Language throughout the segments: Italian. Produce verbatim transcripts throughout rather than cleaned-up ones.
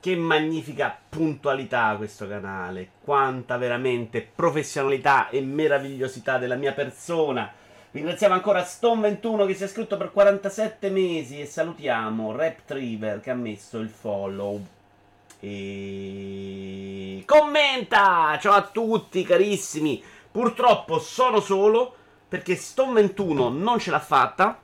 Che magnifica puntualità questo canale. Quanta veramente professionalità e meravigliosità della mia persona. Ringraziamo ancora Stone ventuno che si è iscritto per quarantasette mesi. E salutiamo Reptriver che ha messo il follow. E commenta! Ciao a tutti carissimi. Purtroppo sono solo perché Stone ventuno non ce l'ha fatta.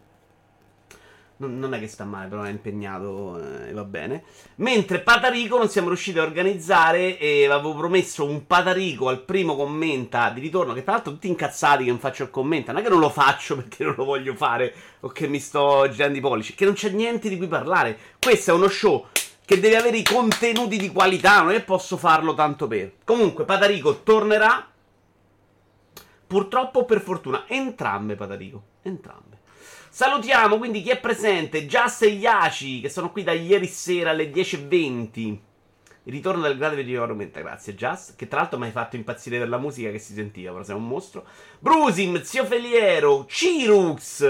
Non è che sta male, però è impegnato e eh, va bene. Mentre Patarico non siamo riusciti a organizzare e avevo promesso un Patarico al primo commenta di ritorno, che tra l'altro tutti incazzati che non faccio il commenta. Non è che non lo faccio perché non lo voglio fare o che mi sto girando i pollici, che non c'è niente di cui parlare. Questo è uno show che deve avere i contenuti di qualità, non è che posso farlo tanto per. Comunque Patarico tornerà, purtroppo o per fortuna, entrambe Patarico, entrambe. Salutiamo quindi chi è presente, Just e Yaci, che sono qui da ieri sera alle dieci e venti. Il ritorno del grande video argomenta, grazie Just, che tra l'altro mi hai fatto impazzire per la musica che si sentiva, però sei un mostro. Brusim, Zio Feliero, Cirux,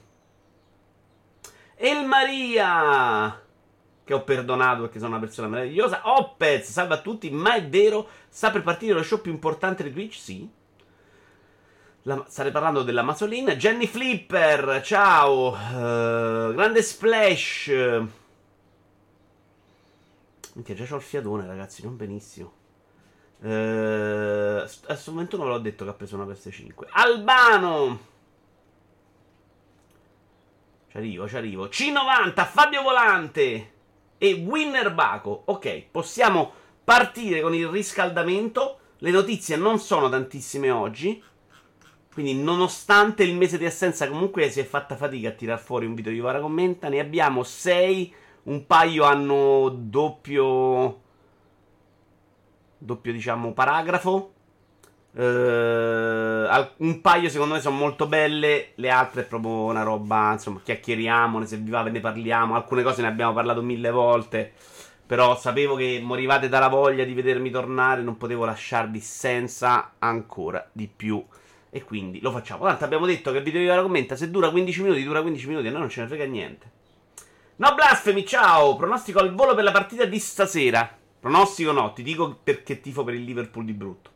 El Maria, che ho perdonato perché sono una persona meravigliosa, Opez, salve a tutti, ma è vero, sta per partire lo show più importante di Twitch? Sì. La, state parlando della Masolina. Jenny Flipper, ciao. uh, Grande Splash. Minchia, già c'ho il fiatone, ragazzi, non benissimo. uh, Adesso ventuno ve l'ho detto che ha preso una P S cinque. Albano, ci arrivo, ci arrivo. C novanta, Fabio Volante e Winner Baco. Ok, possiamo partire con il riscaldamento. Le notizie non sono tantissime oggi, quindi nonostante il mese di assenza comunque si è fatta fatica a tirar fuori un video di Vara Commenta. Ne abbiamo sei, un paio hanno doppio doppio diciamo paragrafo, uh, un paio secondo me sono molto belle, le altre è proprio una roba, insomma, chiacchieriamo, se vi va ve ne parliamo, alcune cose ne abbiamo parlato mille volte, però sapevo che morivate dalla voglia di vedermi tornare, non potevo lasciarvi senza ancora di più. E quindi lo facciamo. Tanto abbiamo detto che il video di Vara Commenta, se dura quindici minuti, dura quindici minuti. A noi non ce ne frega niente. No blasfemi, ciao. Pronostico al volo per la partita di stasera. Pronostico no, ti dico perché tifo per il Liverpool di brutto.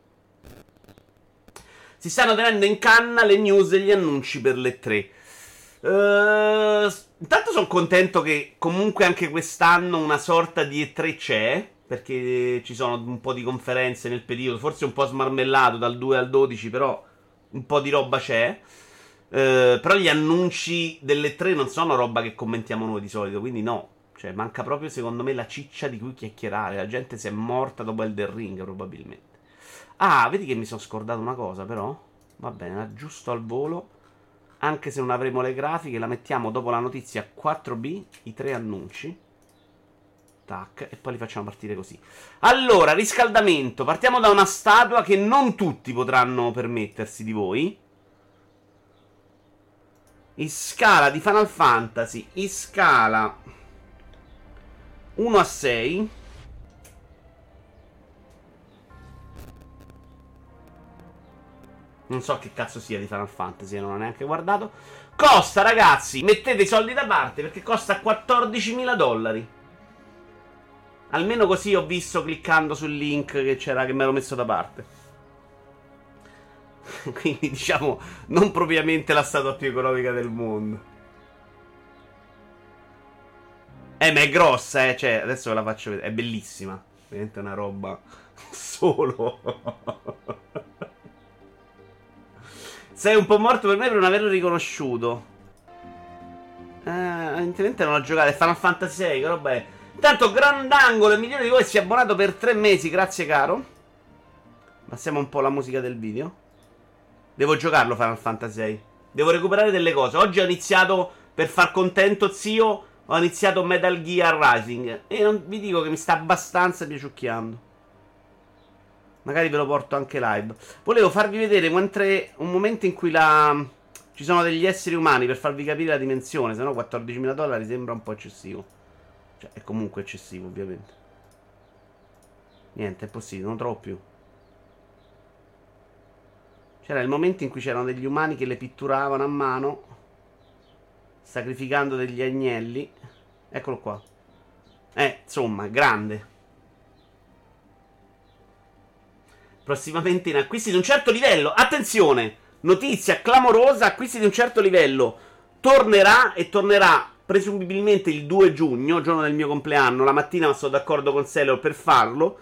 Si stanno tenendo in canna le news e gli annunci per le tre. Uh, intanto sono contento che comunque anche quest'anno una sorta di E tre c'è, perché ci sono un po' di conferenze nel periodo. Forse un po' smarmellato dal due al dodici, però un po' di roba c'è. Uh, però gli annunci delle tre non sono roba che commentiamo noi di solito, quindi no. Cioè manca proprio secondo me la ciccia di cui chiacchierare. La gente si è morta dopo Elden Ring probabilmente. Ah, vedi che mi sono scordato una cosa però. Va bene, aggiusto al volo. Anche se non avremo le grafiche, la mettiamo dopo la notizia quattro B, i tre annunci. Tac, e poi li facciamo partire così. Allora, riscaldamento. Partiamo da una statua che non tutti potranno permettersi di voi. In scala di Final Fantasy, in scala uno a sei. Non so che cazzo sia di Final Fantasy, non ho neanche guardato. Costa, ragazzi, mettete i soldi da parte perché costa quattordicimila dollari. Almeno così ho visto cliccando sul link che c'era, che mi ero messo da parte. Quindi diciamo non propriamente la statua più economica del mondo. Eh, ma è grossa, eh. Cioè, adesso ve la faccio vedere. È bellissima. Veramente una roba solo. Sei un po' morto per me per non averlo riconosciuto. Eh, evidentemente non ho giocato. È Final Fantasy sei, che roba è? Intanto Grandangolo, il migliore di voi, si è abbonato per tre mesi, grazie caro. Passiamo un po' la musica del video. Devo giocarlo Final Fantasy sei. Devo recuperare delle cose. Oggi ho iniziato, per far contento zio, ho iniziato Metal Gear Rising. E non vi dico che mi sta abbastanza piaciucchiando. Magari ve lo porto anche live. Volevo farvi vedere mentre un momento in cui la... ci sono degli esseri umani, per farvi capire la dimensione. Se no quattordicimila dollari sembra un po' eccessivo. Cioè è comunque eccessivo ovviamente. Niente, è possibile, non trovo più. C'era il momento in cui c'erano degli umani che le pitturavano a mano, sacrificando degli agnelli. Eccolo qua. Eh, insomma, grande. Prossimamente in acquisti di un certo livello. Attenzione, notizia clamorosa, acquisti di un certo livello. Tornerà e tornerà presumibilmente il due giugno, giorno del mio compleanno. La mattina ma sono d'accordo con Sailor per farlo.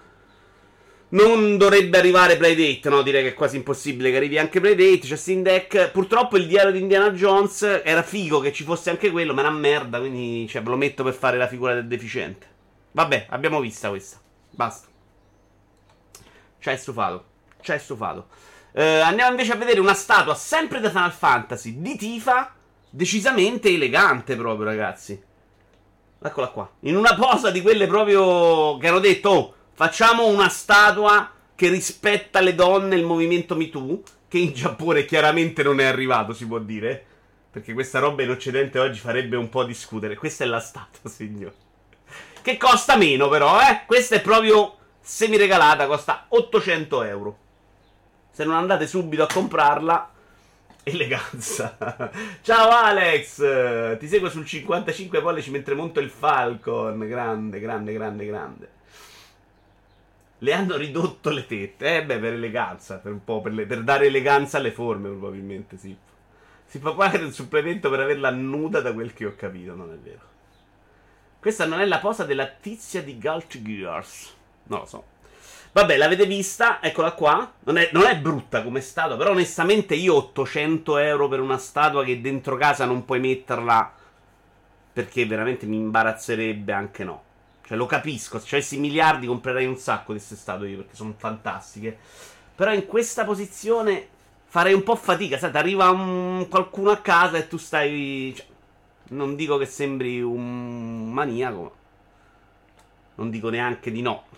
Non dovrebbe arrivare Playdate, no? Direi che è quasi impossibile che arrivi anche Playdate. C'è Steam Deck. Purtroppo il diario di Indiana Jones era figo che ci fosse anche quello, ma è una merda, quindi cioè, ve lo metto per fare la figura del deficiente. Vabbè, abbiamo vista questa. Basta. Ci hai stufato. Ci hai stufato. Eh, andiamo invece a vedere una statua sempre da Final Fantasy di Tifa, decisamente elegante proprio, ragazzi. Eccola qua. In una posa di quelle proprio che hanno detto, oh, facciamo una statua che rispetta le donne e il movimento Me Too, che in Giappone chiaramente non è arrivato, si può dire, perché questa roba in Occidente oggi farebbe un po' discutere. Questa è la statua, signore. Che costa meno però, eh. Questa è proprio semi-regalata, costa ottocento euro. Se non andate subito a comprarla, eleganza. Ciao Alex, ti seguo sul cinquantacinque pollici mentre monto il Falcon. Grande, grande, grande, grande. Le hanno ridotto le tette. Eh beh, per eleganza, per un po', per, le, per dare eleganza alle forme probabilmente, sì. Si fa pagare un supplemento per averla nuda, da quel che ho capito, non è vero. Questa non è la posa della tizia di Guilty Gears. Non lo so. Vabbè, l'avete vista, eccola qua. Non è, non è brutta come statua, però onestamente io ottocento euro per una statua che dentro casa non puoi metterla, perché veramente mi imbarazzerebbe anche no. Cioè lo capisco, se avessi miliardi comprerei un sacco di queste statue io, perché sono fantastiche. Però in questa posizione farei un po' fatica, sai, ti arriva un, qualcuno a casa e tu stai... Cioè, non dico che sembri un maniaco, non dico neanche di no.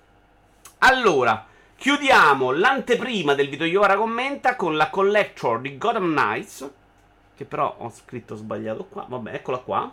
Allora, chiudiamo l'anteprima del video Iora commenta con la collector di Gotham Knights, che però ho scritto sbagliato qua. Vabbè, eccola qua.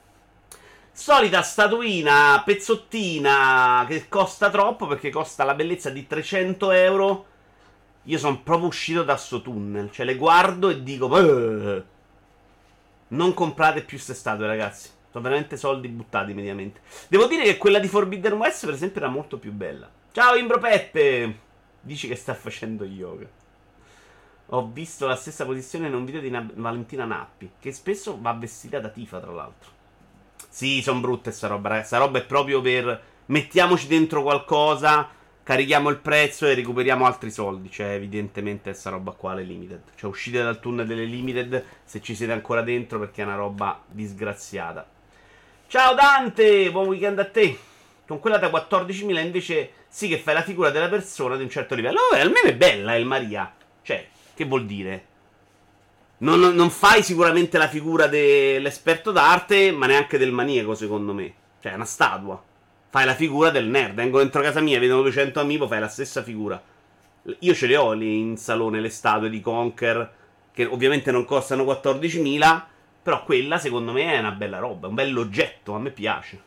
Solita statuina pezzottina che costa troppo, perché costa la bellezza di trecento euro. Io sono proprio uscito da sto tunnel, cioè le guardo e dico Beh! Non comprate più ste statue, ragazzi. Sono veramente soldi buttati mediamente. Devo dire che quella di Forbidden West, per esempio, era molto più bella. Ciao Imbro Peppe! Dici che sta facendo yoga. Ho visto la stessa posizione in un video di Na- Valentina Nappi, che spesso va vestita da Tifa, tra l'altro. Sì, sono brutte sta roba, ragazzi. Sta roba è proprio per... mettiamoci dentro qualcosa, carichiamo il prezzo e recuperiamo altri soldi. Cioè, evidentemente, sta roba qua è limited. Cioè, uscite dal tunnel delle limited se ci siete ancora dentro, perché è una roba disgraziata. Ciao Dante! Buon weekend a te! Con quella da quattordicimila invece sì che fai la figura della persona di un certo livello. Oh, almeno è bella, El Maria. Cioè, che vuol dire? Non, non fai sicuramente la figura dell'esperto d'arte, ma neanche del maniaco, secondo me. Cioè, è una statua. Fai la figura del nerd. Vengono dentro casa mia, vedono duecento amiibo, fai la stessa figura. Io ce le ho lì in salone, le statue di Conker, che ovviamente non costano quattordicimila, però quella, secondo me, è una bella roba. Un bell'oggetto, a me piace.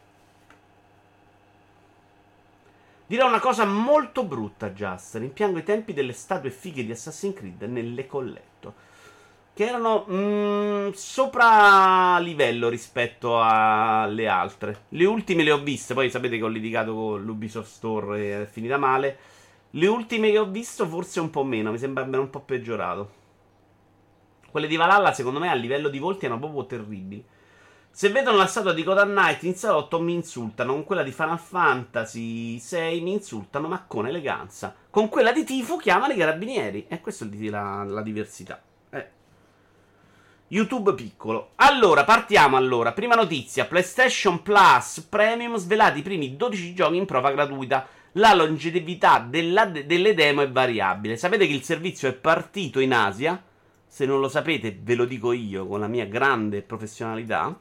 Dirò una cosa molto brutta, Just. Rimpiango i tempi delle statue fighe di Assassin's Creed nelle colletto, che erano mm, sopra livello rispetto alle altre. Le ultime le ho viste, poi sapete che ho litigato con l'Ubisoft Store e è finita male. Le ultime che ho visto forse un po' meno, mi sembra un po' peggiorato. Quelle di Valhalla secondo me a livello di volti erano proprio terribili. Se vedono la statua di Gotham Knight in salotto mi insultano, con quella di Final Fantasy sei mi insultano, ma con eleganza. Con quella di Tifo chiamano i carabinieri. E questa è la, la diversità. Eh. YouTube piccolo. Allora, partiamo allora. Prima notizia, PlayStation Plus Premium svelati i primi dodici giochi in prova gratuita. La longevità della, delle demo è variabile. Sapete che il servizio è partito in Asia? Se non lo sapete ve lo dico io con la mia grande professionalità.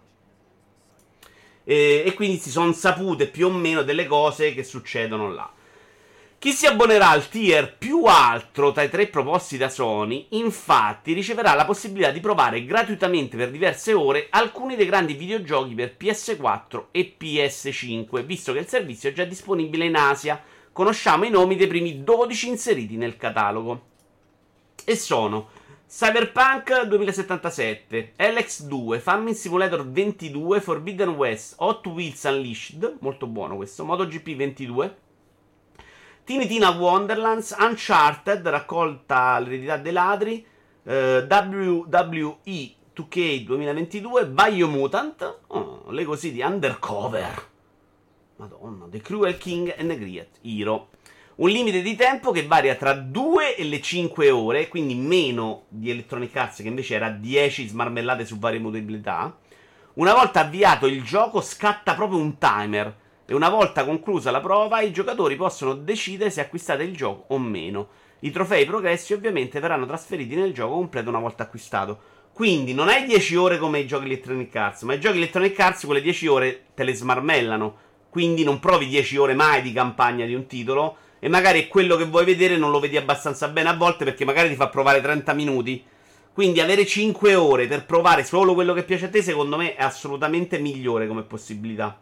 E, e quindi si sono sapute più o meno delle cose che succedono là. Chi si abbonerà al tier più alto tra i tre proposti da Sony, infatti, riceverà la possibilità di provare gratuitamente per diverse ore alcuni dei grandi videogiochi per P S quattro e P S cinque, visto che il servizio è già disponibile in Asia. Conosciamo i nomi dei primi dodici inseriti nel catalogo. E sono Cyberpunk duemilasettantasette, L X due, Farming Simulator ventidue, Forbidden West, Hot Wheels Unleashed, molto buono questo, MotoGP ventidue, Tiny Tina Wonderlands, Uncharted, raccolta l'eredità dei ladri, eh, W W E due K duemilaventidue, Biomutant, oh, Lego City Undercover, Madonna, The Cruel King and the Great Hero. Un limite di tempo che varia tra due e le cinque ore, quindi meno di Electronic Arts che invece era dieci smarmellate su varie modalità. Una volta avviato il gioco scatta proprio un timer e una volta conclusa la prova i giocatori possono decidere se acquistate il gioco o meno. I trofei progressi ovviamente verranno trasferiti nel gioco completo una volta acquistato. Quindi non hai dieci ore come i giochi Electronic Arts, ma i giochi Electronic Arts quelle dieci ore te le smarmellano. Quindi non provi dieci ore mai di campagna di un titolo e magari quello che vuoi vedere non lo vedi abbastanza bene a volte perché magari ti fa provare trenta minuti. Quindi avere cinque ore per provare solo quello che piace a te secondo me è assolutamente migliore come possibilità.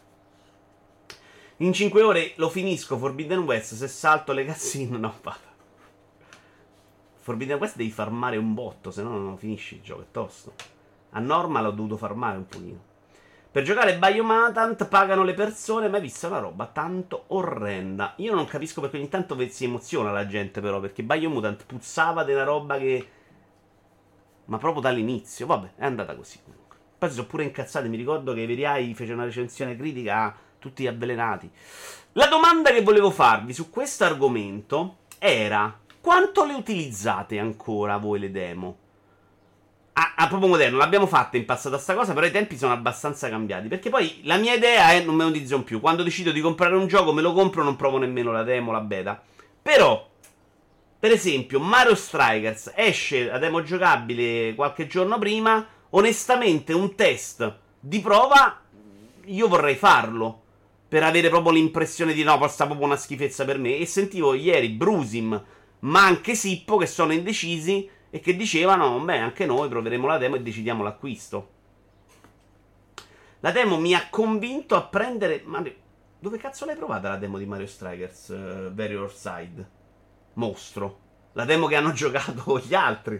In cinque ore lo finisco Forbidden West, se salto le cutscene no vada. Forbidden West devi farmare un botto, se no non finisci il gioco, è tosto. A normal ho dovuto farmare un pochino. Per giocare Biomutant pagano le persone, ma hai visto una roba tanto orrenda. Io non capisco perché ogni tanto si emoziona la gente però, perché Biomutant puzzava di una roba che... ma proprio dall'inizio, vabbè, è andata così comunque. Poi si sono pure incazzati, mi ricordo che Veriai fece una recensione critica a tutti avvelenati. La domanda che volevo farvi su questo argomento era: quanto le utilizzate ancora voi le demo? Ah, ah, proprio moderno, l'abbiamo fatta in passato sta cosa, però i tempi sono abbastanza cambiati. Perché poi la mia idea è non me lo utilizzo più. Quando decido di comprare un gioco me lo compro, non provo nemmeno la demo, la beta. Però, per esempio, Mario Strikers esce la demo giocabile qualche giorno prima. Onestamente un test di prova io vorrei farlo, per avere proprio l'impressione di no, questa è proprio una schifezza per me. E sentivo ieri Brusim, ma anche Sippo che sono indecisi e che dicevano, beh, anche noi proveremo la demo e decidiamo l'acquisto. La demo mi ha convinto a prendere... Mario... Dove cazzo l'hai provata la demo di Mario Strikers? Uh, Warrior Side. Mostro. La demo che hanno giocato gli altri.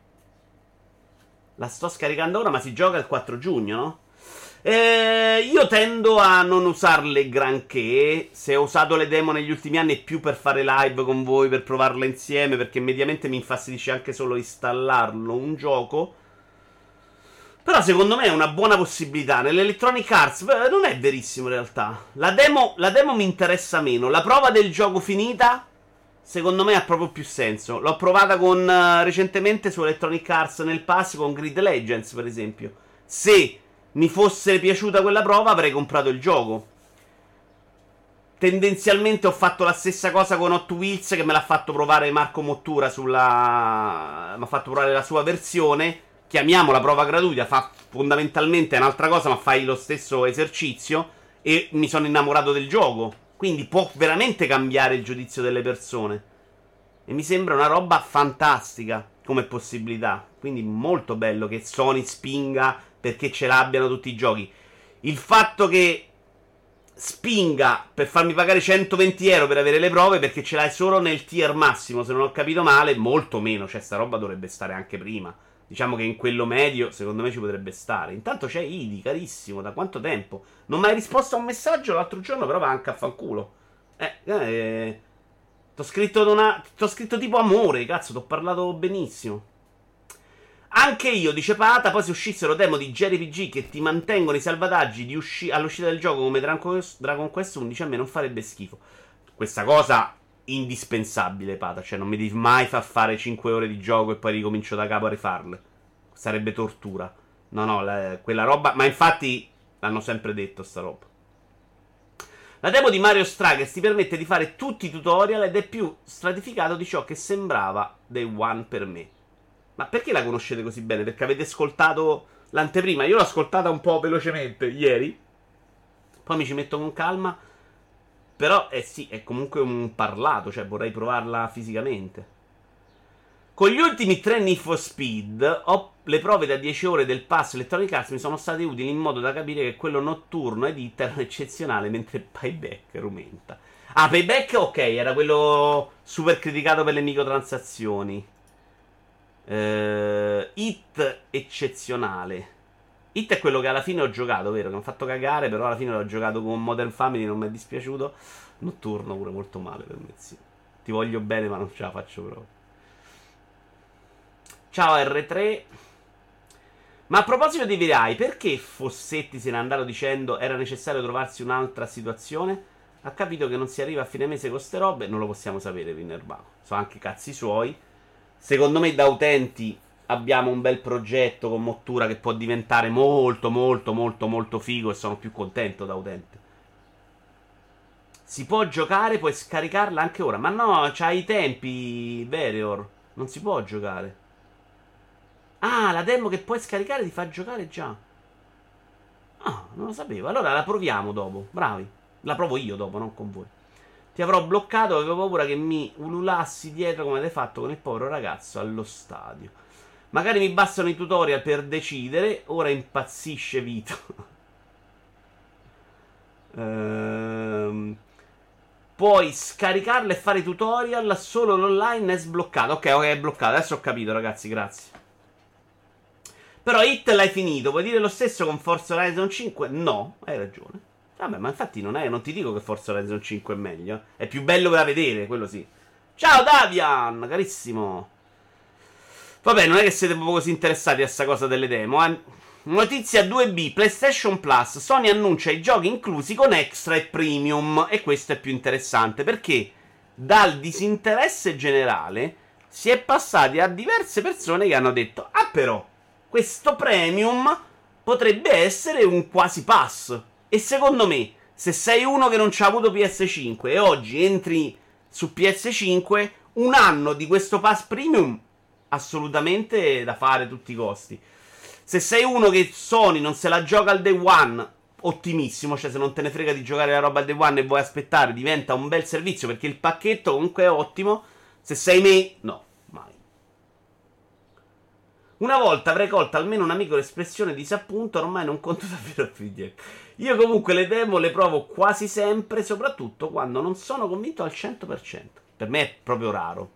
La sto scaricando ora, ma si gioca il quattro giugno, no? Eh, io tendo a non usarle granché. Se ho usato le demo negli ultimi anni è più per fare live con voi, per provarle insieme, perché mediamente mi infastidisce anche solo installarlo un gioco. Però secondo me è una buona possibilità. Nell'Electronic Arts beh, non è verissimo in realtà. La demo, la demo mi interessa meno. La prova del gioco finita secondo me ha proprio più senso. L'ho provata con uh, recentemente su Electronic Arts nel pass con Grid Legends, per esempio. Se mi fosse piaciuta quella prova avrei comprato il gioco. Tendenzialmente ho fatto la stessa cosa con Hot Wheels, che me l'ha fatto provare Marco Mottura sulla... mi ha fatto provare la sua versione. Chiamiamola prova gratuita, fa fondamentalmente un'altra cosa, ma fai lo stesso esercizio. E mi sono innamorato del gioco. Quindi può veramente cambiare il giudizio delle persone. E mi sembra una roba fantastica come possibilità. Quindi molto bello che Sony spinga perché ce l'abbiano tutti i giochi. Il fatto che spinga per farmi pagare centoventi euro per avere le prove perché ce l'hai solo nel tier massimo, se non ho capito male, molto meno. Cioè sta roba dovrebbe stare anche prima. Diciamo che in quello medio secondo me ci potrebbe stare. Intanto c'è Idi, carissimo, da quanto tempo? Non mi hai risposto a un messaggio l'altro giorno, però va anche a fanculo. Eh, eh T'ho scritto una... T'ho scritto tipo amore, cazzo, t'ho parlato benissimo. Anche io, dice Pata, poi se uscissero demo di J R P G che ti mantengono i salvataggi di usci- all'uscita del gioco come Dragon Quest undici, a me non farebbe schifo. Questa cosa indispensabile, Pata, cioè non mi devi mai far fare cinque ore di gioco e poi ricomincio da capo a rifarle. Sarebbe tortura. No, no, la, quella roba... Ma infatti l'hanno sempre detto sta roba. La demo di Mario Strikers ti permette di fare tutti i tutorial ed è più stratificato di ciò che sembrava Day One per me. Ma perché la conoscete così bene? Perché avete ascoltato l'anteprima? Io l'ho ascoltata un po' velocemente ieri. Poi mi ci metto con calma. Però, eh sì, è comunque un parlato. Cioè, vorrei provarla fisicamente. Con gli ultimi tre Need for Speed, ho le prove da dieci ore del pass Electronic Arts mi sono state utili in modo da capire che quello notturno ed Hit erano eccezionale, mentre Payback rumenta. Ah, Payback, ok, era quello super criticato per le microtransazioni. Uh, Hit eccezionale. Hit è quello che alla fine ho giocato, vero? Che mi ha fatto cagare, però alla fine l'ho giocato con Modern Family, non mi è dispiaciuto. Notturno pure molto male per me, sì. Ti voglio bene, ma non ce la faccio proprio. Ciao R tre. Ma a proposito di Virai, perché Fossetti se n'è andato dicendo era necessario trovarsi un'altra situazione? Ha capito che non si arriva a fine mese con ste robe? Non lo possiamo sapere, Winnerbago. Sono anche cazzi suoi. Secondo me da utenti abbiamo un bel progetto con Mottura che può diventare molto molto molto molto figo e sono più contento da utente. Si può giocare, puoi scaricarla anche ora. Ma no, c'hai i tempi, Verior. Non si può giocare. Ah, la demo che puoi scaricare ti fa giocare già. Ah, non lo sapevo. Allora la proviamo dopo. Bravi. La provo io dopo, non con voi. Ti avrò bloccato, avevo paura che mi ululassi dietro come l'hai fatto con il povero ragazzo allo stadio. Magari mi bastano i tutorial per decidere. Ora impazzisce Vito. Ehm... Puoi scaricarla e fare i tutorial. Solo l'online è sbloccato. Ok, ok, è bloccato. Adesso ho capito, ragazzi, grazie. Però Hit l'hai finito. Puoi dire lo stesso con Forza Horizon cinque? No, hai ragione. Vabbè, ma infatti non, è, non ti dico che Forza Horizon cinque è meglio. È più bello da vedere, quello sì. Ciao Davian, carissimo. Vabbè, non è che siete proprio così interessati a sta cosa delle demo, eh. Notizia due B, PlayStation Plus. Sony annuncia i giochi inclusi con Extra e Premium. E questo è più interessante perché dal disinteresse generale si è passati a diverse persone che hanno detto: ah, però questo Premium potrebbe essere un quasi pass. E secondo me, se sei uno che non c'ha avuto P S cinque e oggi entri su P S cinque, un anno di questo pass Premium assolutamente da fare a tutti i costi. Se sei uno che Sony non se la gioca al day one, ottimissimo. Cioè, se non te ne frega di giocare la roba al day one e vuoi aspettare, diventa un bel servizio perché il pacchetto comunque è ottimo. Se sei me, no, mai. Una volta avrei colto almeno una microespressione di disappunto, ormai non conto davvero più dietro. Io comunque le demo le provo quasi sempre, soprattutto quando non sono convinto al cento per cento. Per me è proprio raro.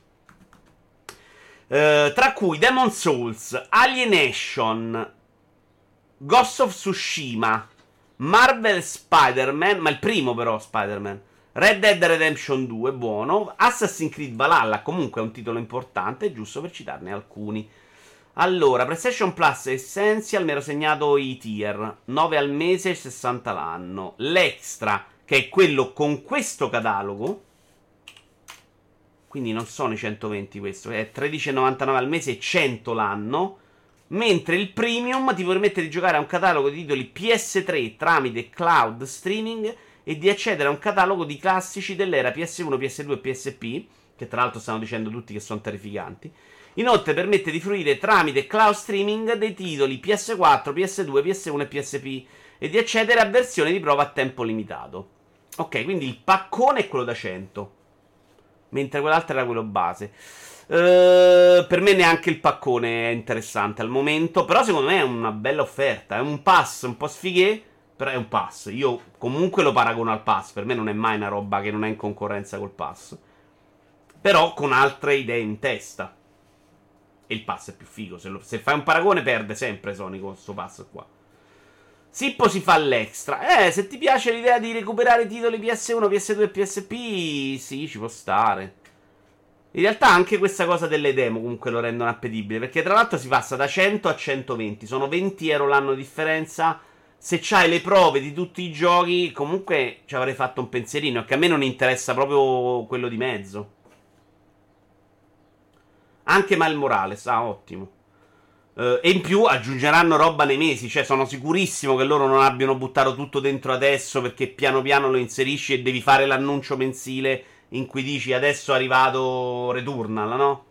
Uh, tra cui Demon Souls, Alienation, Ghost of Tsushima, Marvel Spider-Man, ma il primo però Spider-Man, Red Dead Redemption due, buono, Assassin's Creed Valhalla, comunque è un titolo importante, giusto per citarne alcuni. Allora, PlayStation Plus Essential, mi ero segnato i tier, nove al mese, sessanta l'anno. L'Extra, che è quello con questo catalogo, quindi non sono i centoventi questo, è tredici virgola novantanove al mese e cento l'anno. Mentre il Premium ti permette di giocare a un catalogo di titoli P S tre tramite cloud streaming e di accedere a un catalogo di classici dell'era P S uno, P S due e P S P, che tra l'altro stanno dicendo tutti che sono terrificanti. Inoltre permette di fruire tramite cloud streaming dei titoli P S quattro, P S due, P S uno e P S P e di accedere a versioni di prova a tempo limitato. Ok, quindi il paccone è quello da cento, mentre quell'altro era quello base. Uh, per me neanche il paccone è interessante al momento, però secondo me è una bella offerta. È un pass un po' sfighe, però è un pass. Io comunque lo paragono al pass. Per me non è mai una roba che non è in concorrenza col pass, però con altre idee in testa. E il pass è più figo. Se, lo, se fai un paragone perde sempre Sony con questo pass qua. Sippo si fa l'extra. Eh, se ti piace l'idea di recuperare i titoli P S uno, P S due e P S P, sì, ci può stare. In realtà anche questa cosa delle demo comunque lo rendono appetibile, perché tra l'altro si passa da cento a centoventi. Sono venti euro l'anno di differenza. Se c'hai le prove di tutti i giochi, comunque ci avrei fatto un pensierino, che a me non interessa proprio quello di mezzo. Anche Miles Morales, ah, ottimo. Uh, e in più aggiungeranno roba nei mesi. Cioè sono sicurissimo che loro non abbiano buttato tutto dentro adesso, perché piano piano lo inserisci e devi fare l'annuncio mensile in cui dici adesso è arrivato Returnal, no?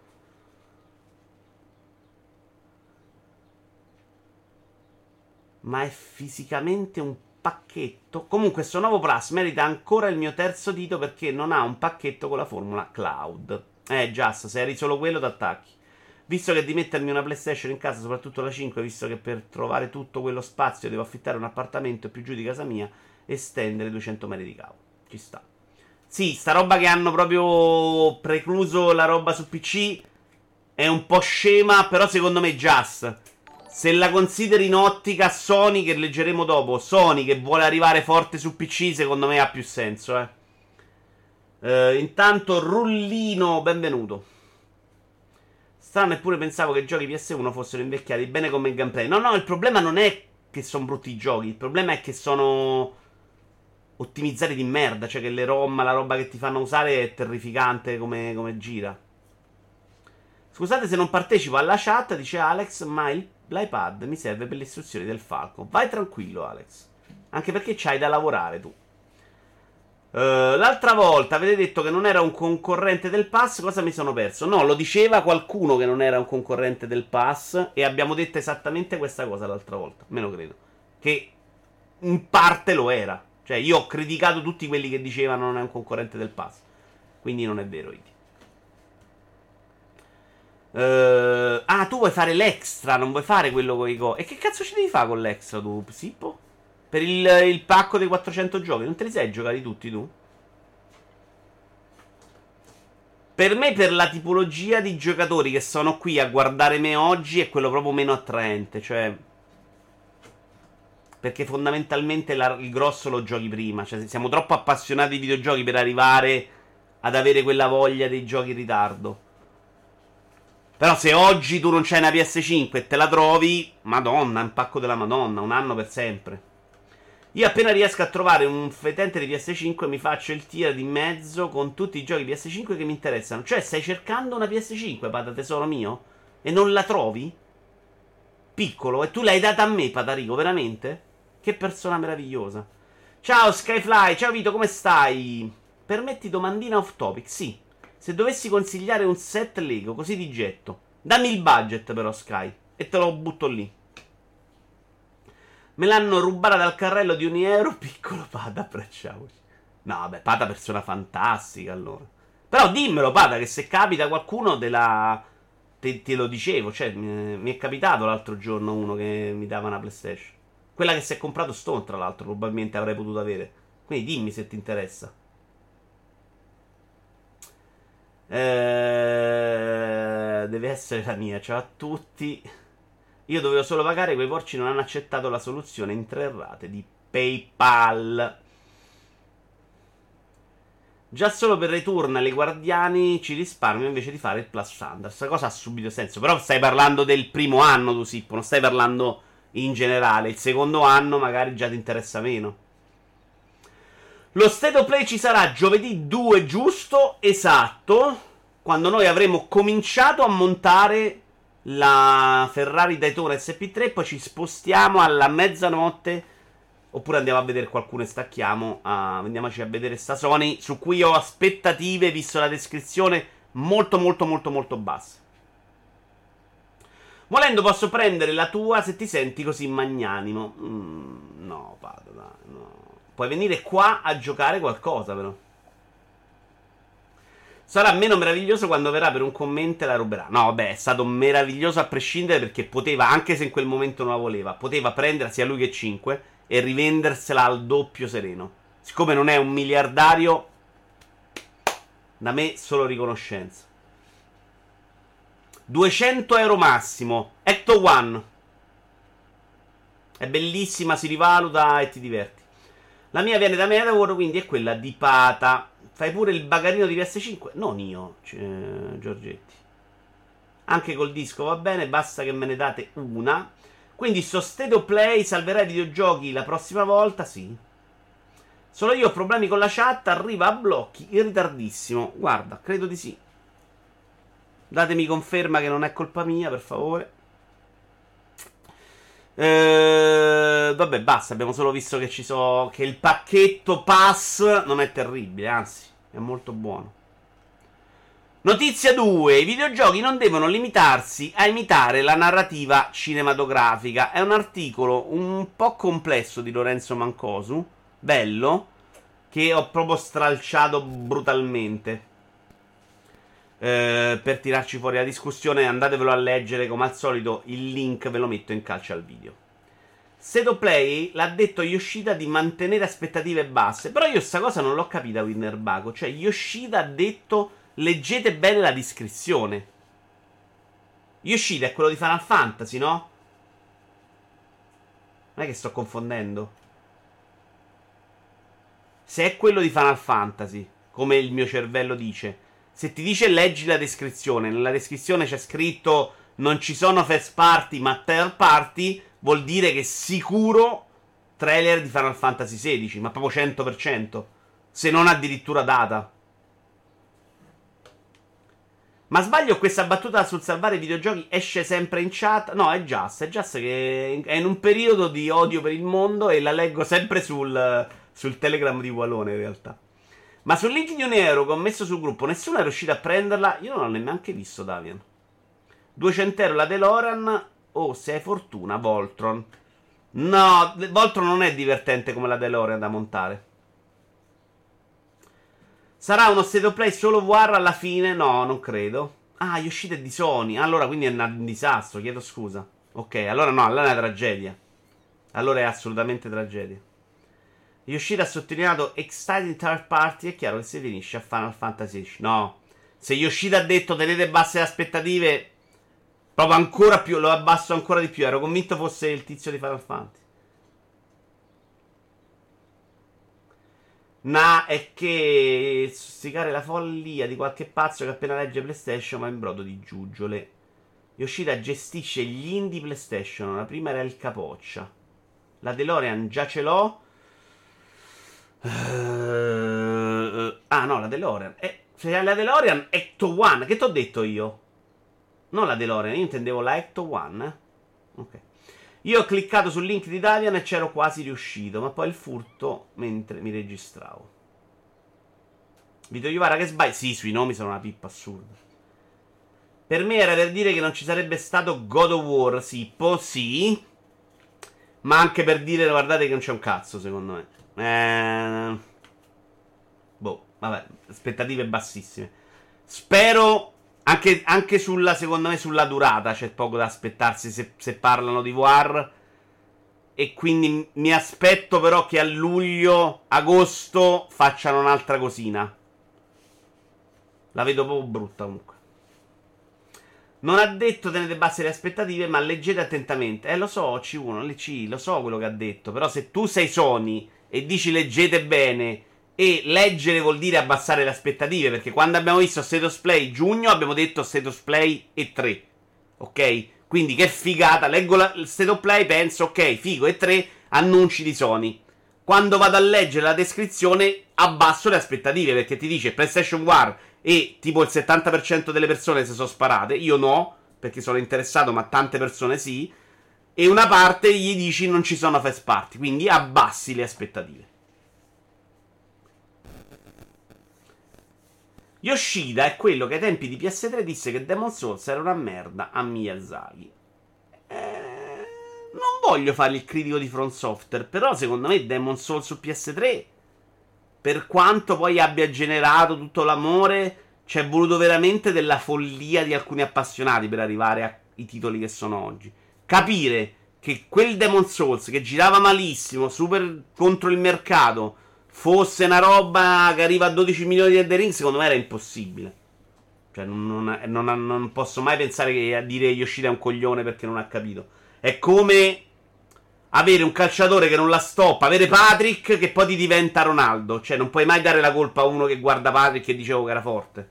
Ma è fisicamente un pacchetto. Comunque sto nuovo Plus merita ancora il mio terzo dito, perché non ha un pacchetto con la formula cloud. Eh, Just, se eri solo quello t'attacchi. Visto che di mettermi una PlayStation in casa, soprattutto la cinque, visto che per trovare tutto quello spazio devo affittare un appartamento più giù di casa mia e stendere duecento metri di cavo. Ci sta. Sì, sta roba che hanno proprio precluso la roba su P C è un po' scema, però secondo me Just, se la consideri in ottica Sony, che leggeremo dopo, Sony che vuole arrivare forte su P C, secondo me ha più senso, eh. Uh, intanto Rullino, benvenuto. Strano, eppure pensavo che i giochi P S uno fossero invecchiati bene come gameplay. No, no, il problema non è che sono brutti i giochi, il problema è che sono ottimizzati di merda. Cioè che le ROM, la roba che ti fanno usare è terrificante come, come gira. Scusate se non partecipo alla chat, dice Alex, ma il, l'iPad mi serve per le istruzioni del Falcon. Vai tranquillo, Alex. Anche perché c'hai da lavorare tu. Uh, l'altra volta avete detto che non era un concorrente del pass. Cosa mi sono perso? No, lo diceva qualcuno che non era un concorrente del pass. E abbiamo detto esattamente questa cosa l'altra volta. Meno credo. Che in parte lo era. Cioè io ho criticato tutti quelli che dicevano non è un concorrente del pass. Quindi non è vero, Iti. Uh, ah, tu vuoi fare l'extra, non vuoi fare quello con i co. E che cazzo ci devi fare con l'extra tu, Sippo? Per il, il pacco dei quattrocento giochi. Non te li sei giocati tutti tu? Per me, per la tipologia di giocatori che sono qui a guardare me oggi, è quello proprio meno attraente. Cioè, perché fondamentalmente la, il grosso lo giochi prima. Cioè, siamo troppo appassionati di videogiochi per arrivare ad avere quella voglia dei giochi in ritardo. Però se oggi tu non c'hai una P S cinque e te la trovi, madonna, un pacco della madonna, un anno per sempre. Io appena riesco a trovare un fetente di P S cinque mi faccio il tier di mezzo con tutti i giochi P S cinque che mi interessano. Cioè stai cercando una P S cinque, Pada tesoro mio? E non la trovi? Piccolo, e tu l'hai data a me, Patarico, veramente? Che persona meravigliosa. Ciao Skyfly, ciao Vito, come stai? Permetti domandina off topic, sì. Se dovessi consigliare un set Lego, così di getto. Dammi il budget però, Sky, e te lo butto lì. Me l'hanno rubata dal carrello di un euro. Piccolo Pada, abbracciamoci. No, vabbè, Pada persona fantastica, allora. Però dimmelo, Pada, che se capita qualcuno te la... Te, te lo dicevo. Cioè, mi, mi è capitato l'altro giorno uno che mi dava una PlayStation. Quella che si è comprato Stone, tra l'altro, probabilmente avrei potuto avere. Quindi dimmi se ti interessa. Eh, deve essere la mia. Ciao a tutti. Io dovevo solo pagare, quei porci non hanno accettato la soluzione in tre rate di PayPal. Già solo per Return alle Guardiani ci risparmio invece di fare il Plus Standard. Questa cosa ha subito senso. Però stai parlando del primo anno, tu Sippo, non stai parlando in generale. Il secondo anno magari già ti interessa meno. Lo State of Play ci sarà giovedì due, giusto? Esatto. Quando noi avremo cominciato a montare la Ferrari Daytona S P tre, poi ci spostiamo alla mezzanotte, oppure andiamo a vedere qualcuno e stacchiamo. A, andiamoci a vedere sta Sony, su cui ho aspettative, visto la descrizione, molto molto molto molto basse. Volendo posso prendere la tua se ti senti così magnanimo. mm, No, vado, dai, no. Puoi venire qua a giocare qualcosa però. Sarà meno meraviglioso quando verrà per un commento e la ruberà. No, vabbè, è stato meraviglioso a prescindere, perché poteva, anche se in quel momento non la voleva, poteva prendere sia lui che cinque e rivendersela al doppio sereno. Siccome non è un miliardario, da me solo riconoscenza. duecento euro massimo. Ecto One. È bellissima, si rivaluta e ti diverti. La mia viene da Metaworld, quindi è quella di Pata. Fai pure il bagarino di P S cinque? Non io, eh, Giorgetti. Anche col disco va bene, basta che me ne date una. Quindi sto State of Play salverà i videogiochi la prossima volta, sì. Solo io ho problemi con la chat, arriva a blocchi, in ritardissimo. Guarda, credo di sì. Datemi conferma che non è colpa mia, per favore. Eh, vabbè, basta. Abbiamo solo visto che ci so. Che il pacchetto pass non è terribile, anzi, è molto buono. Notizia due. I videogiochi non devono limitarsi a imitare la narrativa cinematografica. È un articolo un po' complesso di Lorenzo Mancosu, bello, che ho proprio stralciato brutalmente. Eh, per tirarci fuori la discussione, andatevelo a leggere, come al solito il link ve lo metto in calce al video. State of Play l'ha detto Yoshida di mantenere aspettative basse, però io sta cosa non l'ho capita, Winner Bago. Cioè Yoshida ha detto leggete bene la descrizione. Yoshida è quello di Final Fantasy, no? Non è che sto confondendo. Se è quello di Final Fantasy, come il mio cervello dice, se ti dice leggi la descrizione, nella descrizione c'è scritto non ci sono first party ma third party, vuol dire che sicuro trailer di Final Fantasy sedici, ma proprio cento per cento, se non addirittura data. Ma sbaglio, questa battuta sul salvare i videogiochi esce sempre in chat? No, è Just, è Just che è in un periodo di odio per il mondo e la leggo sempre sul, sul Telegram di Walone in realtà. Ma sul link di un euro che ho messo sul gruppo, nessuno è riuscito a prenderla? Io non l'ho neanche visto, Davian. duecento euro la DeLorean, oh, se hai fortuna, Voltron. No, Voltron non è divertente come la DeLorean da montare. Sarà uno state of play solo V R alla fine? No, non credo. Ah, Yoshida è di Sony. Allora, quindi è un disastro, chiedo scusa. Ok, allora no, allora è una tragedia. Allora è assolutamente tragedia. Yoshida ha sottolineato Exciting Third Party. È chiaro che si finisce a Final Fantasy dieci. No. Se Yoshida ha detto tenete basse le aspettative, proprio ancora più, lo abbasso ancora di più. Ero convinto fosse il tizio di Final Fantasy. Nah, è che sosticare la follia di qualche pazzo che appena legge PlayStation va in brodo di giuggiole. Yoshida gestisce gli indie PlayStation. La prima era il capoccia. La DeLorean già ce l'ho. Uh, ah no, la DeLorean. Eh, la DeLorean Ecto One. Che t'ho detto io? Non la DeLorean, io intendevo la Ecto One. Eh? Ok. Io ho cliccato sul link di Davian e c'ero quasi riuscito, ma poi il furto mentre mi registravo. Vito Iovara che sbaglia. Sì, sui nomi sono una pippa assurda. Per me era per dire che non ci sarebbe stato God of War. Sì, po' sì. Ma anche per dire, guardate che non c'è un cazzo, secondo me. Eh... Boh, vabbè, aspettative bassissime. Spero... Anche, anche sulla, secondo me, sulla durata c'è poco da aspettarsi se, se parlano di V R. E quindi mi aspetto però che a luglio, agosto facciano un'altra cosina. La vedo proprio brutta comunque. Non ha detto tenete basse le aspettative, ma leggete attentamente. Eh, lo so, C uno, le C, lo so quello che ha detto. Però se tu sei Sony e dici leggete bene... E leggere vuol dire abbassare le aspettative, perché quando abbiamo visto State of Play giugno abbiamo detto State of Play e tre. Ok? Quindi che figata. Leggo la, il State of Play, penso ok, figo e tre, annunci di Sony. Quando vado a leggere la descrizione abbasso le aspettative, perché ti dice PlayStation V R e tipo il settanta per cento delle persone si sono sparate. Io no, perché sono interessato, ma tante persone sì. E una parte gli dici non ci sono first party, quindi abbassi le aspettative. Yoshida è quello che ai tempi di P S tre disse che Demon's Souls era una merda a Miyazaki. Eh, non voglio fare il critico di From Software, però secondo me Demon's Souls su P S tre, per quanto poi abbia generato tutto l'amore, c'è voluto veramente della follia di alcuni appassionati per arrivare ai titoli che sono oggi. Capire che quel Demon's Souls che girava malissimo, super contro il mercato, fosse una roba che arriva a dodici milioni di Elden Ring, secondo me era impossibile. Cioè non, non, non, non posso mai pensare che a dire Yoshida è un coglione perché non ha capito. È come avere un calciatore che non la stoppa, avere Patrick che poi ti diventa Ronaldo. Cioè non puoi mai dare la colpa a uno che guarda Patrick e dicevo che era forte.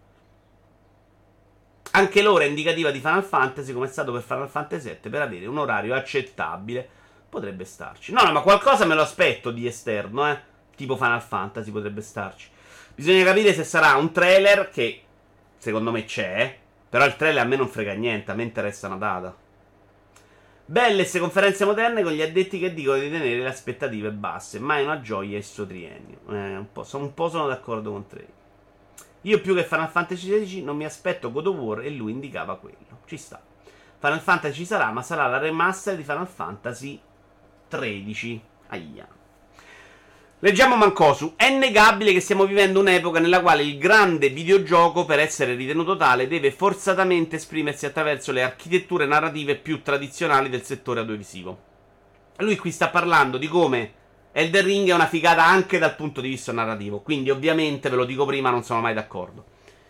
Anche l'ora indicativa di Final Fantasy, come è stato per Final Fantasy sette, per avere un orario accettabile potrebbe starci. No, no, ma qualcosa me lo aspetto di esterno, eh. Tipo Final Fantasy potrebbe starci. Bisogna capire se sarà un trailer che secondo me c'è. Però il trailer a me non frega niente. A me interessa una data. Belle queste conferenze moderne con gli addetti che dicono di tenere le aspettative basse. Ma è una gioia il suo triennio. eh, un, po', sono, un po' sono d'accordo con Trey. Io più che Final Fantasy sedici non mi aspetto God of War. E lui indicava quello. Ci sta. Final Fantasy ci sarà, ma sarà la remaster di Final Fantasy tredici. Aia. Leggiamo Mancosu. È innegabile che stiamo vivendo un'epoca nella quale il grande videogioco, per essere ritenuto tale, deve forzatamente esprimersi attraverso le architetture narrative più tradizionali del settore audiovisivo. Lui qui sta parlando di come Elden Ring è una figata anche dal punto di vista narrativo. Quindi ovviamente, ve lo dico prima, non sono mai d'accordo.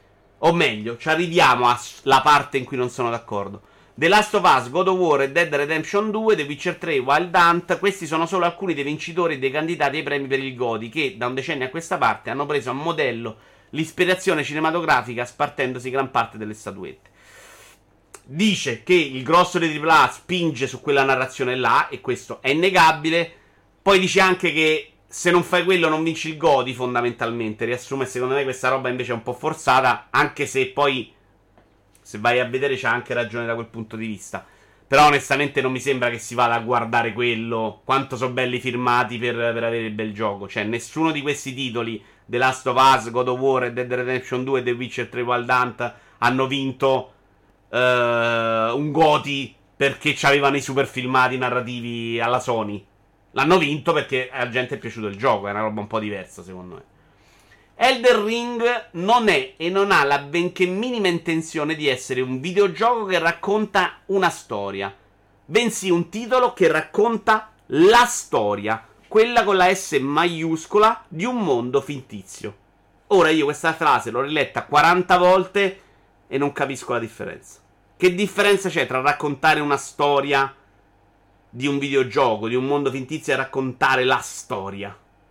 O meglio, ci arriviamo alla parte in cui non sono d'accordo. The Last of Us, God of War e Dead Redemption due, The Witcher tre, Wild Hunt, questi sono solo alcuni dei vincitori e dei candidati ai premi per il Godi che da un decennio a questa parte hanno preso a modello l'ispirazione cinematografica spartendosi gran parte delle statuette. Dice che il grosso dei tripla A spinge su quella narrazione là, e questo è innegabile. Poi dice anche che se non fai quello non vinci il Godi, fondamentalmente. Riassume, secondo me questa roba invece è un po' forzata, anche se poi, se vai a vedere, c'ha anche ragione da quel punto di vista. Però onestamente non mi sembra che si vada a guardare quello, quanto sono belli firmati per, per avere il bel gioco. Cioè nessuno di questi titoli, The Last of Us, God of War, Dead Redemption due, The Witcher tre, Wild Hunt, hanno vinto uh, un Goti perché c'avevano i super filmati narrativi alla Sony. L'hanno vinto perché alla gente è piaciuto il gioco. È una roba un po' diversa, secondo me. Elden Ring non è e non ha la benché minima intenzione di essere un videogioco che racconta una storia, bensì un titolo che racconta la storia, quella con la S maiuscola di un mondo fittizio. Ora io questa frase l'ho riletta quaranta volte e non capisco la differenza. Che differenza c'è tra raccontare una storia di un videogioco, di un mondo fittizio, e raccontare la storia?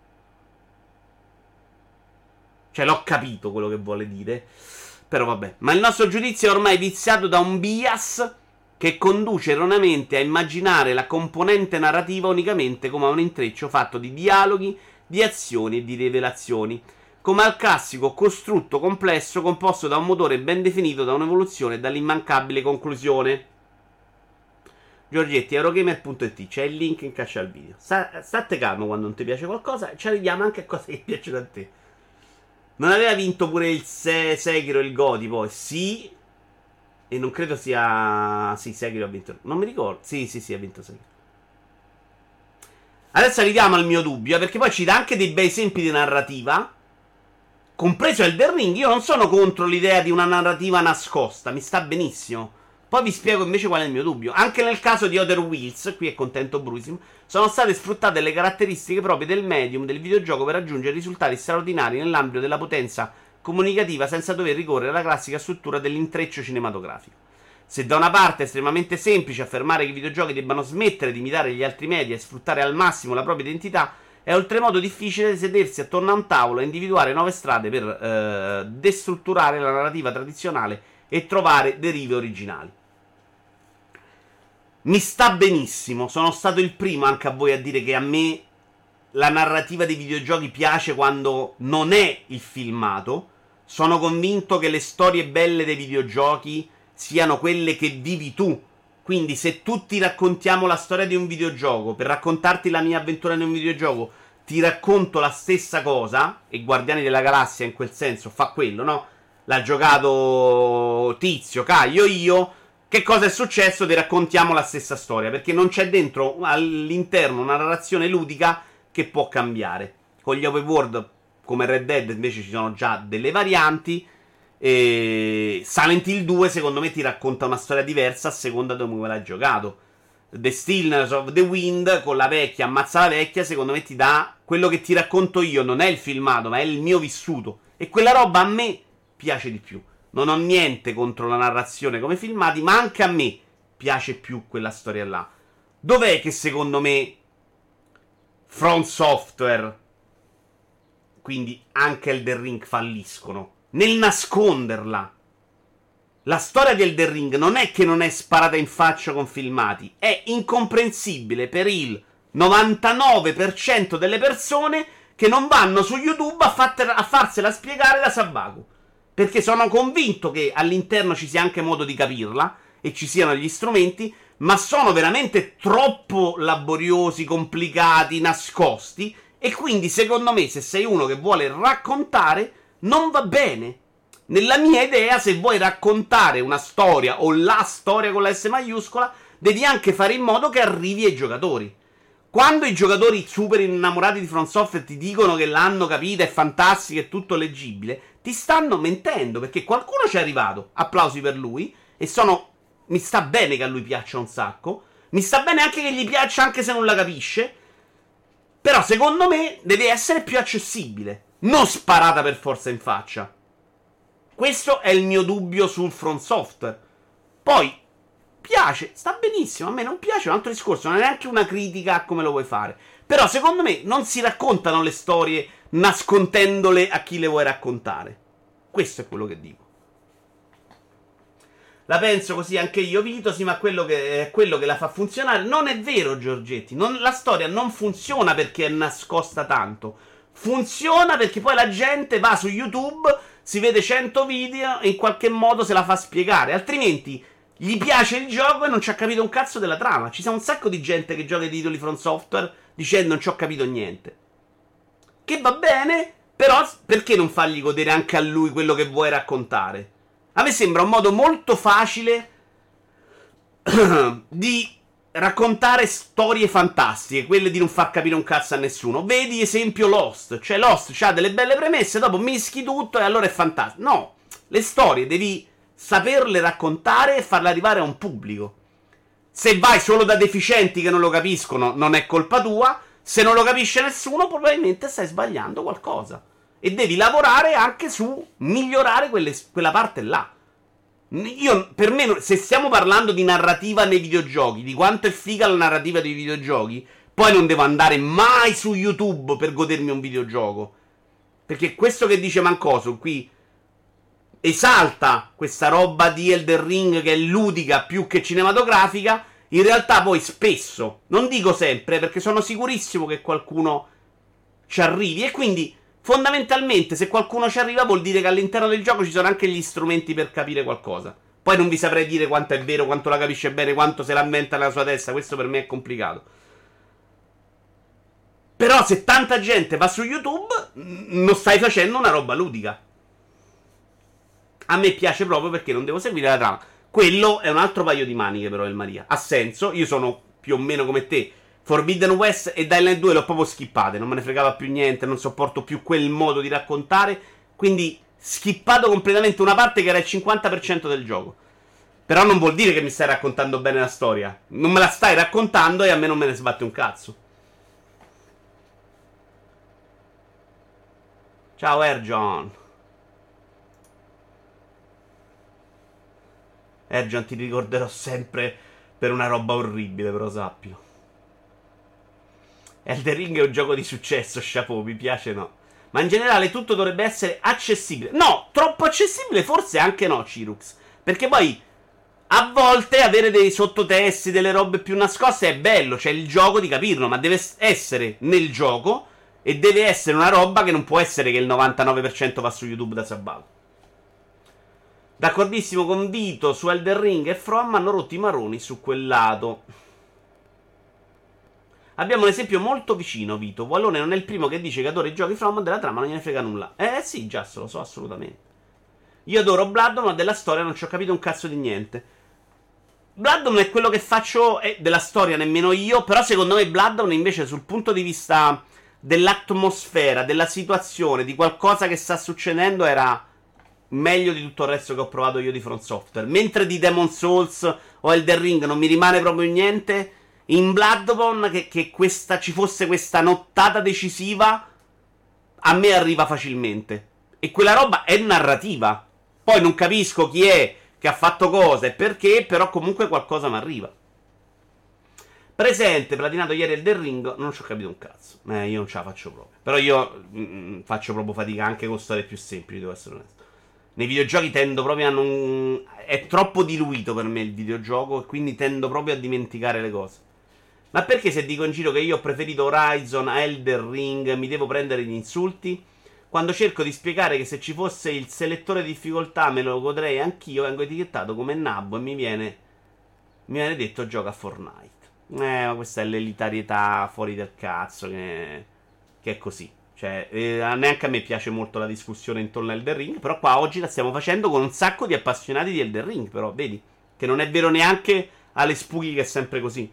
Cioè, l'ho capito quello che vuole dire, però vabbè. Ma il nostro giudizio è ormai viziato da un bias che conduce erroneamente a immaginare la componente narrativa unicamente come un intreccio fatto di dialoghi, di azioni e di rivelazioni, come al classico costrutto complesso composto da un motore ben definito, da un'evoluzione e dall'immancabile conclusione. Giorgetti, Eurogamer punto it, c'è il link in caccia al video. Sta, state calmo quando non ti piace qualcosa, ci arriviamo anche a cose che piacciono a te. Non aveva vinto pure il Se- Sekiro e il Goti poi? Sì. E non credo sia... Sì, Sekiro ha vinto. Non mi ricordo. Sì, sì, sì, ha vinto Sekiro. Adesso arriviamo al mio dubbio, perché poi ci dà anche dei bei esempi di narrativa, compreso Elden Ring. Io non sono contro l'idea di una narrativa nascosta, mi sta benissimo. Poi vi spiego invece qual è il mio dubbio. Anche nel caso di Other Wheels, qui è contento Brusim, sono state sfruttate le caratteristiche proprie del medium del videogioco per raggiungere risultati straordinari nell'ambito della potenza comunicativa senza dover ricorrere alla classica struttura dell'intreccio cinematografico. Se da una parte è estremamente semplice affermare che i videogiochi debbano smettere di imitare gli altri media e sfruttare al massimo la propria identità, è oltremodo difficile sedersi attorno a un tavolo e individuare nuove strade per eh, destrutturare la narrativa tradizionale e trovare derive originali. Mi sta benissimo, sono stato il primo anche a voi a dire che a me la narrativa dei videogiochi piace quando non è il filmato. Sono convinto che le storie belle dei videogiochi siano quelle che vivi tu. Quindi se tutti raccontiamo la storia di un videogioco, per raccontarti la mia avventura in un videogioco ti racconto la stessa cosa, e Guardiani della Galassia in quel senso fa quello, no? L'ha giocato Tizio, Caio, io. Che cosa è successo? Ti raccontiamo la stessa storia, perché non c'è dentro all'interno una narrazione ludica che può cambiare. Con gli open world come Red Dead invece ci sono già delle varianti. E Silent Hill due secondo me ti racconta una storia diversa a seconda di come l'hai giocato. The Stillness of the Wind con la vecchia ammazza la vecchia, secondo me ti dà quello che ti racconto io, non è il filmato ma è il mio vissuto, e quella roba a me piace di più. Non ho niente contro la narrazione come filmati, ma anche a me piace più quella storia là. Dov'è che secondo me From Software, quindi anche Elden Ring, falliscono? Nel nasconderla. La storia di Elden Ring non è che non è sparata in faccia con filmati, è incomprensibile per il novantanove per cento delle persone che non vanno su YouTube a, fatte, a farsela spiegare da Sabaku. Perché sono convinto che all'interno ci sia anche modo di capirla e ci siano gli strumenti, ma sono veramente troppo laboriosi, complicati, nascosti, e quindi secondo me se sei uno che vuole raccontare non va bene. Nella mia idea, se vuoi raccontare una storia o la storia con la S maiuscola, devi anche fare in modo che arrivi ai giocatori. Quando i giocatori super innamorati di From Software ti dicono che l'hanno capita, è fantastica, è tutto leggibile, ti stanno mentendo, perché qualcuno ci è arrivato, applausi per lui, e sono... mi sta bene che a lui piaccia un sacco, mi sta bene anche che gli piaccia anche se non la capisce, però secondo me deve essere più accessibile, non sparata per forza in faccia. Questo è il mio dubbio sul From Software. Poi piace, sta benissimo, a me non piace, è un altro discorso, non è neanche una critica a come lo vuoi fare. Però secondo me non si raccontano le storie nascondendole a chi le vuoi raccontare. Questo è quello che dico. La penso così anche io, Vito, sì, ma quello che è quello che la fa funzionare. Non è vero, Giorgetti, non, la storia non funziona perché è nascosta tanto. Funziona perché poi la gente va su YouTube, si vede cento video e in qualche modo se la fa spiegare. Altrimenti gli piace il gioco e non ci ha capito un cazzo della trama. Ci sta un sacco di gente che gioca i titoli From Software dicendo non ci ho capito niente. Che va bene, però perché non fargli godere anche a lui quello che vuoi raccontare? A me sembra un modo molto facile di raccontare storie fantastiche, quelle di non far capire un cazzo a nessuno. Vedi esempio Lost, cioè Lost c'ha delle belle premesse, dopo mischi tutto e allora è fantastico. No, le storie devi saperle raccontare e farle arrivare a un pubblico. Se vai solo da deficienti che non lo capiscono, non è colpa tua. Se non lo capisce nessuno, probabilmente stai sbagliando qualcosa. E devi lavorare anche su migliorare quelle, quella parte là. Io, per me, se stiamo parlando di narrativa nei videogiochi, di quanto è figa la narrativa dei videogiochi, poi non devo andare mai su YouTube per godermi un videogioco. Perché questo che dice Mancoso qui esalta questa roba di Elden Ring che è ludica più che cinematografica. In realtà poi spesso, non dico sempre, perché sono sicurissimo che qualcuno ci arrivi. E quindi fondamentalmente se qualcuno ci arriva vuol dire che all'interno del gioco ci sono anche gli strumenti per capire qualcosa. Poi non vi saprei dire quanto è vero, quanto la capisce bene, quanto se la inventa nella sua testa. Questo per me è complicato. Però se tanta gente va su YouTube, non stai facendo una roba ludica. A me piace proprio perché non devo seguire la trama. Quello è un altro paio di maniche però, il Maria. Ha senso, io sono più o meno come te. Forbidden West e Dying Light due l'ho proprio skippate, non me ne fregava più niente, non sopporto più quel modo di raccontare, quindi skippato completamente una parte che era il cinquanta per cento del gioco. Però non vuol dire che mi stai raccontando bene la storia. Non me la stai raccontando e a me non me ne sbatte un cazzo. Ciao Erjon. Erjon, ti ricorderò sempre per una roba orribile, però sappilo. Elden Ring è un gioco di successo, chapeau, mi piace no. Ma in generale tutto dovrebbe essere accessibile. No, troppo accessibile forse anche no, Cirux. Perché poi a volte avere dei sottotesti, delle robe più nascoste è bello, c'è il gioco di capirlo, ma deve essere nel gioco e deve essere una roba che non può essere che il novantanove per cento va su YouTube da sabato. D'accordissimo con Vito su Elden Ring e From hanno rotto i maroni su quel lato. Abbiamo un esempio molto vicino, Vito. Wallone non è il primo che dice che adora i giochi From, della trama non gliene frega nulla. Eh sì, già se lo so, assolutamente. Io adoro Bloodborne, ma della storia non ci ho capito un cazzo di niente. Bloodborne è quello che faccio eh, della storia, nemmeno io. Però secondo me Bloodborne invece sul punto di vista dell'atmosfera, della situazione, di qualcosa che sta succedendo era meglio di tutto il resto che ho provato io di From Software. Mentre di Demon Souls o Elden Ring non mi rimane proprio niente, in Bloodborne che, che questa, ci fosse questa nottata decisiva a me arriva facilmente. E quella roba è narrativa. Poi non capisco chi è che ha fatto cosa e perché, però comunque qualcosa mi arriva. Presente, platinato ieri Elden Ring, non ci ho capito un cazzo. Eh, io non ce la faccio proprio. Però io mm, faccio proprio fatica anche con storie più semplici, devo essere onesto. Nei videogiochi tendo proprio a non... È troppo diluito per me il videogioco e quindi tendo proprio a dimenticare le cose. Ma perché se dico in giro che io ho preferito Horizon a Elden Ring mi devo prendere gli insulti? Quando cerco di spiegare che se ci fosse il selettore di difficoltà me lo godrei anch'io, vengo etichettato come nabbo e mi viene... Mi viene detto gioca a Fortnite. Eh, ma questa è l'elitarietà fuori del cazzo che, che è così. Cioè, eh, neanche a me piace molto la discussione intorno a Elden Ring. Però qua oggi la stiamo facendo con un sacco di appassionati di Elden Ring. Però vedi che non è vero neanche alle spughi che è sempre così.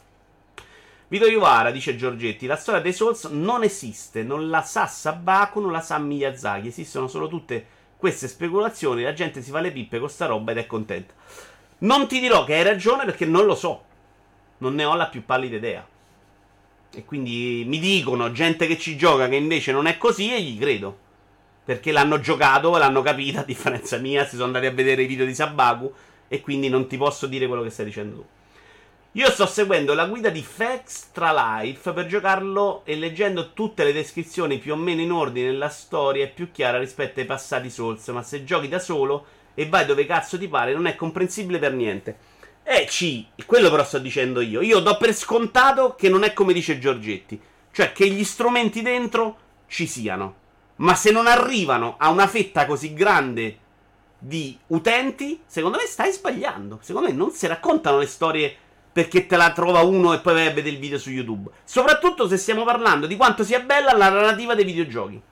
Vito Iuvara, dice Giorgetti, la storia dei Souls non esiste. Non la sa Sabaku, non la sa Miyazaki. Esistono solo tutte queste speculazioni. La gente si fa le pippe con sta roba ed è contenta. Non ti dirò che hai ragione perché non lo so. Non ne ho la più pallida idea. E quindi mi dicono gente che ci gioca che invece non è così e gli credo. Perché l'hanno giocato, l'hanno capito, a differenza mia, si sono andati a vedere i video di Sabaku e quindi non ti posso dire quello che stai dicendo tu. Io sto seguendo la guida di Factstra Life per giocarlo e leggendo tutte le descrizioni più o meno in ordine, la storia è più chiara rispetto ai passati Souls, ma se giochi da solo e vai dove cazzo ti pare non è comprensibile per niente. Eh, sì, quello però sto dicendo io. Io do per scontato che non è come dice Giorgetti, cioè che gli strumenti dentro ci siano. Ma se non arrivano a una fetta così grande di utenti, secondo me stai sbagliando. Secondo me non si raccontano le storie perché te la trova uno e poi vai a vedere il video su YouTube. Soprattutto se stiamo parlando di quanto sia bella la narrativa dei videogiochi.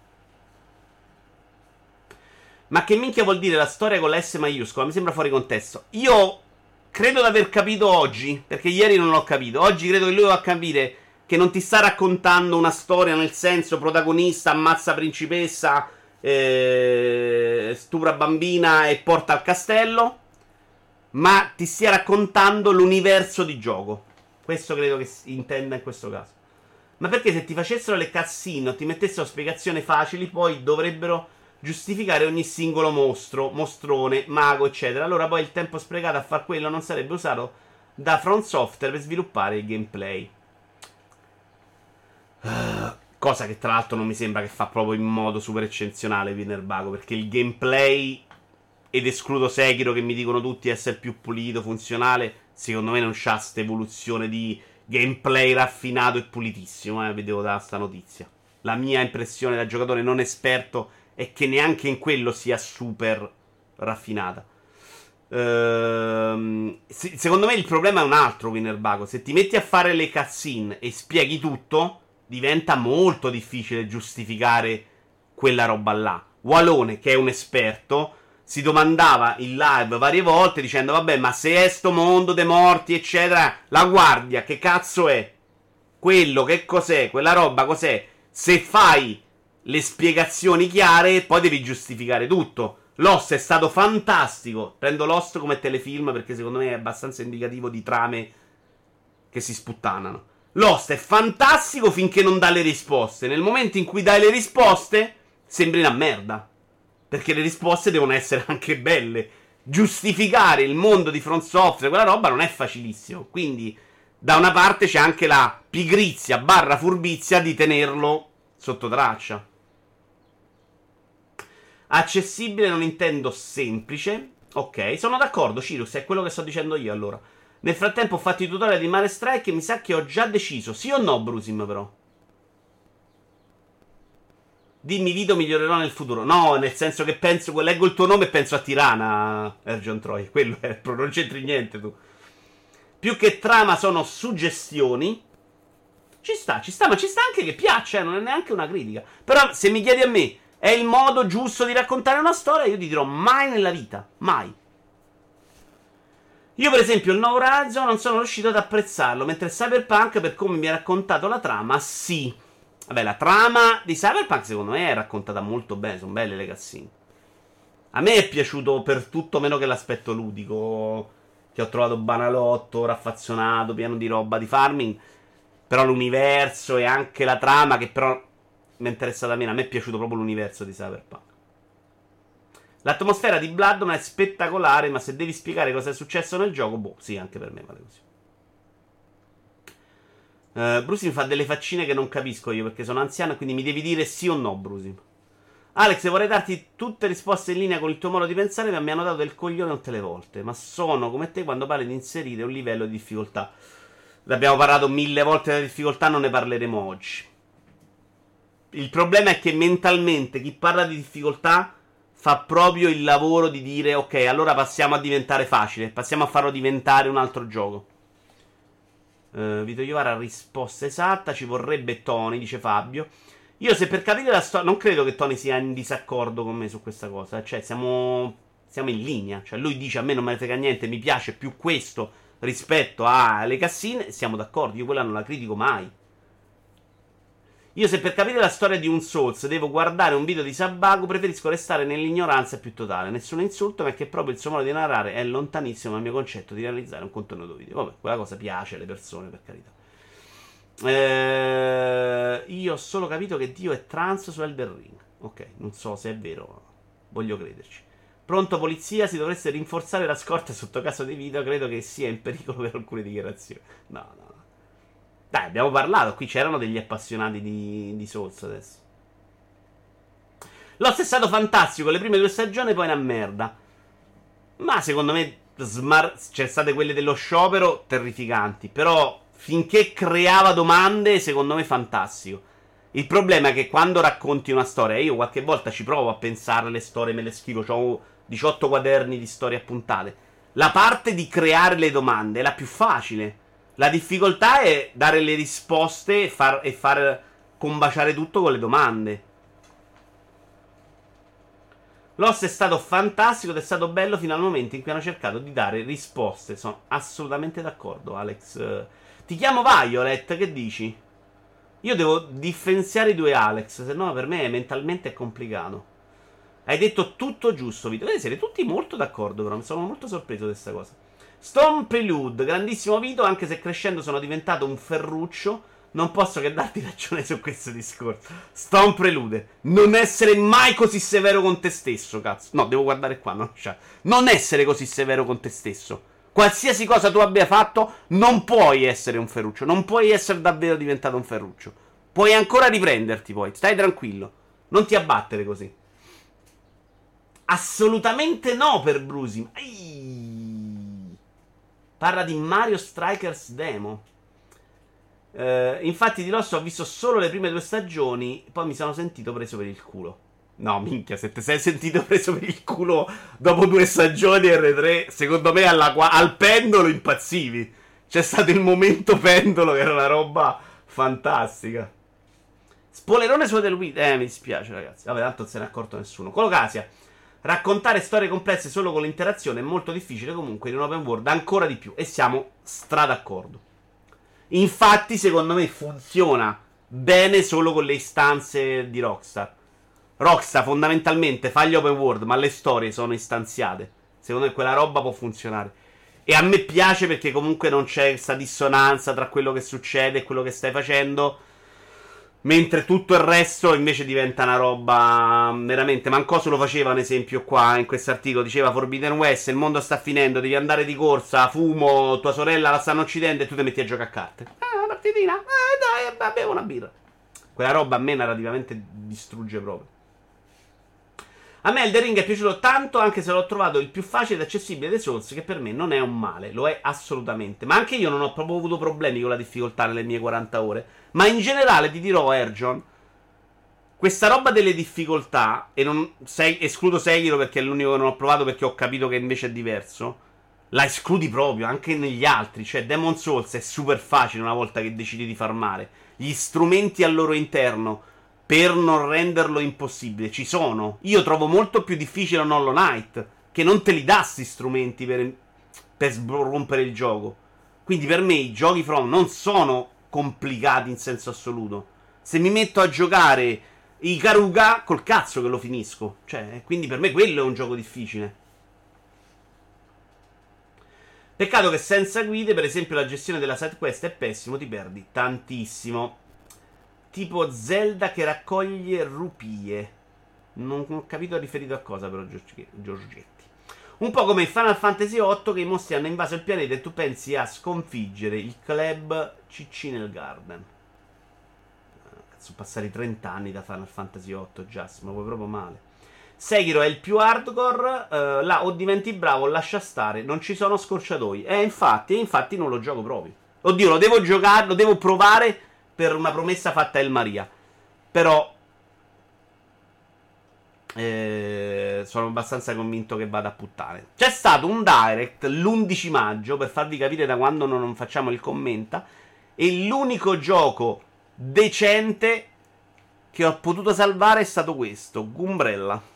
Ma che minchia vuol dire la storia con la S maiuscola? Mi sembra fuori contesto. Io credo di aver capito oggi, perché ieri non l'ho capito. Oggi credo che lui va a capire che non ti sta raccontando una storia nel senso protagonista, ammazza principessa, eh, stupra bambina e porta al castello, ma ti stia raccontando l'universo di gioco. Questo credo che si intenda in questo caso. Ma perché se ti facessero le cutscene o ti mettessero spiegazioni facili, poi dovrebbero giustificare ogni singolo mostro, mostrone, mago, eccetera. Allora poi il tempo sprecato a far quello non sarebbe usato da From Software per sviluppare il gameplay. Uh, cosa che tra l'altro non mi sembra che fa proprio in modo super eccezionale Winnerbago, perché il gameplay, ed escludo Sekiro che mi dicono tutti essere più pulito, funzionale, secondo me non c'ha questa evoluzione di gameplay raffinato e pulitissimo, eh, vedevo da sta notizia. La mia impressione da giocatore non esperto è che neanche in quello sia super raffinata. Ehm, se, secondo me il problema è un altro, Winnerbago. Se ti metti a fare le cutscene e spieghi tutto, diventa molto difficile giustificare quella roba là. Walone, che è un esperto, si domandava in live varie volte dicendo vabbè, ma se è sto mondo dei morti eccetera, la guardia che cazzo è? Quello che cos'è? Quella roba cos'è? Se fai le spiegazioni chiare poi devi giustificare tutto. Lost è stato fantastico. Prendo Lost come telefilm perché secondo me è abbastanza indicativo di trame che si sputtanano. Lost è fantastico finché non dà le risposte. Nel momento in cui dai le risposte sembri una merda, perché le risposte devono essere anche belle. Giustificare il mondo di From Software, quella roba non è facilissimo. Quindi da una parte c'è anche la pigrizia barra furbizia di tenerlo sotto traccia. Accessibile non intendo semplice. Ok, sono d'accordo, Cirus, è quello che sto dicendo io allora. Nel frattempo ho fatto i tutorial di Mare Strike e mi sa che ho già deciso. Sì o no, Brusim, però? Dimmi, Vito, migliorerò nel futuro. No, nel senso che penso, leggo il tuo nome e penso a Tirana, Ergion Troy. Quello è, non c'entri niente tu. Più che trama sono suggestioni. Ci sta, ci sta, ma ci sta anche che piaccia, eh, non è neanche una critica. Però se mi chiedi a me, è il modo giusto di raccontare una storia, io ti dirò mai nella vita, mai. Io per esempio il nuovo Horizon non sono riuscito ad apprezzarlo, mentre Cyberpunk, per come mi ha raccontato la trama, sì. Vabbè, la trama di Cyberpunk secondo me è raccontata molto bene, sono belle le cutscene. A me è piaciuto per tutto meno che l'aspetto ludico, che ho trovato banalotto, raffazzonato, pieno di roba di farming. Però l'universo e anche la trama, che però mi è interessata meno, a me è piaciuto proprio l'universo di Cyberpunk. L'atmosfera di Bloodborne è spettacolare, ma se devi spiegare cosa è successo nel gioco, boh, sì, anche per me vale così. Uh, Brusim fa delle faccine che non capisco io perché sono anziano, quindi mi devi dire sì o no, Brusim. Alex, vorrei darti tutte risposte in linea con il tuo modo di pensare, ma mi hanno dato del coglione tutte le volte. Ma sono come te quando parli di inserire un livello di difficoltà. Ne abbiamo parlato mille volte della difficoltà, non ne parleremo oggi. Il problema è che mentalmente chi parla di difficoltà fa proprio il lavoro di dire ok, allora passiamo a diventare facile, passiamo a farlo diventare un altro gioco. uh, Vito Iovara, risposta esatta, ci vorrebbe Tony, dice Fabio. Io se per capire la storia, non credo che Tony sia in disaccordo con me su questa cosa, cioè siamo, siamo in linea, cioè lui dice a me non me ne frega niente, mi piace più questo rispetto alle cassine, siamo d'accordo, io quella non la critico mai. Io se per capire la storia di un Souls devo guardare un video di Sabaku, preferisco restare nell'ignoranza più totale. Nessun insulto, ma che proprio il suo modo di narrare è lontanissimo dal mio concetto di realizzare un contenuto video. Vabbè, quella cosa piace alle persone, per carità. Eh, io ho solo capito che Dio è trans su Elden Ring. Ok, non so se è vero, ma voglio crederci. Pronto polizia, si dovreste rinforzare la scorta sotto caso di video, credo che sia in pericolo per alcune dichiarazioni. No, no, no. Dai, abbiamo parlato, qui c'erano degli appassionati di, di Souls adesso. Lost è stato fantastico, le prime due stagioni poi una merda. Ma secondo me smar- c'è state quelle dello sciopero terrificanti, però finché creava domande, secondo me fantastico. Il problema è che quando racconti una storia, io qualche volta ci provo a pensare alle storie, me le scrivo, ho diciotto quaderni di storie appuntate. La parte di creare le domande è la più facile. La difficoltà è dare le risposte e far, e far combaciare tutto con le domande. Lost è stato fantastico ed è stato bello fino al momento in cui hanno cercato di dare risposte. Sono assolutamente d'accordo, Alex. Ti chiamo Violet, che dici? Io devo differenziare i due Alex, se no per me mentalmente è complicato. Hai detto tutto giusto, Vito. Deve essere tutti molto d'accordo, però mi sono molto sorpreso di questa cosa. Storm Prelude, grandissimo Vito, anche se crescendo sono diventato un ferruccio. Non posso che darti ragione su questo discorso. Storm Prelude, non essere mai così severo con te stesso, cazzo. No, devo guardare qua, no? Non essere così severo con te stesso. Qualsiasi cosa tu abbia fatto, non puoi essere un ferruccio. Non puoi essere davvero diventato un ferruccio. Puoi ancora riprenderti, poi. Stai tranquillo. Non ti abbattere così. Assolutamente no per Brusim. Ehi. Parla di Mario Strikers Demo. Uh, infatti di Lost ho visto solo le prime due stagioni. Poi mi sono sentito preso per il culo. No, minchia, se ti sei sentito preso per il culo dopo due stagioni R tre, secondo me alla, al pendolo impazzivi. C'è stato il momento pendolo che era una roba fantastica. Spoilerone su del Wii. Eh, mi dispiace, ragazzi. Vabbè, tanto non se ne è accorto nessuno. Colocasia. Raccontare storie complesse solo con l'interazione è molto difficile comunque in un open world, ancora di più. E siamo stra d'accordo. Infatti, secondo me, funziona bene solo con le istanze di Rockstar. Rockstar fondamentalmente fa gli open world, ma le storie sono istanziate. Secondo me quella roba può funzionare. E a me piace perché comunque non c'è questa dissonanza tra quello che succede e quello che stai facendo. Mentre tutto il resto invece diventa una roba veramente. Mancoso lo faceva un esempio qua in questo articolo. Diceva Forbidden West, il mondo sta finendo, devi andare di corsa, fumo, tua sorella la stanno uccidendo e tu ti metti a giocare a carte. Ah, una partitina, eh dai, bevo una birra. Quella roba a me narrativamente distrugge proprio. A me Elden Ring è piaciuto tanto, anche se l'ho trovato il più facile ed accessibile dei Souls, che per me non è un male, lo è assolutamente. Ma anche io non ho proprio avuto problemi con la difficoltà nelle mie quaranta ore. Ma in generale ti dirò, Erjon, questa roba delle difficoltà, e non sei, escludo Sekiro perché è l'unico che non ho provato perché ho capito che invece è diverso, la escludi proprio, anche negli altri. Cioè Demon Souls è super facile una volta che decidi di farmare. Gli strumenti al loro interno per non renderlo impossibile ci sono. Io trovo molto più difficile un Hollow Knight, che non te li dà sti strumenti per, per rompere il gioco. Quindi per me i giochi From non sono complicati in senso assoluto. Se mi metto a giocare Ikaruga, col cazzo che lo finisco. Cioè, quindi per me quello è un gioco difficile. Peccato che senza guide, per esempio, la gestione della side quest è pessimo, ti perdi tantissimo. Tipo Zelda che raccoglie rupie. Non ho capito riferito a cosa, però, Giorgetti. Un po' come in Final Fantasy otto, che i mostri hanno invaso il pianeta e tu pensi a sconfiggere il club C C nel Garden. Sono passati trenta anni da Final Fantasy otto, Just, ma vuoi proprio male. Sekiro è il più hardcore, uh, là o diventi bravo o lascia stare, non ci sono scorciatoi. E infatti, e infatti non lo gioco proprio. Oddio, lo devo giocare, lo devo provare per una promessa fatta a El Maria. Però eh, sono abbastanza convinto che vada a puttane. C'è stato un direct l'undici maggio, per farvi capire da quando non facciamo il commenta, e l'unico gioco decente che ho potuto salvare è stato questo, Gumbrella.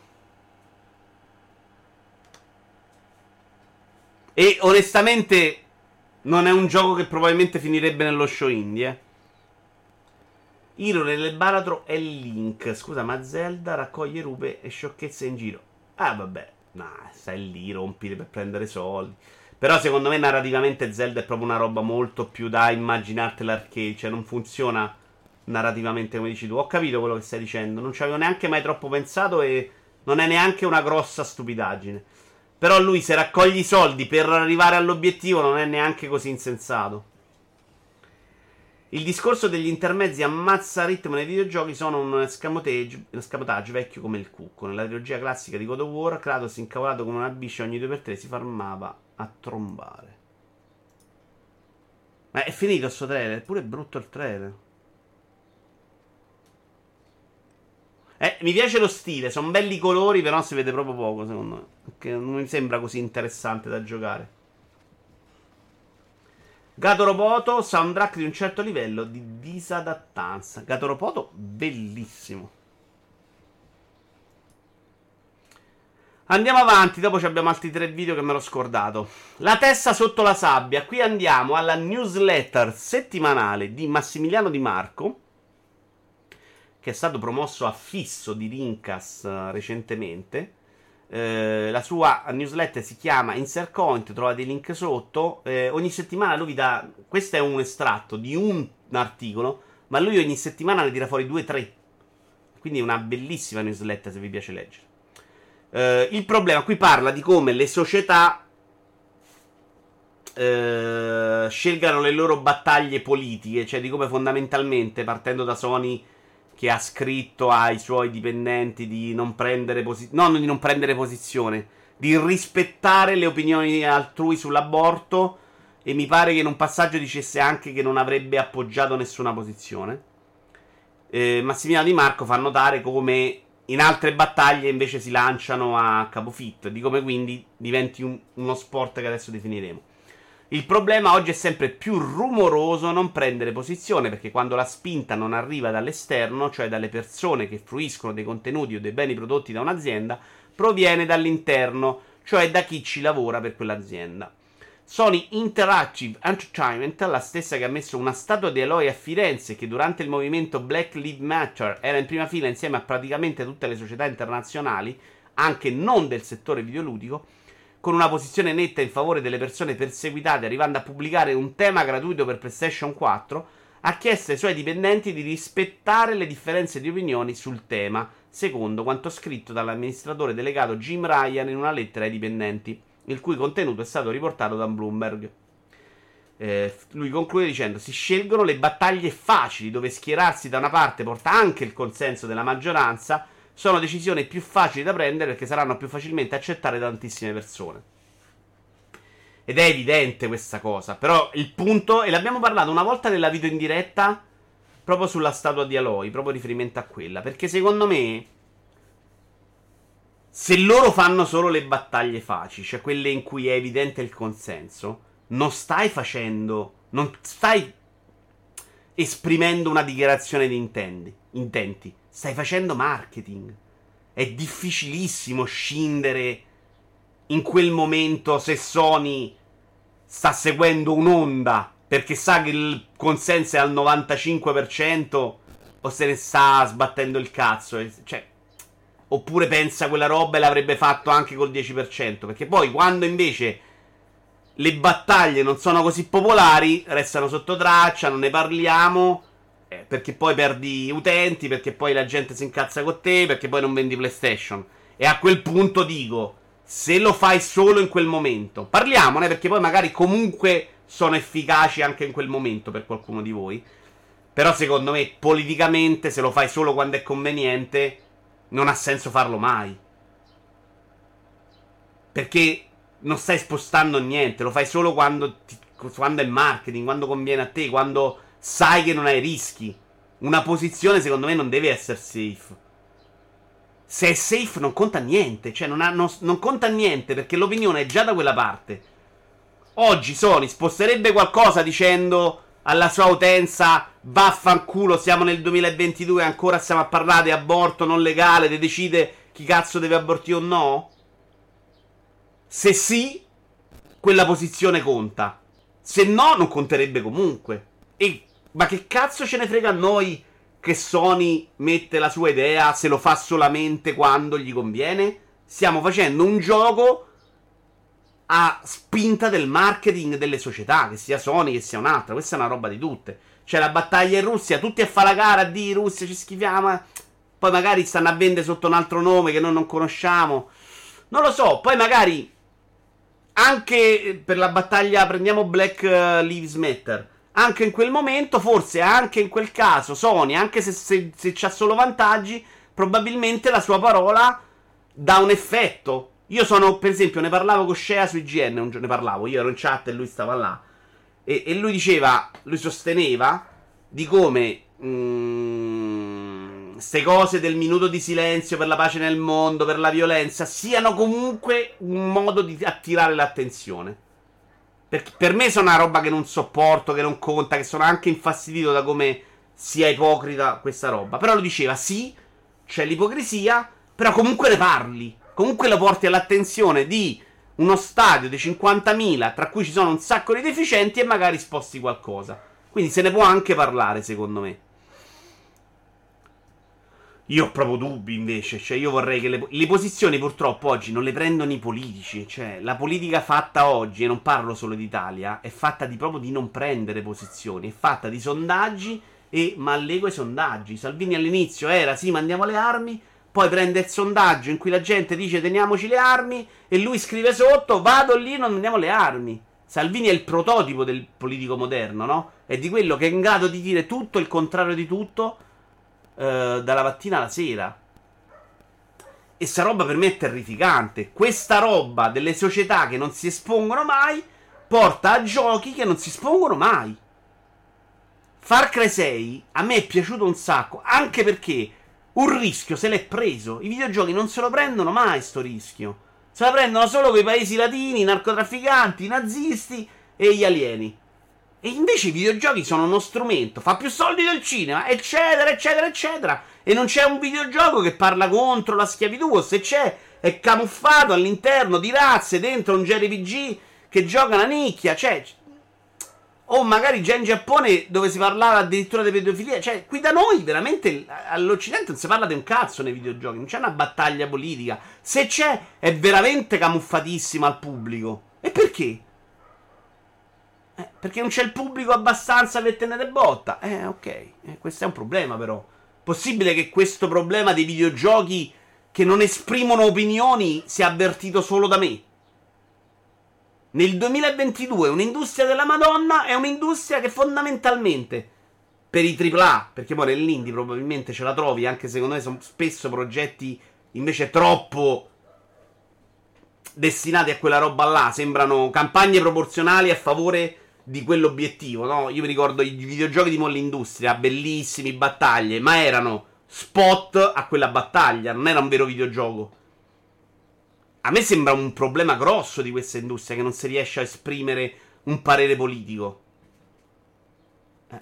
E onestamente non è un gioco che probabilmente finirebbe nello show indie, eh. Hiro nel baratro è Link. Scusa, ma Zelda raccoglie rupe e sciocchezze in giro. Ah, vabbè. Nah, stai lì, rompili per prendere soldi. Però secondo me narrativamente Zelda è proprio una roba molto più da immaginarti l'arcade. Cioè non funziona narrativamente, come dici tu. Ho capito quello che stai dicendo. Non ci avevo neanche mai troppo pensato e non è neanche una grossa stupidaggine. Però lui, se raccoglie i soldi per arrivare all'obiettivo, non è neanche così insensato. Il discorso degli intermezzi ammazza ritmo nei videogiochi sono un escamotage, un escamotage vecchio come il cucco. Nella trilogia classica di God of War, Kratos, incavolato come una biscia, ogni due per tre si fermava a trombare. Ma è finito sto trailer? È pure brutto il trailer. Eh, mi piace lo stile, sono belli i colori, però si vede proprio poco, secondo me. Perché non mi sembra così interessante da giocare. Gato Roboto, soundtrack di un certo livello di disadattanza. Gato Roboto, bellissimo. Andiamo avanti, dopo abbiamo altri tre video che me l'ho scordato. La testa sotto la sabbia. Qui andiamo alla newsletter settimanale di Massimiliano Di Marco, che è stato promosso a fisso di Rincas uh, recentemente. Eh, la sua newsletter si chiama Insert Coin, trovate i link sotto. Eh, ogni settimana lui vi dà. Questo è un estratto di un articolo, ma lui ogni settimana ne tira fuori due tre. Quindi è una bellissima newsletter se vi piace leggere. Eh, il problema qui parla di come le società eh, scelgano le loro battaglie politiche, cioè di come fondamentalmente, partendo da Sony, che ha scritto ai suoi dipendenti di non prendere posizione, non di non prendere posizione, di rispettare le opinioni altrui sull'aborto, e mi pare che in un passaggio dicesse anche che non avrebbe appoggiato nessuna posizione. Eh, Massimiliano Di Marco fa notare come in altre battaglie invece si lanciano a capofitto, di come quindi diventi un, uno sport che adesso definiremo. Il problema oggi è sempre più rumoroso non prendere posizione, perché quando la spinta non arriva dall'esterno, cioè dalle persone che fruiscono dei contenuti o dei beni prodotti da un'azienda, proviene dall'interno, cioè da chi ci lavora per quell'azienda. Sony Interactive Entertainment, la stessa che ha messo una statua di Aloy a Firenze, che durante il movimento Black Lives Matter era in prima fila insieme a praticamente tutte le società internazionali, anche non del settore videoludico, con una posizione netta in favore delle persone perseguitate, arrivando a pubblicare un tema gratuito per PlayStation quattro, ha chiesto ai suoi dipendenti di rispettare le differenze di opinioni sul tema, secondo quanto scritto dall'amministratore delegato Jim Ryan in una lettera ai dipendenti, il cui contenuto è stato riportato da Bloomberg. Eh, lui conclude dicendo: si scelgono le battaglie facili, dove schierarsi da una parte porta anche il consenso della maggioranza. Sono decisioni più facili da prendere perché saranno più facilmente accettate da tantissime persone. Ed è evidente questa cosa. Però il punto, e l'abbiamo parlato una volta nella video in diretta, proprio sulla statua di Aloy, proprio riferimento a quella. Perché secondo me, se loro fanno solo le battaglie facili, cioè quelle in cui è evidente il consenso, non stai facendo, non stai esprimendo una dichiarazione di intendi, intenti. Stai facendo marketing. È difficilissimo scindere in quel momento se Sony sta seguendo un'onda perché sa che il consenso è al novantacinque per cento o se ne sta sbattendo il cazzo. Cioè, oppure pensa quella roba e l'avrebbe fatto anche col dieci per cento. Perché poi quando invece le battaglie non sono così popolari, restano sotto traccia, non ne parliamo, perché poi perdi utenti, perché poi la gente si incazza con te, perché poi non vendi PlayStation. E a quel punto dico, se lo fai solo in quel momento, parliamone, perché poi magari comunque sono efficaci anche in quel momento per qualcuno di voi. Però secondo me politicamente, se lo fai solo quando è conveniente, non ha senso farlo mai, perché non stai spostando niente. Lo fai solo quando, ti, quando è marketing, quando conviene a te, quando sai che non hai rischi. Una posizione secondo me non deve essere safe. Se è safe non conta niente. Cioè non, ha, non, non conta niente, perché l'opinione è già da quella parte. Oggi Sony sposterebbe qualcosa dicendo alla sua utenza: vaffanculo, siamo nel duemilaventidue e ancora stiamo a parlare di aborto non legale, che decide chi cazzo deve abortire o no? Se sì, quella posizione conta. Se no, non conterebbe comunque. E ma che cazzo ce ne frega a noi che Sony mette la sua idea se lo fa solamente quando gli conviene? Stiamo facendo un gioco a spinta del marketing delle società, che sia Sony, che sia un'altra. Questa è una roba di tutte. c'è la battaglia in Russia, tutti a fare la gara, di Russia ci schifiamo, poi magari stanno a vendere sotto un altro nome che noi non conosciamo. Non lo so, poi magari anche per la battaglia, prendiamo Black Lives Matter, anche in quel momento, forse anche in quel caso, Sony, anche se, se, se c'ha solo vantaggi, probabilmente la sua parola dà un effetto. Io sono, per esempio, ne parlavo con Shea su I G N, un giorno ne parlavo, io ero in chat e lui stava là, e, e lui diceva, lui sosteneva di come queste cose del minuto di silenzio per la pace nel mondo, per la violenza, siano comunque un modo di attirare l'attenzione. Perché per me sono una roba che non sopporto, che non conta, che sono anche infastidito da come sia ipocrita questa roba. Però lui diceva, sì, c'è l'ipocrisia, però comunque ne parli. Comunque lo porti all'attenzione di uno stadio di cinquantamila, tra cui ci sono un sacco di deficienti, e magari sposti qualcosa. Quindi se ne può anche parlare, secondo me. Io ho proprio dubbi invece, cioè io vorrei che le, le posizioni purtroppo oggi non le prendono i politici, cioè la politica fatta oggi, e non parlo solo d'Italia, è fatta di proprio di non prendere posizioni, è fatta di sondaggi e mallego ai sondaggi. Salvini all'inizio era sì, mandiamo le armi, poi prende il sondaggio in cui la gente dice teniamoci le armi e lui scrive sotto vado lì, non andiamo le armi. Salvini è il prototipo del politico moderno, no? È di quello che è in grado di dire tutto il contrario di tutto, Uh, dalla mattina alla sera. E sta roba per me è terrificante. Questa roba delle società che non si espongono mai porta a giochi che non si espongono mai. Far Cry sei a me è piaciuto un sacco, anche perché un rischio se l'è preso. I videogiochi non se lo prendono mai sto rischio. Se lo prendono solo quei paesi latini, i narcotrafficanti, i nazisti e gli alieni. E invece i videogiochi sono uno strumento, fa più soldi del cinema, eccetera, eccetera, eccetera. E non c'è un videogioco che parla contro la schiavitù, o se c'è, è camuffato all'interno di razze, dentro un J R P G che gioca una nicchia, cioè... O magari già in Giappone dove si parlava addirittura di pedofilia. Cioè, qui da noi, veramente, all'Occidente non si parla di un cazzo nei videogiochi, non c'è una battaglia politica. Se c'è, è veramente camuffatissima al pubblico. E perché? Eh, perché non c'è il pubblico abbastanza per tenere botta. Eh, ok. Eh, questo è un problema, però. Possibile che questo problema dei videogiochi che non esprimono opinioni sia avvertito solo da me? Nel duemilaventidue un'industria della Madonna è un'industria che fondamentalmente, per i tripla A, perché poi nell'indie probabilmente ce la trovi, anche secondo me sono spesso progetti invece troppo destinati a quella roba là, sembrano campagne proporzionali a favore di quell'obiettivo, no? Io mi ricordo i videogiochi di Mollindustria, bellissimi, battaglie, ma erano spot a quella battaglia, non era un vero videogioco. A me sembra un problema grosso di questa industria che non si riesce a esprimere un parere politico. Eh.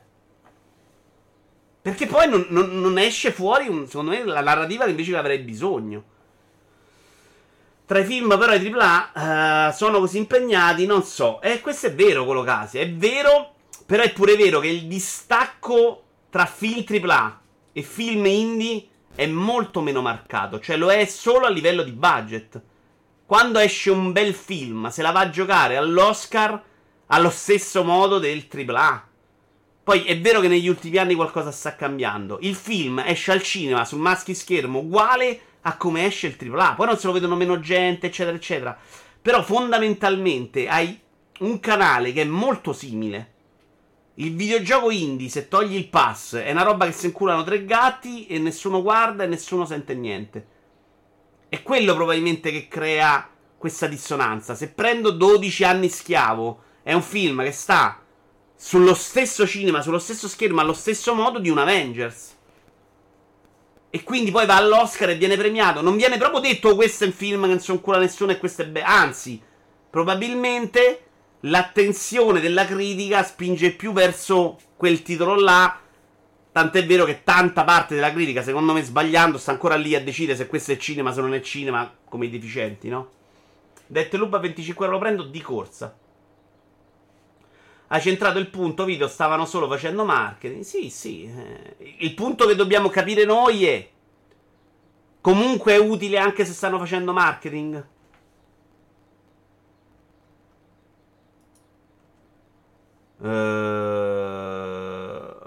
Perché poi non, non, non esce fuori, un, secondo me, la narrativa che invece avrei bisogno. Tra i film però i tripla A uh, sono così impegnati, non so. E eh, questo è vero, Colocasi, è vero, però è pure vero che il distacco tra film tripla A e film indie è molto meno marcato. Cioè lo è solo a livello di budget. Quando esce un bel film, se la va a giocare all'Oscar allo stesso modo del tripla A. Poi è vero che negli ultimi anni qualcosa sta cambiando. Il film esce al cinema sul maschi schermo uguale a come esce il tripla A. Poi non se lo vedono meno gente, eccetera, eccetera. Però fondamentalmente hai un canale che è molto simile. Il videogioco indie, se togli il pass, è una roba che si inculano tre gatti e nessuno guarda e nessuno sente niente. È quello probabilmente che crea questa dissonanza. Se prendo dodici anni schiavo, è un film che sta sullo stesso cinema, sullo stesso schermo, allo stesso modo di un Avengers. E quindi poi va all'Oscar e viene premiato. Non viene proprio detto oh, questo è un film che non si incula nessuno e questo è bello. Anzi, probabilmente l'attenzione della critica spinge più verso quel titolo là. Tant'è vero che tanta parte della critica, secondo me sbagliando, sta ancora lì a decidere se questo è cinema, se non è cinema, come i deficienti, no? Deathloop a venticinque euro lo prendo di corsa. Hai centrato il punto, video, stavano solo facendo marketing. Sì, sì. Eh. Il punto che dobbiamo capire noi è comunque è utile anche se stanno facendo marketing. Ehm...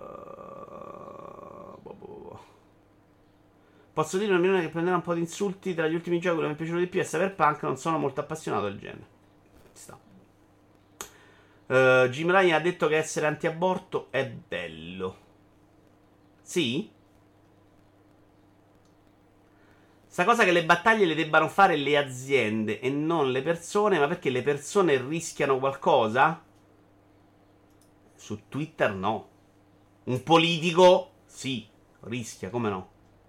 Posso dire una opinione che prenderà un po' di insulti. Tra gli ultimi giochi che mi è piaciuto di più è Cyberpunk. Non sono molto appassionato del genere. Sta. Uh, Jim Ryan ha detto che essere anti-aborto è bello. Sì? Sta cosa che le battaglie le debbano fare le aziende e non le persone. Ma perché le persone rischiano qualcosa? Su Twitter no. Un politico sì, rischia, come no?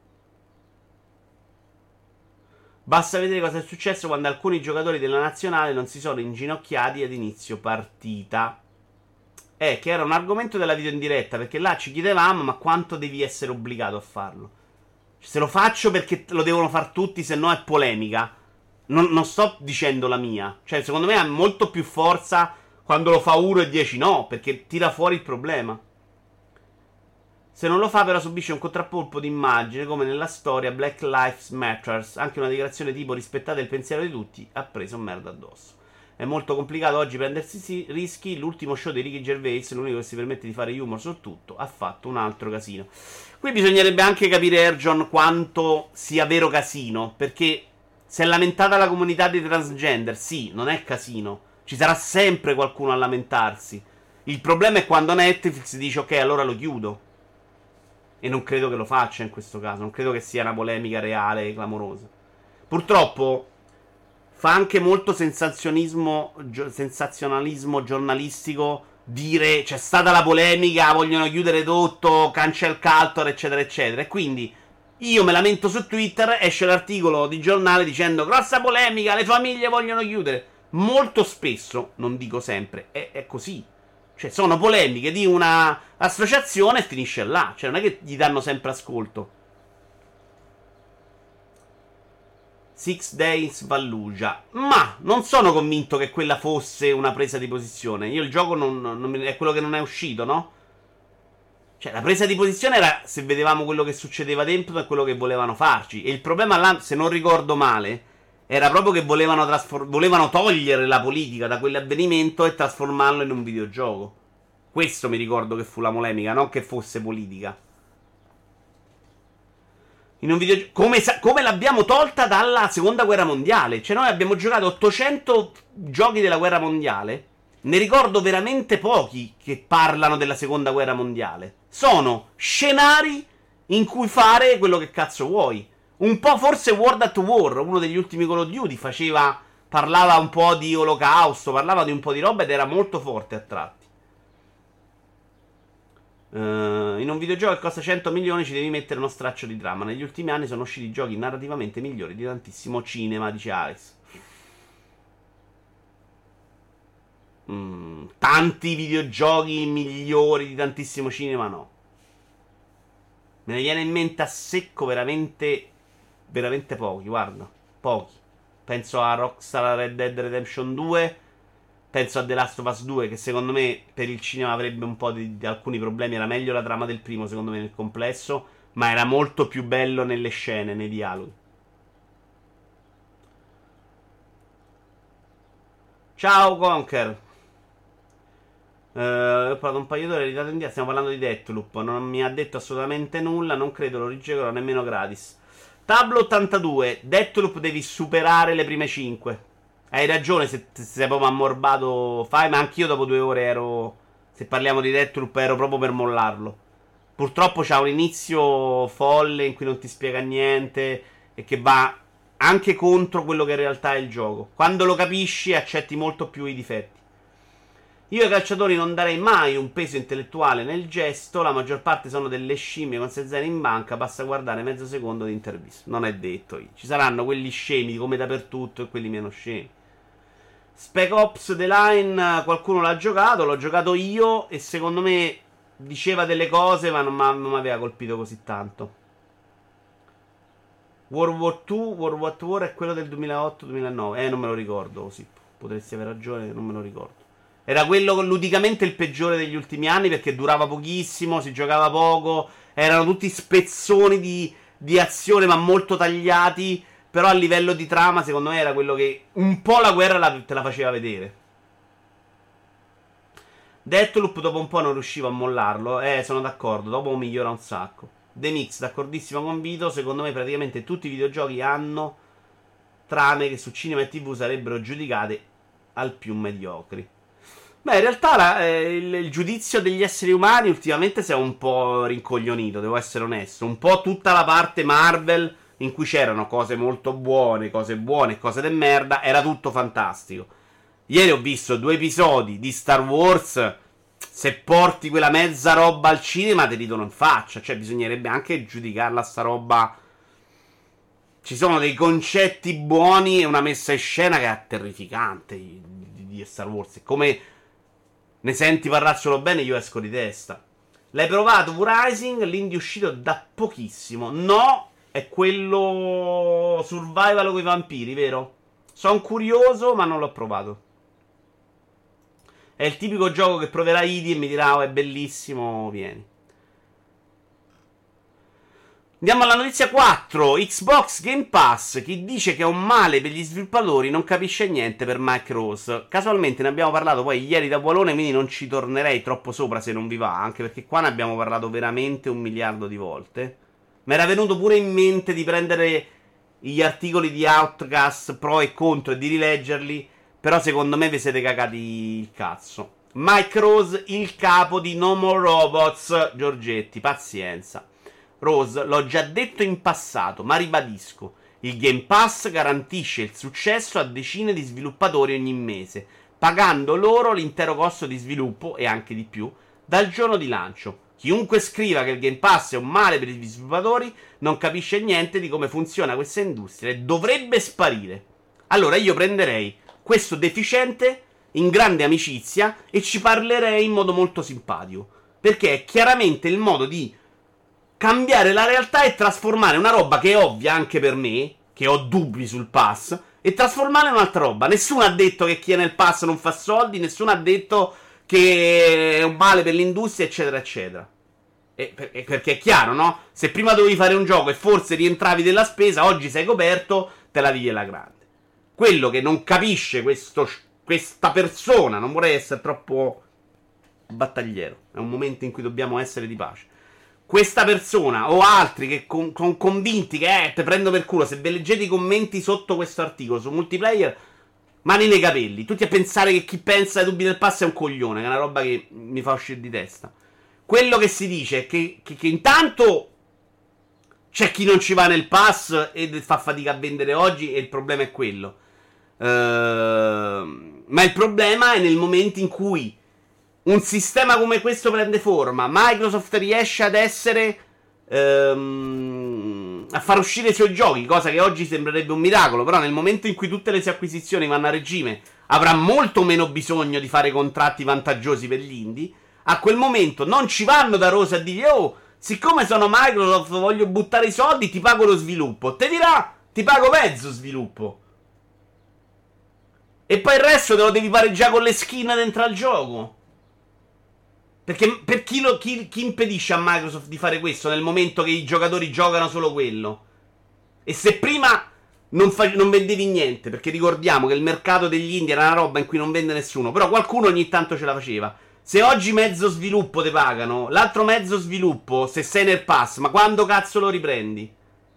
Basta vedere cosa è successo quando alcuni giocatori della nazionale non si sono inginocchiati ad inizio partita. Eh, che era un argomento della video in diretta, perché là ci chiedevamo, ma quanto devi essere obbligato a farlo? Se lo faccio perché lo devono far tutti, se no è polemica. Non, non sto dicendo la mia. Cioè, secondo me ha molto più forza quando lo fa uno e dieci no, perché tira fuori il problema. Se non lo fa però subisce un contrapcolpo d'immagine, come nella storia Black Lives Matter. Anche una dichiarazione tipo rispettate il pensiero di tutti ha preso merda addosso. È molto complicato oggi prendersi rischi. L'ultimo show di Ricky Gervais, l'unico che si permette di fare humor su tutto, ha fatto un altro casino. Qui bisognerebbe anche capire, Erjon, quanto sia vero casino, perché si è lamentata la comunità dei transgender. Sì, non è casino. Ci sarà sempre qualcuno a lamentarsi. Il problema è quando Netflix dice ok, allora lo chiudo. E non credo che lo faccia in questo caso. Non credo che sia una polemica reale e clamorosa. Purtroppo fa anche molto sensazionismo, gio- sensazionalismo giornalistico dire c'è stata la polemica, vogliono chiudere tutto, cancel culture, eccetera, eccetera. E quindi io me lamento su Twitter, esce l'articolo di giornale dicendo grossa polemica, le famiglie vogliono chiudere. Molto spesso, non dico sempre, è, è così. Cioè, sono polemiche di una associazione e finisce là. Cioè, non è che gli danno sempre ascolto. Six Days Fallujah. Ma non sono convinto che quella fosse una presa di posizione. Io il gioco non, non è quello che non è uscito, no? Cioè, la presa di posizione era se vedevamo quello che succedeva dentro e quello che volevano farci. E il problema là, se non ricordo male, era proprio che volevano, trasfor- volevano togliere la politica da quell'avvenimento e trasformarlo in un videogioco. Questo mi ricordo che fu la polemica, non che fosse politica. In un videogioco come, sa- come l'abbiamo tolta dalla seconda guerra mondiale. Cioè, noi abbiamo giocato ottocento giochi della guerra mondiale. Ne ricordo veramente pochi che parlano della seconda guerra mondiale. Sono scenari in cui fare quello che cazzo vuoi. Un po' forse World at War, uno degli ultimi Call of Duty, faceva, parlava un po' di olocausto, parlava di un po' di roba ed era molto forte a tratti. Uh, in un videogioco che costa cento milioni ci devi mettere uno straccio di trama. Negli ultimi anni sono usciti giochi narrativamente migliori di tantissimo cinema, dice Alex. Mm, tanti videogiochi migliori di tantissimo cinema, no. Me ne viene in mente a secco veramente... veramente pochi, guarda, pochi. Penso a Rockstar Red Dead Redemption due, penso a The Last of Us due, che secondo me per il cinema avrebbe un po' di, di alcuni problemi. Era meglio la trama del primo, secondo me, nel complesso, ma era molto più bello nelle scene, nei dialoghi. Ciao Conker. Uh, ho parlato un paio d'ore, ridato indietro, stiamo parlando di Deathloop. Non mi ha detto assolutamente nulla, non credo lo rigiocherò nemmeno gratis. Tablo ottantadue, Deathloop devi superare le prime cinque. Hai ragione se, se sei proprio ammorbato. Fai, ma anch'io dopo due ore ero... Se parliamo di Deathloop ero proprio per mollarlo. Purtroppo c'ha un inizio folle in cui non ti spiega niente e che va anche contro quello che in realtà è il gioco. Quando lo capisci accetti molto più i difetti. Io ai calciatori non darei mai un peso intellettuale nel gesto. La maggior parte sono delle scimmie con sei zero in banca. Basta guardare mezzo secondo di intervista. Non è detto. Ci saranno quelli scemi come dappertutto e quelli meno scemi. Spec Ops The Line, qualcuno l'ha giocato. L'ho giocato io e secondo me diceva delle cose, ma non mi aveva colpito così tanto. World War due, World War War è quello del duemilaotto duemilanove. Eh, non me lo ricordo. Sì, potresti aver ragione, non me lo ricordo. Era quello ludicamente il peggiore degli ultimi anni perché durava pochissimo, si giocava poco, erano tutti spezzoni di, di azione ma molto tagliati, però a livello di trama secondo me era quello che un po' la guerra la, te la faceva vedere. Deathloop dopo un po' non riuscivo a mollarlo, eh sono d'accordo, dopo migliora un sacco. The Mix, d'accordissimo con Vito. Secondo me praticamente tutti i videogiochi hanno trame che su cinema e tv sarebbero giudicate al più mediocri. Beh, in realtà la, eh, il, il giudizio degli esseri umani ultimamente si è un po' rincoglionito, devo essere onesto. Un po' tutta la parte Marvel, in cui c'erano cose molto buone, cose buone e cose de merda, era tutto fantastico. Ieri ho visto due episodi di Star Wars. Se porti quella mezza roba al cinema ti ridono in faccia. Cioè bisognerebbe anche giudicarla sta roba. Ci sono dei concetti buoni e una messa in scena che è terrificante di, di, di Star Wars. E come ne senti parlarcelo bene io esco di testa. L'hai provato V-Rising? L'indie uscito da pochissimo. No, è quello survival con i vampiri, vero? Sono curioso ma non l'ho provato. È il tipico gioco che proverà Idi e mi dirà: oh, è bellissimo, vieni. Andiamo alla notizia quattro. Xbox Game Pass. Chi dice che è un male per gli sviluppatori non capisce niente per Mike Rose. Casualmente ne abbiamo parlato poi ieri da Buolone, quindi non ci tornerei troppo sopra se non vi va, anche perché qua ne abbiamo parlato veramente un miliardo di volte. Mi era venuto pure in mente di prendere gli articoli di Outcast pro e contro e di rileggerli, però secondo me vi siete cagati il cazzo. Mike Rose, il capo di No More Robots. Giorgetti, pazienza. Rose, l'ho già detto in passato, ma ribadisco: il Game Pass garantisce il successo a decine di sviluppatori ogni mese, pagando loro l'intero costo di sviluppo e anche di più dal giorno di lancio. Chiunque scriva che il Game Pass è un male per gli sviluppatori non capisce niente di come funziona questa industria e dovrebbe sparire. Allora io prenderei questo deficiente in grande amicizia e ci parlerei in modo molto simpatico, perché è chiaramente il modo di cambiare la realtà e trasformare una roba che è ovvia anche per me, che ho dubbi sul pass, e trasformarla in un'altra roba. Nessuno ha detto che chi è nel pass non fa soldi, nessuno ha detto che è un male per l'industria, eccetera, eccetera. E per, e perché è chiaro, no? Se prima dovevi fare un gioco e forse rientravi della spesa, oggi sei coperto, te la vivi alla grande. Quello che non capisce questo, questa persona, non vorrei essere troppo battagliero, è un momento in cui dobbiamo essere di pace. Questa persona o altri che sono con, convinti che eh, te prendo per culo, se ve leggete i commenti sotto questo articolo su multiplayer, mani nei capelli, tutti a pensare che chi pensa ai dubbi del pass è un coglione, che è una roba che mi fa uscire di testa. Quello che si dice è che, che, che intanto c'è chi non ci va nel pass e fa fatica a vendere oggi, e il problema è quello. Uh, ma il problema è nel momento in cui un sistema come questo prende forma, Microsoft riesce ad essere um, a far uscire i suoi giochi, cosa che oggi sembrerebbe un miracolo, però nel momento in cui tutte le sue acquisizioni vanno a regime avrà molto meno bisogno di fare contratti vantaggiosi per gli indie. A quel momento non ci vanno da Rosa a dire: oh, siccome sono Microsoft voglio buttare i soldi, ti pago lo sviluppo. Te dirà: ti pago mezzo sviluppo e poi il resto te lo devi fare già con le skin dentro al gioco. Perché per chi, lo, chi, chi impedisce a Microsoft di fare questo nel momento che i giocatori giocano solo quello? E se prima non, fa, non vendevi niente, perché ricordiamo che il mercato degli indie era una roba in cui non vende nessuno, però qualcuno ogni tanto ce la faceva. Se oggi mezzo sviluppo te pagano, l'altro mezzo sviluppo, se sei nel pass, ma quando cazzo lo riprendi?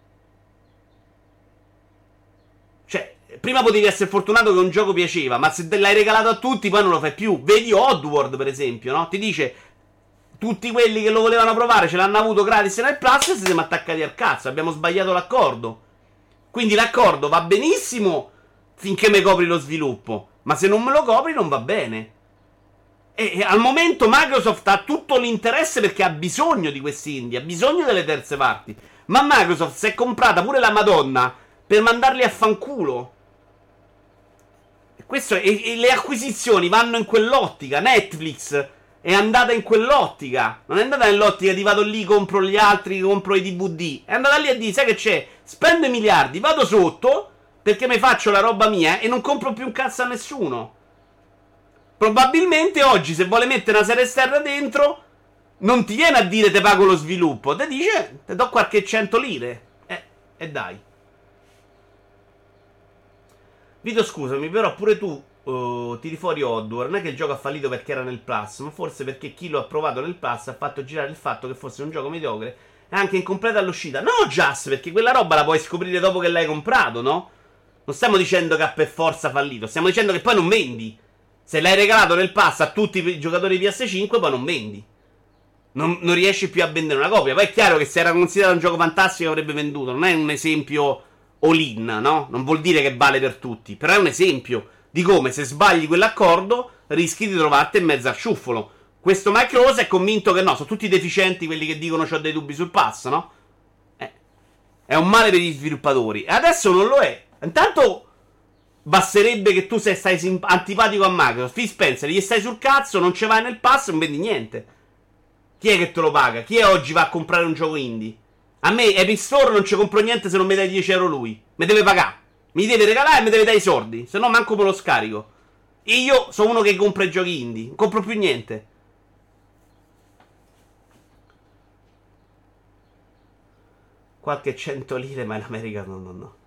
Cioè, prima potevi essere fortunato che un gioco piaceva, ma se te l'hai regalato a tutti poi non lo fai più. Vedi Oddworld per esempio, no? Ti dice: tutti quelli che lo volevano provare ce l'hanno avuto gratis nel Plus e si siamo attaccati al cazzo, abbiamo sbagliato l'accordo. Quindi l'accordo va benissimo finché mi copri lo sviluppo, ma se non me lo copri non va bene. E, e al momento Microsoft ha tutto l'interesse perché ha bisogno di questi indie, ha bisogno delle terze parti. Ma Microsoft si è comprata pure la Madonna per mandarli a fanculo. E, questo è, e, e le acquisizioni vanno in quell'ottica. Netflix è andata in quell'ottica. Non è andata nell'ottica di vado lì, compro gli altri, compro i D V D. È andata lì a dire: sai che c'è? Spendo i miliardi, vado sotto perché mi faccio la roba mia e non compro più un cazzo a nessuno. Probabilmente oggi, se vuole mettere una serie esterna dentro, non ti viene a dire te pago lo sviluppo, te dice te do qualche cento lire. Eh, e dai. Vito, scusami, però pure tu uh, tiri fuori Oddworld. Non è che il gioco ha fallito perché era nel Plus, ma forse perché chi lo ha provato nel Plus ha fatto girare il fatto che fosse un gioco mediocre è anche incompleta all'uscita. No, Just, perché quella roba la puoi scoprire dopo che l'hai comprato, no? Non stiamo dicendo che ha per forza fallito, stiamo dicendo che poi non vendi. Se l'hai regalato nel pass a tutti i giocatori P S cinque, poi non vendi. Non, non riesci più a vendere una copia. Poi è chiaro che se era considerato un gioco fantastico avrebbe venduto. Non è un esempio all-in, no? Non vuol dire che vale per tutti. Però è un esempio di come se sbagli quell'accordo rischi di trovarti in mezzo al ciuffolo. Questo Microsoft è convinto che no, sono tutti deficienti quelli che dicono c'ho dei dubbi sul pass, no? Eh, è un male per gli sviluppatori. E adesso non lo è. Intanto basterebbe che tu sei, stai sim- antipatico a Microsoft. Phil Spencer, gli stai sul cazzo, non ci vai nel pass, non vendi niente. Chi è che te lo paga? Chi è oggi va a comprare un gioco indie? A me Epic Store non ci compro niente se non mi dai dieci euro lui. Mi deve pagare. Mi deve regalare e mi deve dare i soldi. Se no manco me lo scarico. E io sono uno che compra i giochi indie. Non compro più niente. Qualche cento lire, ma in America no, no, no.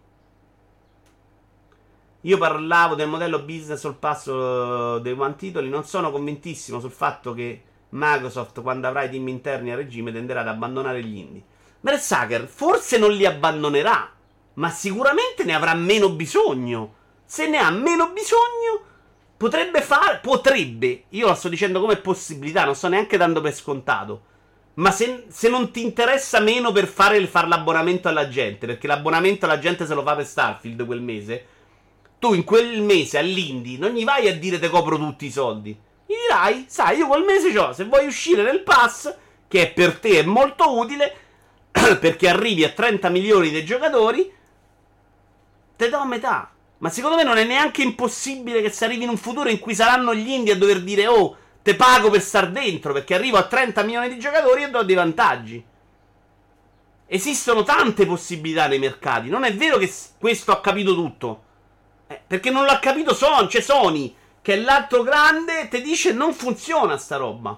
Io parlavo del modello business sul passo dei one titoli. Non sono convintissimo sul fatto che Microsoft, quando avrà i team interni a regime, tenderà ad abbandonare gli indie. Brett Sucker forse non li abbandonerà, ma sicuramente ne avrà meno bisogno. Se ne ha meno bisogno, potrebbe fare. Potrebbe. Io lo sto dicendo come possibilità, non sto neanche dando per scontato. Ma se, se non ti interessa meno per fare far l'abbonamento alla gente, perché l'abbonamento alla gente se lo fa per Starfield quel mese, tu in quel mese all'indie non gli vai a dire te copro tutti i soldi. Gli dirai, sai, io quel mese c'ho, se vuoi uscire nel pass, che è per te è molto utile, perché arrivi a trenta milioni di giocatori, te do a metà. Ma secondo me non è neanche impossibile che si arrivi in un futuro in cui saranno gli indie a dover dire, oh, te pago per star dentro, perché arrivo a trenta milioni di giocatori e do dei vantaggi. Esistono tante possibilità nei mercati. Non è vero che questo ha capito tutto. Eh, perché non l'ha capito Sony, c'è Sony, che è l'altro grande, te dice non funziona sta roba.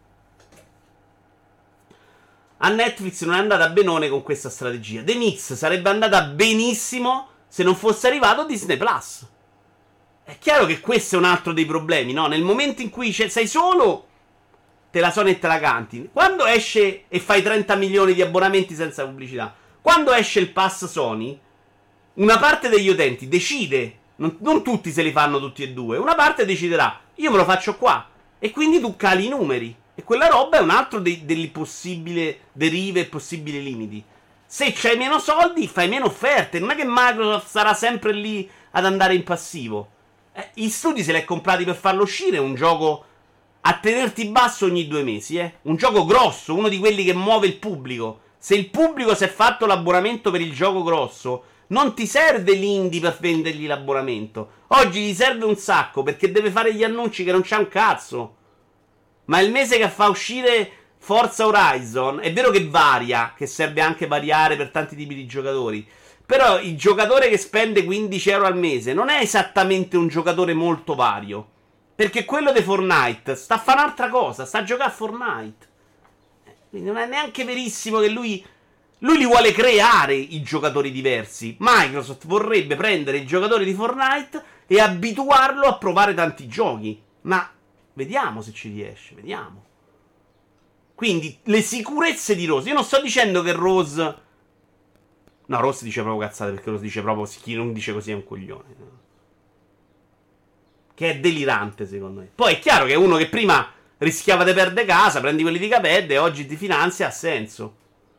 A Netflix non è andata benone con questa strategia. The Mix sarebbe andata benissimo se non fosse arrivato Disney Plus. È chiaro che questo è un altro dei problemi, no? Nel momento in cui sei solo, te la suoni e te la canti. Quando esce e fai trenta milioni di abbonamenti senza pubblicità, quando esce il pass Sony, una parte degli utenti decide, non, non tutti se li fanno tutti e due, una parte deciderà, io me lo faccio qua, e quindi tu cali i numeri. E quella roba è un altro dei, delle possibili derive e possibili limiti. Se c'hai meno soldi, fai meno offerte. Non è che Microsoft sarà sempre lì ad andare in passivo. Eh, gli studi se li hai comprati per farlo uscire. Un gioco a tenerti basso ogni due mesi. Eh? Un gioco grosso, uno di quelli che muove il pubblico. Se il pubblico si è fatto l'abbonamento per il gioco grosso, non ti serve l'indie per vendergli l'abbonamento. Oggi gli serve un sacco perché deve fare gli annunci che non c'ha un cazzo. Ma il mese che fa uscire Forza Horizon, è vero che varia, che serve anche variare per tanti tipi di giocatori, però il giocatore che spende quindici euro al mese non è esattamente un giocatore molto vario, perché quello di Fortnite sta a fare un'altra cosa, sta a giocare a Fortnite. Quindi non è neanche verissimo che lui lui li vuole creare i giocatori diversi. Microsoft vorrebbe prendere il giocatore di Fortnite e abituarlo a provare tanti giochi, ma vediamo se ci riesce, vediamo. Quindi le sicurezze di Rose. Io non sto dicendo che Rose, no, Rose dice proprio cazzate, perché Rose dice proprio, chi non dice così è un coglione, no? Che è delirante secondo me. Poi è chiaro che uno che prima rischiava di perdere casa, prendi quelli di Caped e oggi ti finanzia, ha senso.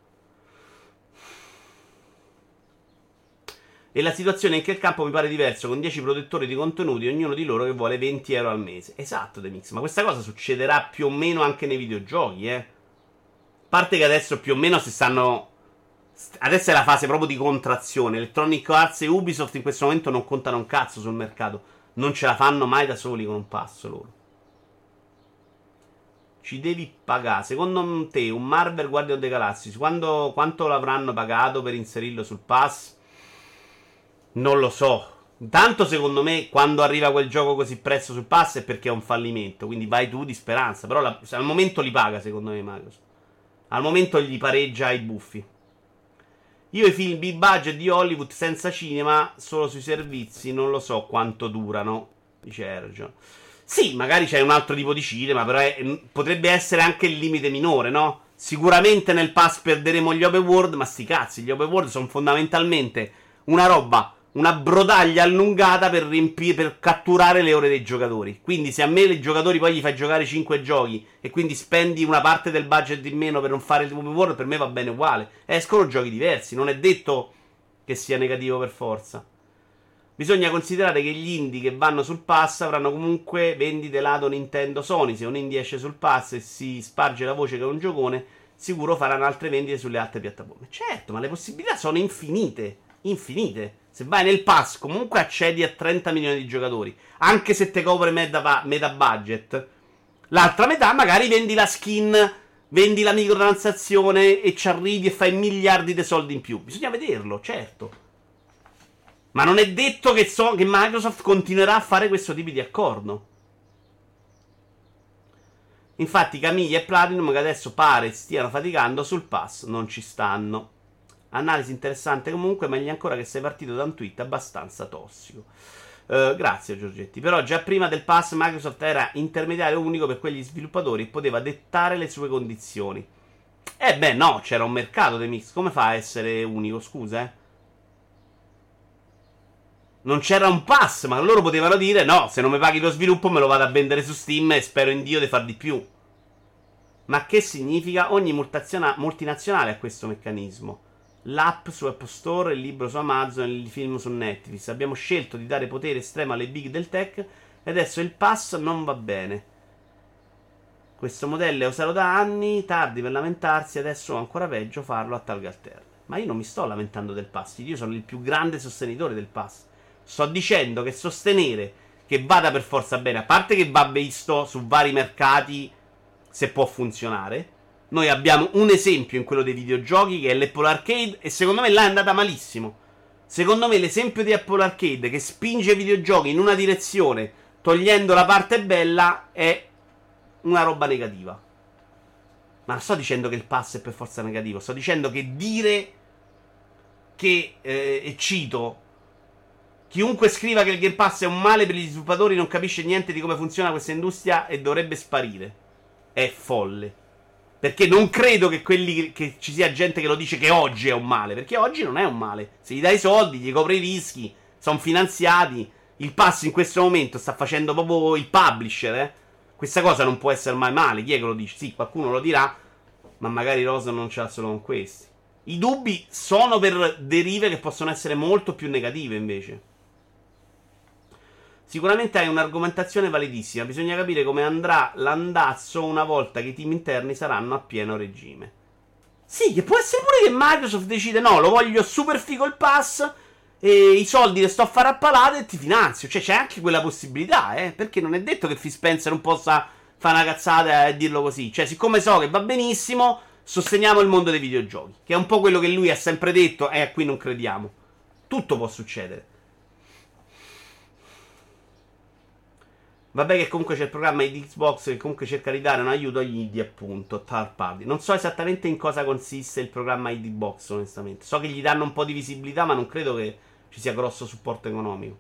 E la situazione in che il campo mi pare diverso, con dieci produttori di contenuti, ognuno di loro che vuole venti euro al mese. Esatto, The Mix, ma questa cosa succederà più o meno anche nei videogiochi, eh. A parte che adesso più o meno si stanno... Adesso è la fase proprio di contrazione. Electronic Arts e Ubisoft in questo momento non contano un cazzo sul mercato. Non ce la fanno mai da soli con un passo loro. Ci devi pagare. Secondo te un Marvel Guardian of the Galaxy, quando, quanto l'avranno pagato per inserirlo sul pass? Non lo so. Intanto secondo me quando arriva quel gioco così presto sul pass è perché è un fallimento. Quindi vai tu di speranza. Però la, al momento li paga secondo me Microsoft. Al momento gli pareggia i buffi. Io i film big budget di Hollywood senza cinema, solo sui servizi, non lo so quanto durano, dice Ergio. Sì, magari c'è un altro tipo di cinema, però è, potrebbe essere anche il limite minore, no? Sicuramente nel pass perderemo gli open world, ma sti cazzi, gli open world sono fondamentalmente una roba, una brodaglia allungata per riempire, per catturare le ore dei giocatori. Quindi se a me i giocatori poi gli fai giocare cinque giochi e quindi spendi una parte del budget in meno per non fare il open world, per me va bene uguale. Escono giochi diversi, non è detto che sia negativo per forza. Bisogna considerare che gli indie che vanno sul pass avranno comunque vendite lato Nintendo Sony. Se un indie esce sul pass e si sparge la voce che è un giocone, sicuro faranno altre vendite sulle altre piattaforme. Certo, ma le possibilità sono infinite. Infinite. Se vai nel pass comunque accedi a trenta milioni di giocatori, anche se te copre meta, meta budget. L'altra metà magari vendi la skin, vendi la microtransazione e ci arrivi e fai miliardi di soldi in più. Bisogna vederlo, certo. Ma non è detto che, so, che Microsoft continuerà a fare questo tipo di accordo. Infatti Camiglia e Platinum, che adesso pare stiano faticando sul pass, non ci stanno. Analisi interessante comunque, meglio ancora che sei partito da un tweet abbastanza tossico. Uh, grazie Giorgetti. Però già prima del pass Microsoft era intermediario unico per quegli sviluppatori e poteva dettare le sue condizioni. Eh beh no, c'era un mercato dei mix. Come fa a essere unico, scusa eh? Non c'era un pass, ma loro potevano dire no, se non mi paghi lo sviluppo me lo vado a vendere su Steam e spero in Dio di far di più. Ma che significa? Ogni multinazionale ha questo meccanismo. L'app su App Store, il libro su Amazon, il film su Netflix. Abbiamo scelto di dare potere estremo alle big del tech e adesso il pass non va bene. Questo modello è usato da anni, tardi per lamentarsi, adesso ancora peggio farlo a targhe alterne. Ma io non mi sto lamentando del pass, io sono il più grande sostenitore del pass. Sto dicendo che sostenere che vada per forza bene, a parte che va visto su vari mercati se può funzionare. Noi abbiamo un esempio in quello dei videogiochi che è l'Apple Arcade e secondo me là è andata malissimo. Secondo me l'esempio di Apple Arcade che spinge i videogiochi in una direzione togliendo la parte bella è una roba negativa. Ma non sto dicendo che il pass è per forza negativo, sto dicendo che dire che, eh, e cito, chiunque scriva che il Game Pass è un male per gli sviluppatori non capisce niente di come funziona questa industria e dovrebbe sparire. È folle. Perché non credo che, quelli, che ci sia gente che lo dice che oggi è un male. Perché oggi non è un male. Se gli dai i soldi, gli copri i rischi, sono finanziati. Il pass in questo momento sta facendo proprio il publisher, eh. Questa cosa non può essere mai male. Chi è che lo dice? Sì, qualcuno lo dirà, ma magari Rosa non ce l'ha solo con questi. I dubbi sono per derive che possono essere molto più negative invece. Sicuramente hai un'argomentazione validissima. Bisogna capire come andrà l'andazzo una volta che i team interni saranno a pieno regime. Sì, che può essere pure che Microsoft decide no, lo voglio super figo il pass e i soldi li sto a fare a palate e ti finanzio. Cioè c'è anche quella possibilità, eh. Perché non è detto che Phil Spencer non possa fare una cazzata e dirlo così. Cioè siccome so che va benissimo, sosteniamo il mondo dei videogiochi, che è un po' quello che lui ha sempre detto e a cui non crediamo. Tutto può succedere. Vabbè che comunque c'è il programma di Xbox che comunque cerca di dare un aiuto agli indie, appunto, third party. Non so esattamente in cosa consiste il programma I D Box, onestamente. So che gli danno un po' di visibilità, ma non credo che ci sia grosso supporto economico.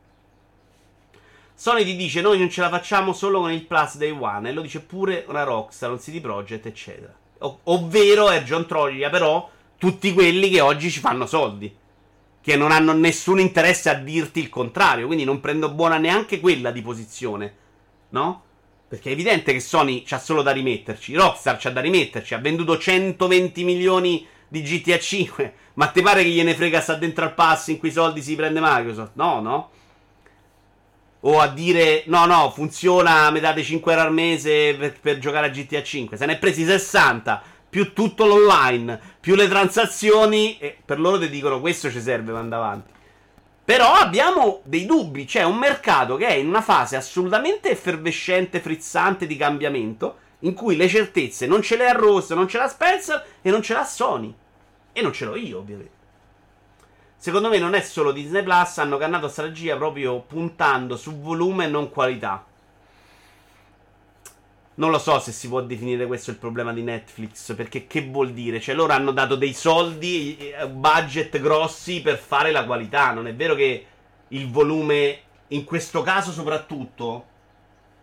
Sony ti dice noi non ce la facciamo solo con il Plus Day One, e lo dice pure una Rockstar, un C D Projekt, eccetera. Ov- ovvero è John Troglia, però, tutti quelli che oggi ci fanno soldi, che non hanno nessun interesse a dirti il contrario. Quindi non prendo buona neanche quella di posizione, no? Perché è evidente che Sony c'ha solo da rimetterci. Rockstar c'ha da rimetterci. Ha venduto centoventi milioni di G T A cinque. Ma ti pare che gliene frega sta dentro al pass in cui i soldi si prende Microsoft? No, no? O a dire no, no, funziona, mi date cinque euro al mese per, per giocare a G T A cinque. Se ne è presi sessanta, più tutto l'online, più le transazioni, e per loro ti dicono questo ci serve, manda avanti. Però abbiamo dei dubbi. C'è un mercato che è in una fase assolutamente effervescente, frizzante di cambiamento, in cui le certezze non ce le ha Rose, non ce l'ha Spencer e non ce l'ha Sony. E non ce l'ho io, ovviamente. Secondo me non è solo Disney Plus, hanno cannato strategia proprio puntando su volume e non qualità. Non lo so se si può definire questo il problema di Netflix, perché che vuol dire? Cioè loro hanno dato dei soldi, budget grossi per fare la qualità. Non è vero che il volume, in questo caso soprattutto,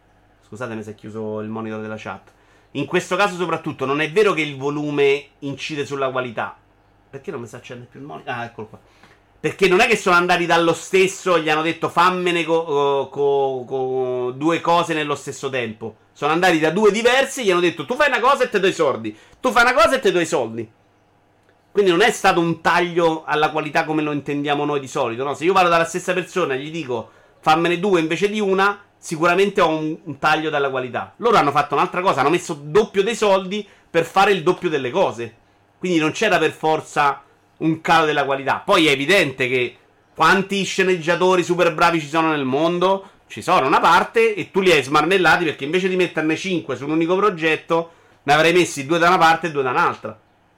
Scusatemi se è chiuso il monitor della chat. In questo caso soprattutto non è vero che il volume incide sulla qualità. Perché non mi si accende più il monitor? Ah, eccolo qua. Perché non è che sono andati dallo stesso e gli hanno detto fammene con co, co, co, due cose nello stesso tempo. Sono andati da due diversi e gli hanno detto tu fai una cosa e te do i soldi. Tu fai una cosa e te do i soldi. Quindi non è stato un taglio alla qualità come lo intendiamo noi di solito, no? Se io vado dalla stessa persona e gli dico fammene due invece di una, sicuramente ho un, un taglio dalla qualità. Loro hanno fatto un'altra cosa, hanno messo doppio dei soldi per fare il doppio delle cose. Quindi non c'era per forza un calo della qualità. Poi è evidente che quanti sceneggiatori super bravi ci sono nel mondo? Ci sono una parte e tu li hai smarmellati perché invece di metterne cinque su un unico progetto ne avrei messi due da una parte e due da un'altra.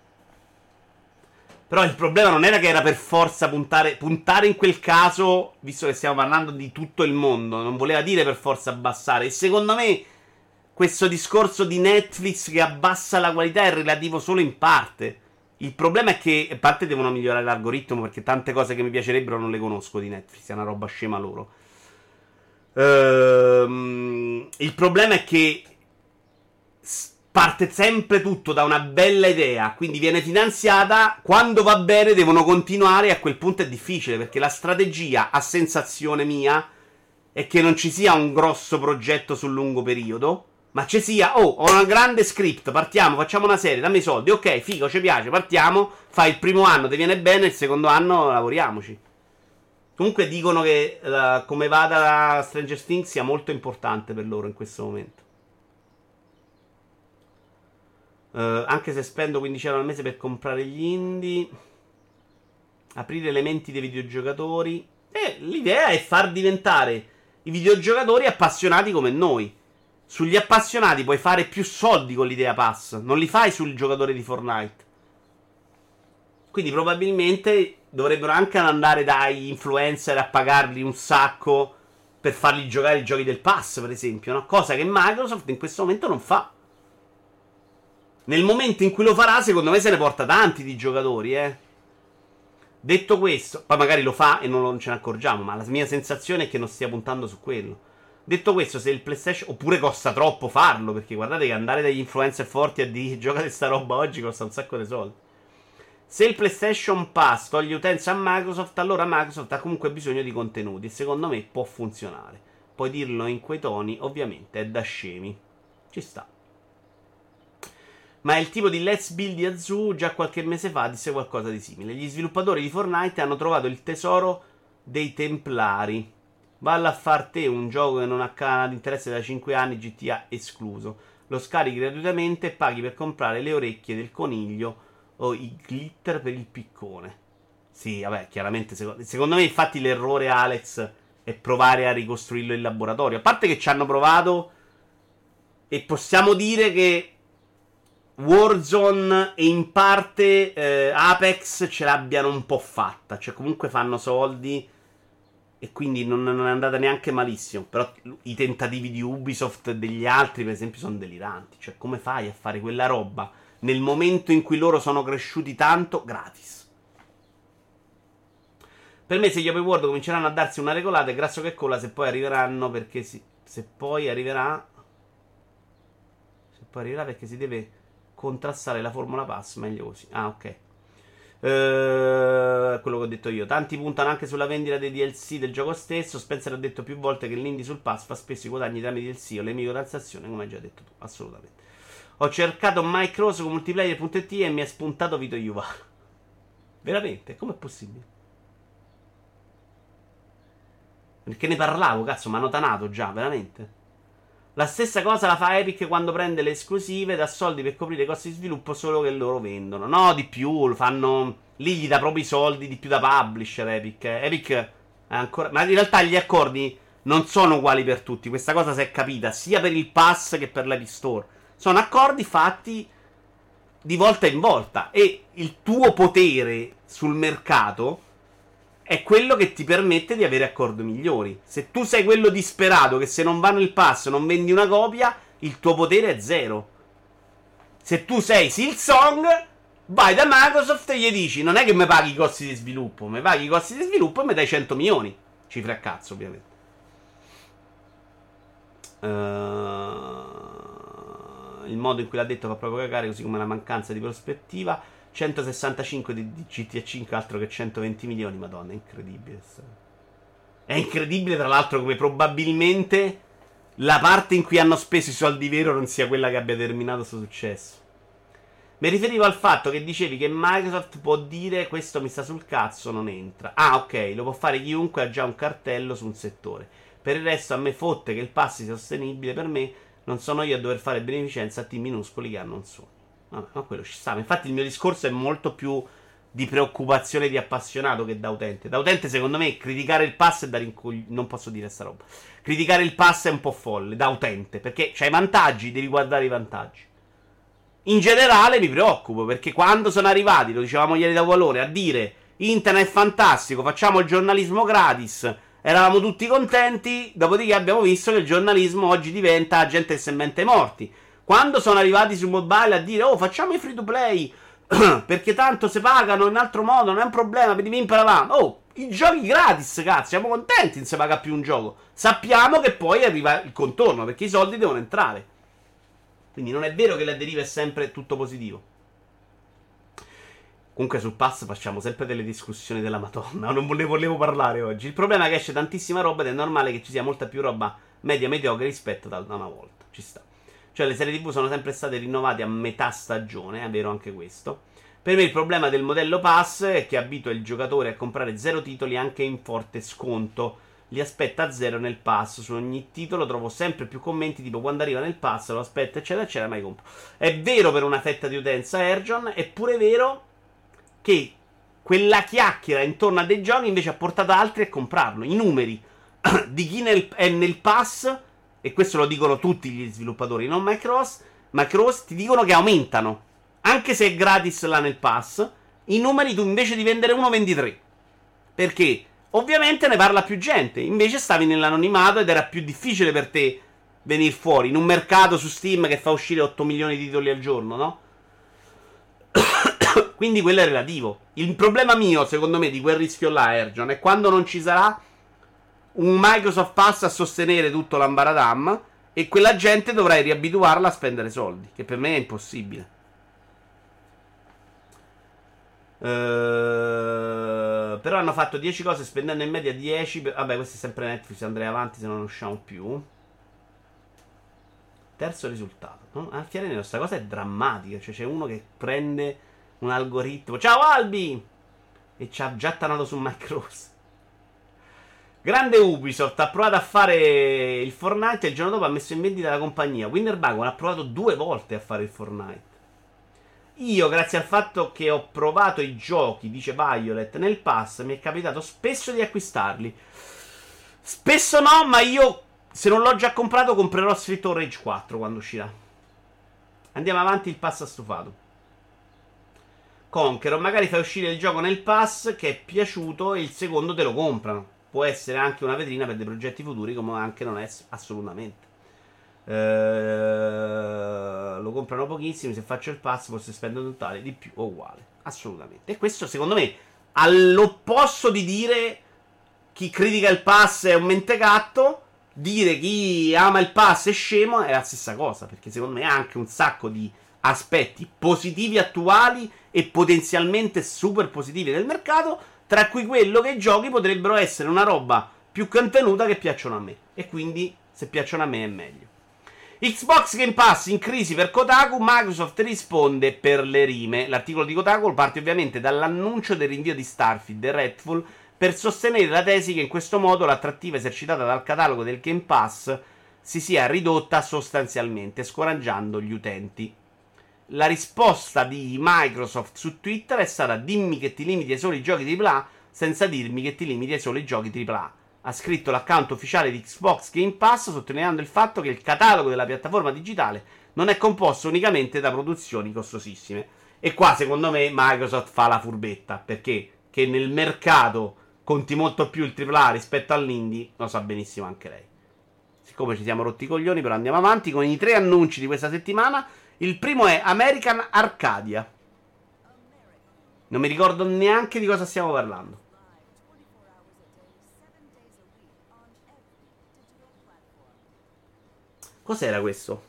Però il problema non era che era per forza puntare, puntare in quel caso, visto che stiamo parlando di tutto il mondo, non voleva dire per forza abbassare. E secondo me questo discorso di Netflix che abbassa la qualità è relativo solo in parte. Il problema è che, a parte devono migliorare l'algoritmo, perché tante cose che mi piacerebbero non le conosco di Netflix, è una roba scema loro. Ehm, il problema è che parte sempre tutto da una bella idea, quindi viene finanziata, quando va bene devono continuare e a quel punto è difficile, perché la strategia, a sensazione mia, è che non ci sia un grosso progetto sul lungo periodo, ma ci sia, oh, ho una grande script, partiamo, facciamo una serie, dammi i soldi, ok, figo, ci piace, partiamo, fai il primo anno, ti viene bene, il secondo anno lavoriamoci. Comunque dicono che uh, come vada Stranger Things sia molto importante per loro in questo momento. Uh, anche se spendo quindici euro al mese per comprare gli indie, aprire le menti dei videogiocatori, e l'idea è far diventare i videogiocatori appassionati come noi. Sugli appassionati puoi fare più soldi con l'idea pass, non li fai sul giocatore di Fortnite. Quindi probabilmente dovrebbero anche andare dai influencer a pagarli un sacco per fargli giocare i giochi del pass, per esempio, no? Cosa che Microsoft in questo momento non fa. Nel momento in cui lo farà, secondo me se ne porta tanti di giocatori, eh. Detto questo, poi magari lo fa e non, lo, non ce ne accorgiamo, ma la mia sensazione è che non stia puntando su quello. Detto questo, se il PlayStation... Oppure costa troppo farlo, perché guardate che andare dagli influencer forti a dire giocate sta roba oggi costa un sacco di soldi. Se il PlayStation Pass toglie utenza a Microsoft, allora Microsoft ha comunque bisogno di contenuti e secondo me può funzionare. Puoi dirlo in quei toni, ovviamente è da scemi. Ci sta. Ma il tipo di Let's Build di Azu già qualche mese fa disse qualcosa di simile. Gli sviluppatori di Fortnite hanno trovato il tesoro dei Templari. Valla a far te un gioco che non ha canale di interesse da cinque anni, G T A escluso. Lo scarichi gratuitamente e paghi per comprare le orecchie del coniglio o i glitter per il piccone. Sì, vabbè, chiaramente secondo, secondo me infatti l'errore, Alex, è provare a ricostruirlo in laboratorio. A parte che ci hanno provato e possiamo dire che Warzone e in parte eh, Apex ce l'abbiano un po' fatta. Cioè comunque fanno soldi e quindi non, non è andata neanche malissimo. Però i tentativi di Ubisoft e degli altri, per esempio, sono deliranti. Cioè come fai a fare quella roba nel momento in cui loro sono cresciuti tanto gratis? Per me se gli open world cominceranno a darsi una regolata è grasso che cola, se poi arriveranno perché si... Se poi arriverà... Se poi arriverà perché si deve contrastare la formula pass, meglio così. Ah, ok. Ehm, quello che ho detto io. Tanti puntano anche sulla vendita dei D L C del gioco stesso. Spencer ha detto più volte che l'indie sul pass fa spesso i guadagni tramite il D L C o le microtransazioni, come hai già detto tu. Assolutamente. Ho cercato Mike Rose con multiplayer punto it e mi ha spuntato Vito Iuva. Veramente? Com'è possibile? Perché ne parlavo, cazzo, mi hanno tanato già, veramente. La stessa cosa la fa Epic quando prende le esclusive, dà soldi per coprire i costi di sviluppo solo che loro vendono. No, di più, lo fanno... Lì gli dà proprio i soldi di più da publisher Epic. Epic è ancora... Ma in realtà gli accordi non sono uguali per tutti. Questa cosa si è capita sia per il pass che per l'Epic Store. Sono accordi fatti di volta in volta. E il tuo potere sul mercato è quello che ti permette di avere accordi migliori. Se tu sei quello disperato che se non va nel pass non vendi una copia, il tuo potere è zero. Se tu sei Silsong, vai da Microsoft e gli dici: non è che mi paghi i costi di sviluppo, mi paghi i costi di sviluppo e mi dai cento milioni. Cifra a cazzo, ovviamente. Uh, il modo in cui l'ha detto fa proprio cagare, così come la mancanza di prospettiva. centosessantacinque di, di G T A cinque, altro che centoventi milioni. Madonna, è incredibile. È incredibile, tra l'altro, come probabilmente la parte in cui hanno speso i soldi vero non sia quella che abbia determinato questo successo. Mi riferivo al fatto che dicevi che Microsoft può dire questo mi sta sul cazzo, non entra. Ah, ok, lo può fare chiunque ha già un cartello su un settore. Per il resto a me fotte che il pass sia sostenibile per me, non sono io a dover fare beneficenza a team minuscoli che hanno un sogno. Vabbè, ma quello ci sta. Infatti il mio discorso è molto più di preoccupazione di appassionato che da utente. Da utente, secondo me, criticare il pass è da rincogliere. Non posso dire sta roba. Criticare il pass è un po' folle, da utente. Perché c'hai vantaggi, devi guardare i vantaggi. In generale mi preoccupo, perché quando sono arrivati, lo dicevamo ieri da Valore, a dire internet è fantastico, facciamo il giornalismo gratis, eravamo tutti contenti, dopodiché abbiamo visto che il giornalismo oggi diventa gente che si mente morti. Quando sono arrivati su mobile a dire oh facciamo i free to play perché tanto se pagano in altro modo non è un problema, per i paravamo. Oh, i giochi gratis, cazzo, siamo contenti non si paga più un gioco. Sappiamo che poi arriva il contorno, perché i soldi devono entrare. Quindi non è vero che la deriva è sempre tutto positivo. Comunque sul pass facciamo sempre delle discussioni della Madonna. Non ne volevo parlare oggi. Il problema è che esce tantissima roba ed è normale che ci sia molta più roba media mediocre rispetto da una volta. Ci sta. Cioè le serie tv sono sempre state rinnovate a metà stagione, è vero anche questo. Per me il problema del modello pass è che abitua il giocatore a comprare zero titoli anche in forte sconto. Li aspetta a zero nel pass. Su ogni titolo trovo sempre più commenti tipo quando arriva nel pass lo aspetta eccetera eccetera, mai compro. È vero per una fetta di utenza Ergion, è pure vero che quella chiacchiera intorno a dei giochi invece ha portato altri a comprarlo. I numeri di chi nel, è nel pass, e questo lo dicono tutti gli sviluppatori, non Macross, Macross ti dicono che aumentano. Anche se è gratis là nel pass, i numeri tu invece di vendere uno vendi tre. Perché? Ovviamente ne parla più gente. Invece stavi nell'anonimato ed era più difficile per te venire fuori in un mercato su Steam che fa uscire otto milioni di titoli al giorno, no? Quindi quello è relativo. Il problema mio, secondo me, di quel rischio là, Ergion, è quando non ci sarà un Microsoft Pass a sostenere tutto l'ambaradam e quella gente dovrai riabituarla a spendere soldi, che per me è impossibile. Uh, però hanno fatto dieci cose spendendo in media dieci. Per... Vabbè, questo è sempre Netflix, andrei avanti se non usciamo più. Terzo risultato, no? Alfiere Nero, sta cosa è drammatica. Cioè c'è uno che prende un algoritmo. Ciao Albi! E ci ha già tanato su Microsoft. Grande Ubisoft, ha provato a fare il Fortnite e il giorno dopo ha messo in vendita la compagnia. Winnerbagon ha provato due volte a fare il Fortnite. Io, grazie al fatto che ho provato i giochi, dice Violet, nel pass, mi è capitato spesso di acquistarli. Spesso no, ma io, se non l'ho già comprato, comprerò Street of Rage quattro quando uscirà. Andiamo avanti, il pass ha stufato. Conqueror, magari fai uscire il gioco nel pass che è piaciuto e il secondo te lo comprano. Può essere anche una vetrina per dei progetti futuri, come anche non è assolutamente. Uh, lo comprano pochissimi. Se faccio il pass forse spendo totale di più o uguale, assolutamente. E questo secondo me, all'opposto di dire chi critica il pass è un mentecatto, dire chi ama il pass è scemo è la stessa cosa, perché secondo me ha anche un sacco di aspetti positivi attuali e potenzialmente super positivi del mercato, tra cui quello che i giochi potrebbero essere una roba più contenuta che piacciono a me, e quindi se piacciono a me è meglio. Xbox Game Pass in crisi per Kotaku, Microsoft risponde per le rime. L'articolo di Kotaku parte ovviamente dall'annuncio del rinvio di Starfield e Redfall per sostenere la tesi che in questo modo l'attrattiva esercitata dal catalogo del Game Pass si sia ridotta sostanzialmente, scoraggiando gli utenti. La risposta di Microsoft su Twitter è stata: dimmi che ti limiti ai soli giochi tripla A senza dirmi che ti limiti ai soli giochi tripla A. Ha scritto l'account ufficiale di Xbox Game Pass, sottolineando il fatto che il catalogo della piattaforma digitale non è composto unicamente da produzioni costosissime. E qua secondo me Microsoft fa la furbetta, perché che nel mercato conti molto più il tripla A rispetto all'indie lo sa benissimo anche lei. Siccome ci siamo rotti i coglioni, però andiamo avanti con i tre annunci di questa settimana. Il primo è American Arcadia. Non mi ricordo neanche di cosa stiamo parlando. Cos'era questo?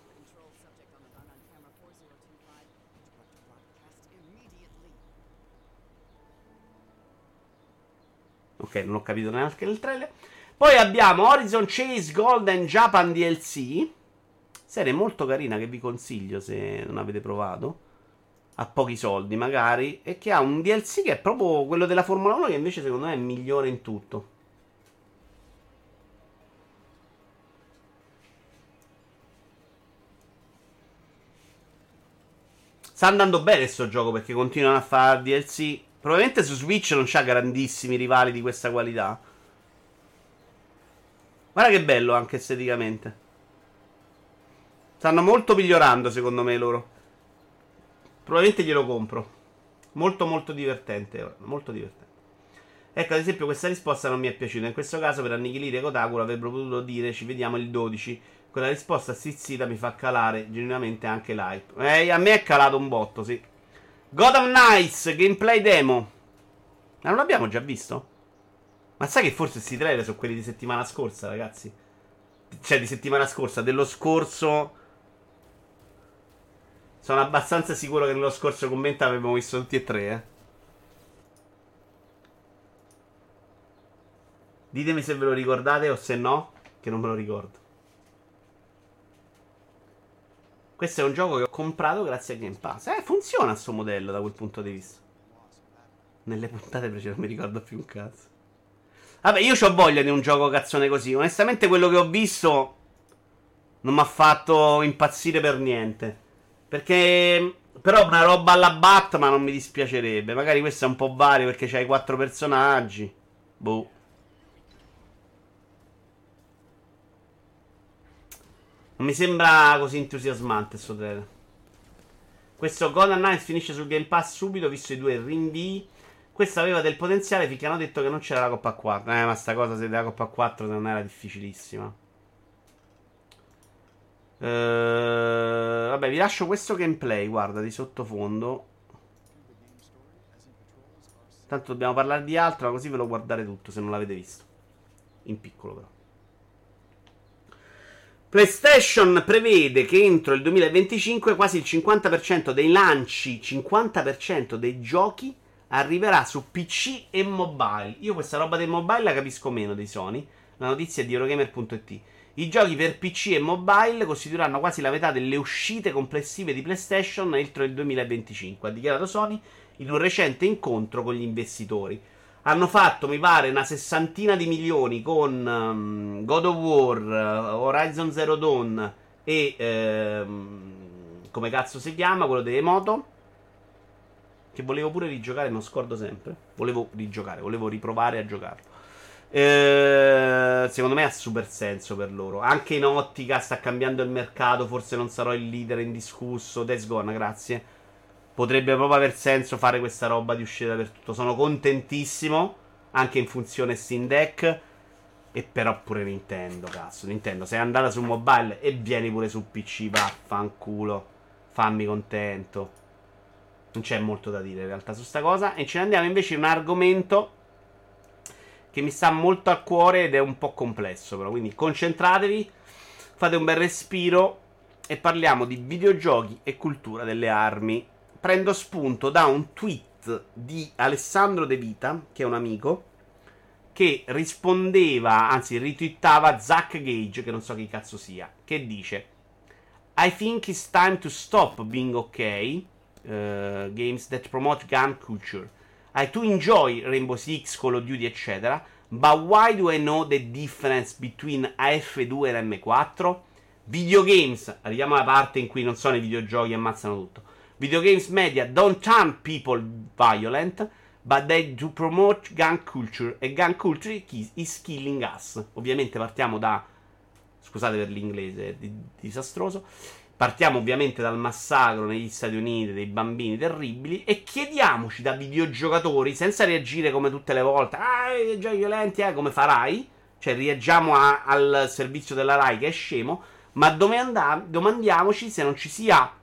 Ok, non ho capito neanche nel trailer. Poi abbiamo Horizon Chase Golden Japan D L C. Serie molto carina che vi consiglio se non avete provato. A pochi soldi magari. E che ha un D L C che è proprio quello della Formula uno, che invece secondo me è migliore in tutto. Sta andando bene sto gioco perché continuano a fare D L C. Probabilmente su Switch non c'ha grandissimi rivali di questa qualità. Guarda che bello anche esteticamente. Stanno molto migliorando secondo me loro. Probabilmente glielo compro. Molto molto divertente. Molto divertente. Ecco, ad esempio, questa risposta non mi è piaciuta. In questo caso, per annichilire Kotaku, avrebbero potuto dire ci vediamo il dodici. Quella risposta stizzita mi fa calare genuinamente anche l'hype. Eh, a me è calato un botto, sì. Gotham Knights, gameplay demo. Ma non l'abbiamo già visto? Ma sai che forse questi trailer sono quelli di settimana scorsa, ragazzi? Cioè, di settimana scorsa, dello scorso. Sono abbastanza sicuro che nello scorso commento avevamo visto tutti e tre, eh. Ditemi se ve lo ricordate o se no, che non me lo ricordo. Questo è un gioco che ho comprato grazie a Game Pass. Eh, funziona sto modello da quel punto di vista. Nelle puntate precedenti non mi ricordo più un cazzo. Vabbè, io ho voglia di un gioco cazzone così. Onestamente quello che ho visto non mi ha fatto impazzire per niente. Perché però una roba alla Batman non mi dispiacerebbe. Magari questo è un po' vario perché c'hai quattro personaggi. Boh. Non mi sembra così entusiasmante sto trailer. Questo Gotham Knights finisce sul Game Pass subito, visto i due rinvii. Questo aveva del potenziale finché hanno detto che non c'era la Coppa a quattro. Eh, ma sta cosa se della Coppa a quattro non era difficilissima. Ehm, vabbè, vi lascio questo gameplay, guarda, di sottofondo. Tanto dobbiamo parlare di altro, ma così ve lo guardate tutto se non l'avete visto. In piccolo però. PlayStation prevede che entro il duemilaventicinque quasi il cinquanta per cento dei lanci, cinquanta per cento dei giochi arriverà su P C e mobile. Io questa roba del mobile la capisco meno dei Sony. La notizia è di Eurogamer punto it. I giochi per P C e mobile costituiranno quasi la metà delle uscite complessive di PlayStation entro il duemilaventicinque, ha dichiarato Sony in un recente incontro con gli investitori. Hanno fatto, mi pare, una sessantina di milioni con um, God of War, uh, Horizon Zero Dawn e um, come cazzo si chiama quello delle moto, che volevo pure rigiocare, me lo scordo sempre. Volevo rigiocare, volevo riprovare a giocarlo. Eh, secondo me ha super senso per loro. Anche in ottica sta cambiando il mercato, forse non sarò il leader indiscusso. Days Gone, grazie. Potrebbe proprio aver senso fare questa roba di uscita per tutto. Sono contentissimo, anche in funzione Steam Deck. E però pure Nintendo, cazzo. Nintendo, sei andata su mobile e vieni pure su P C, vaffanculo. Fammi contento. Non c'è molto da dire in realtà su sta cosa. E ce ne andiamo invece in un argomento che mi sta molto a cuore ed è un po' complesso però. Quindi concentratevi, fate un bel respiro e parliamo di videogiochi e cultura delle armi. Prendo spunto da un tweet di Alessandro De Vita, che è un amico, che rispondeva, anzi ritwittava Zach Gage, che non so chi cazzo sia, che dice: I think it's time to stop being okay uh, games that promote gun culture. I do enjoy Rainbow Six, Call of Duty eccetera, but why do I know the difference between A F due e M quattro? Videogames, arriviamo alla parte in cui non sono i videogiochi, ammazzano tutto. Videogames media don't turn people violent, but they do promote gun culture, e gun culture is killing us. Ovviamente partiamo da, scusate per l'inglese, è disastroso. Partiamo ovviamente dal massacro negli Stati Uniti dei bambini terribili e chiediamoci da videogiocatori, senza reagire come tutte le volte, ah, i giochi violenti, eh, come farai? Cioè reagiamo a, al servizio della Rai che è scemo, ma domanda- domandiamoci se non ci sia,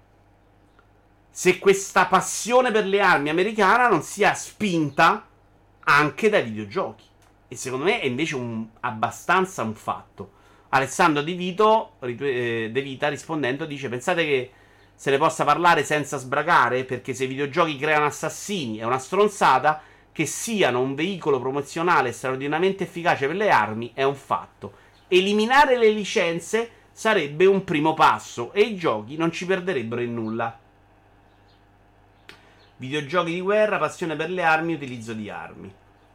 se questa passione per le armi americana non sia spinta anche dai videogiochi. E secondo me è invece un, abbastanza un fatto. Alessandro De Vito, eh, De Vita rispondendo dice: pensate che se ne possa parlare senza sbragare? Perché se i videogiochi creano assassini è una stronzata, che siano un veicolo promozionale straordinariamente efficace per le armi è un fatto. Eliminare le licenze sarebbe un primo passo e i giochi non ci perderebbero in nulla. Videogiochi di guerra, passione per le armi, utilizzo di armi.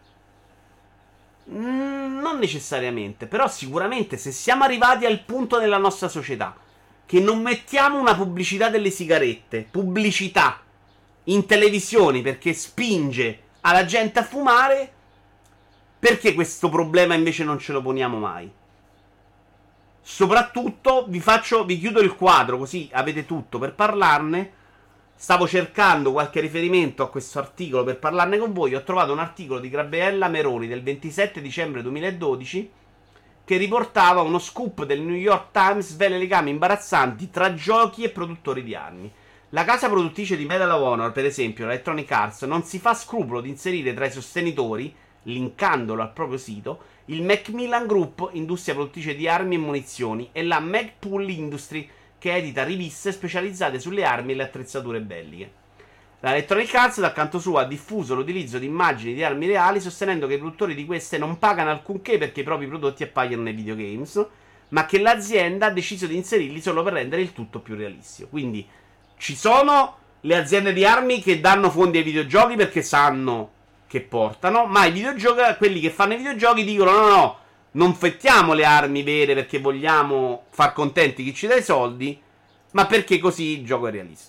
Mm, non necessariamente, però sicuramente se siamo arrivati al punto nella nostra società che non mettiamo una pubblicità delle sigarette, pubblicità in televisioni perché spinge alla gente a fumare, perché questo problema invece non ce lo poniamo mai? Soprattutto vi faccio, vi chiudo il quadro così avete tutto per parlarne. Stavo cercando qualche riferimento a questo articolo per parlarne con voi. Ho trovato un articolo di Gabriella Meroni del ventisette dicembre duemiladodici che riportava uno scoop del New York Times, svela legami imbarazzanti tra giochi e produttori di armi. La casa produttrice di Medal of Honor, per esempio, Electronic Arts, non si fa scrupolo di inserire tra i sostenitori, linkandolo al proprio sito, il Macmillan Group, industria produttrice di armi e munizioni, e la Magpul Industry, che edita riviste specializzate sulle armi e le attrezzature belliche. La Electronic Arts, dal canto suo, ha diffuso l'utilizzo di immagini di armi reali, sostenendo che i produttori di queste non pagano alcunché perché i propri prodotti appaiono nei videogames, ma che l'azienda ha deciso di inserirli solo per rendere il tutto più realistico. Quindi ci sono le aziende di armi che danno fondi ai videogiochi perché sanno che portano, ma i videogiochi, quelli che fanno i videogiochi dicono no, no, no, non fettiamo le armi vere perché vogliamo far contenti chi ci dà i soldi, ma perché così il gioco è realistico.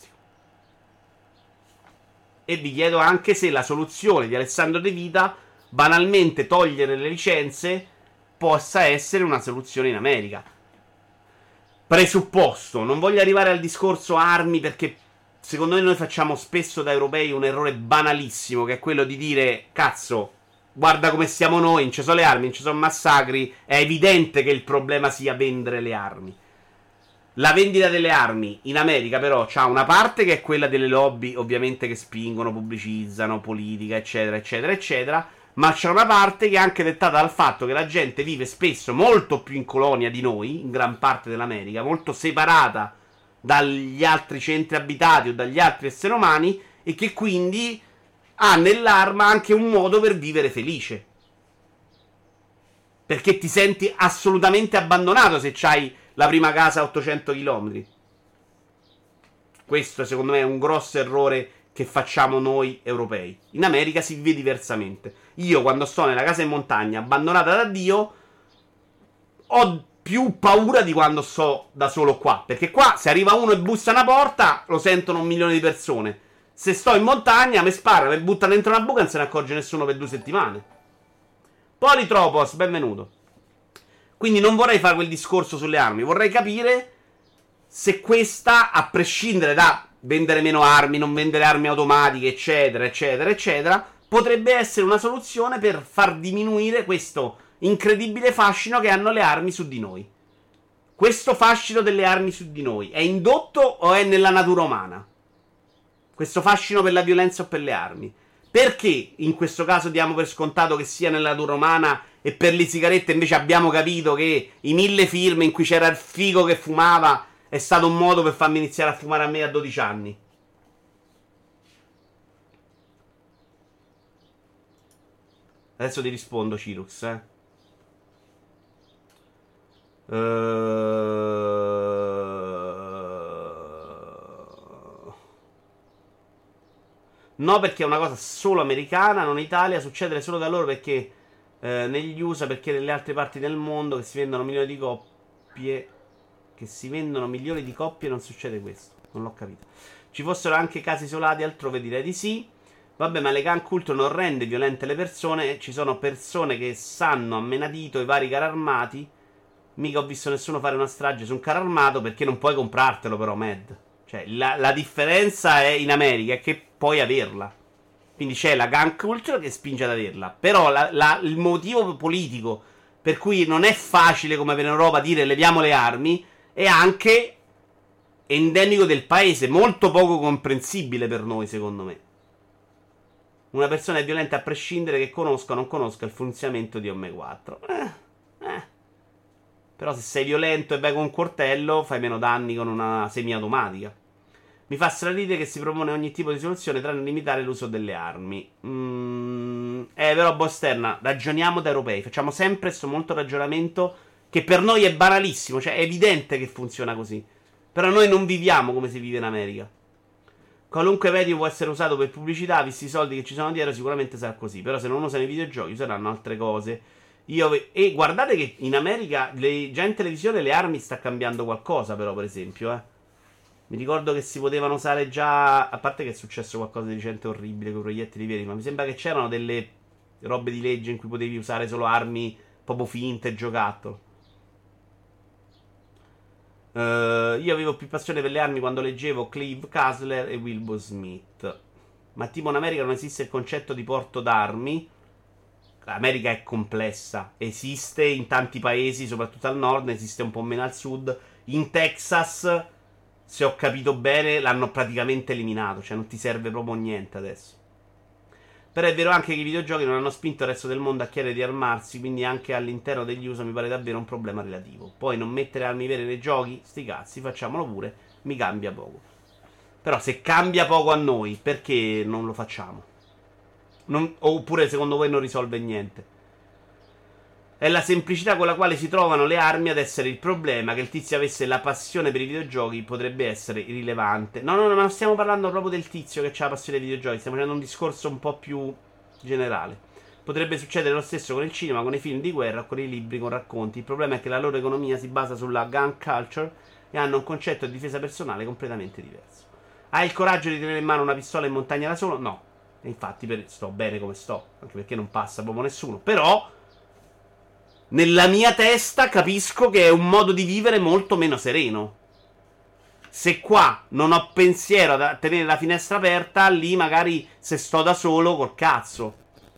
E vi chiedo anche se la soluzione di Alessandro De Vita, banalmente togliere le licenze, possa essere una soluzione in America. Presupposto, non voglio arrivare al discorso armi perché secondo me noi facciamo spesso da europei un errore banalissimo, che è quello di dire cazzo, guarda come siamo noi, non ci sono le armi, non ci sono massacri, è evidente che il problema sia vendere le armi. La vendita delle armi in America però c'ha una parte che è quella delle lobby, ovviamente, che spingono, pubblicizzano, politica, eccetera, eccetera, eccetera, ma c'è una parte che è anche dettata dal fatto che la gente vive spesso molto più in colonia di noi, in gran parte dell'America, molto separata dagli altri centri abitati o dagli altri esseri umani, e che quindi ha nell'arma anche un modo per vivere felice. Perché ti senti assolutamente abbandonato se c'hai la prima casa a ottocento chilometri. Questo secondo me è un grosso errore che facciamo noi europei. In America si vive diversamente. Io quando sto nella casa in montagna abbandonata da Dio ho più paura di quando sto da solo qua, perché qua se arriva uno e bussa una porta lo sentono un milione di persone. Se sto in montagna mi spara, mi buttano dentro una buca e non se ne accorge nessuno per due settimane. Politropos, benvenuto. Quindi non vorrei fare quel discorso sulle armi, vorrei capire se questa, a prescindere da vendere meno armi, non vendere armi automatiche, eccetera, eccetera, eccetera, potrebbe essere una soluzione per far diminuire questo incredibile fascino che hanno le armi su di noi. Questo fascino delle armi su di noi è indotto o è nella natura umana? Questo fascino per la violenza o per le armi? Perché in questo caso diamo per scontato che sia nella natura umana e per le sigarette invece abbiamo capito che i mille firme in cui c'era il figo che fumava è stato un modo per farmi iniziare a fumare a me a dodici anni? Adesso ti rispondo, Cirux, eh. Uh... No, perché è una cosa solo americana, non Italia. Succede solo da loro perché eh, negli U S A, perché nelle altre parti del mondo che si vendono milioni di coppie, che si vendono milioni di coppie non succede questo. Non l'ho capito. Ci fossero anche casi isolati altrove, direi di sì. Vabbè, ma le gun culture non rende violente le persone. Ci sono persone che sanno a menadito i vari carri armati. Mica ho visto nessuno fare una strage su un carro armato, perché non puoi comprartelo però, Mad. Cioè, la, la differenza è in America è che puoi averla. Quindi c'è la gun culture che spinge ad averla. Però la, la, il motivo politico per cui non è facile come per Europa dire leviamo le armi è anche endemico del paese, molto poco comprensibile per noi, secondo me. Una persona è violenta a prescindere che conosca o non conosca il funzionamento di Ome quattro. Eh, eh. Però se sei violento e vai con un coltello, fai meno danni con una semiautomatica. Mi fa straridere che si propone ogni tipo di soluzione tranne limitare l'uso delle armi. Mm, eh, però, Bosterna, ragioniamo da europei. Facciamo sempre questo molto ragionamento che per noi è banalissimo. Cioè, è evidente che funziona così. Però noi non viviamo come si vive in America. Qualunque medio può essere usato per pubblicità, visti i soldi che ci sono dietro, sicuramente sarà così. Però se non usano i videogiochi, useranno altre cose. Io ve- e guardate che in America, le- già in televisione, le armi sta cambiando qualcosa, però, per esempio, eh. Mi ricordo che si potevano usare già. A parte che è successo qualcosa di recente orribile con i proiettili veri, ma mi sembra che c'erano delle robe di legge in cui potevi usare solo armi proprio finte, giocattolo. Uh, io avevo più passione per le armi quando leggevo Clive Cussler e Wilbur Smith. Ma tipo in America non esiste il concetto di porto d'armi. L'America è complessa. Esiste in tanti paesi, soprattutto al nord, esiste un po' meno al sud. In Texas, se ho capito bene, l'hanno praticamente eliminato. Cioè non ti serve proprio niente adesso. Però è vero anche che i videogiochi non hanno spinto il resto del mondo a chiedere di armarsi, quindi anche all'interno degli U S A mi pare davvero un problema relativo. Poi non mettere armi vere nei giochi? Sti cazzi, facciamolo pure, mi cambia poco. Però se cambia poco a noi, perché non lo facciamo? Non, oppure secondo voi non risolve niente? È la semplicità con la quale si trovano le armi ad essere il problema. Che il tizio avesse la passione per i videogiochi potrebbe essere irrilevante. No, no, no, ma non stiamo parlando proprio del tizio che ha la passione per i videogiochi. Stiamo facendo un discorso un po' più generale. Potrebbe succedere lo stesso con il cinema, con i film di guerra, con i libri, con racconti. Il problema è che la loro economia si basa sulla gun culture e hanno un concetto di difesa personale completamente diverso. Hai il coraggio di tenere in mano una pistola in montagna da solo? No. E infatti per... sto bene come sto, anche perché non passa proprio nessuno. Però nella mia testa capisco che è un modo di vivere molto meno sereno. Se qua non ho pensiero da tenere la finestra aperta, lì magari se sto da solo col cazzo.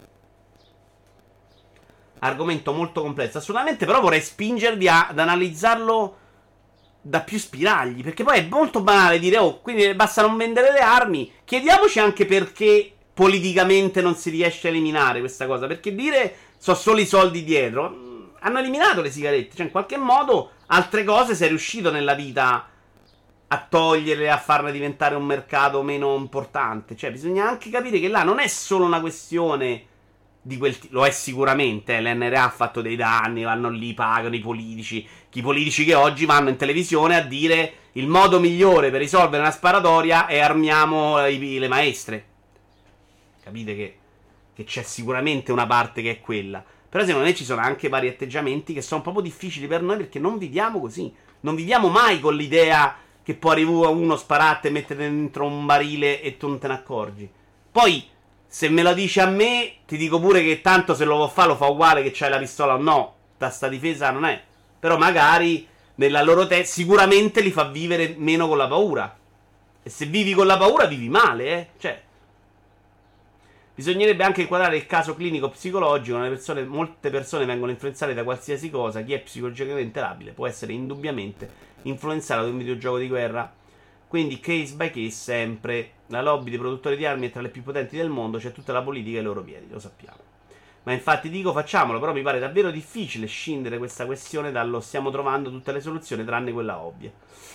Argomento molto complesso, assolutamente, però vorrei spingervi a, ad analizzarlo da più spiragli, perché poi è molto banale dire oh, quindi basta non vendere le armi. Chiediamoci anche perché politicamente non si riesce a eliminare questa cosa, perché dire so solo i soldi dietro. Hanno eliminato le sigarette, cioè in qualche modo altre cose sei riuscito nella vita a toglierle, a farle diventare un mercato meno importante. Cioè bisogna anche capire che là non è solo una questione di quel tipo. Lo è sicuramente, eh, l'N R A ha fatto dei danni, vanno lì, pagano i politici. I politici che oggi vanno in televisione a dire il modo migliore per risolvere una sparatoria è armiamo i, le maestre. Capite che, che c'è sicuramente una parte che è quella. Però secondo me ci sono anche vari atteggiamenti che sono proprio difficili per noi perché non viviamo così. Non viviamo mai con l'idea che poi arriva uno, sparate e mette dentro un barile e tu non te ne accorgi. Poi, se me lo dici a me, ti dico pure che tanto se lo vuoi fare lo fa uguale che c'hai la pistola o no. Da sta difesa non è. Però magari nella loro testa sicuramente li fa vivere meno con la paura. E se vivi con la paura vivi male, eh. Cioè... bisognerebbe anche inquadrare il caso clinico psicologico. Le persone, molte persone vengono influenzate da qualsiasi cosa. Chi è psicologicamente labile può essere indubbiamente influenzato da un videogioco di guerra. Quindi case by case sempre. La lobby dei produttori di armi è tra le più potenti del mondo. C'è tutta la politica ai loro piedi, lo sappiamo. Ma infatti dico facciamolo. Però mi pare davvero difficile scindere questa questione dallo stiamo trovando tutte le soluzioni tranne quella ovvia.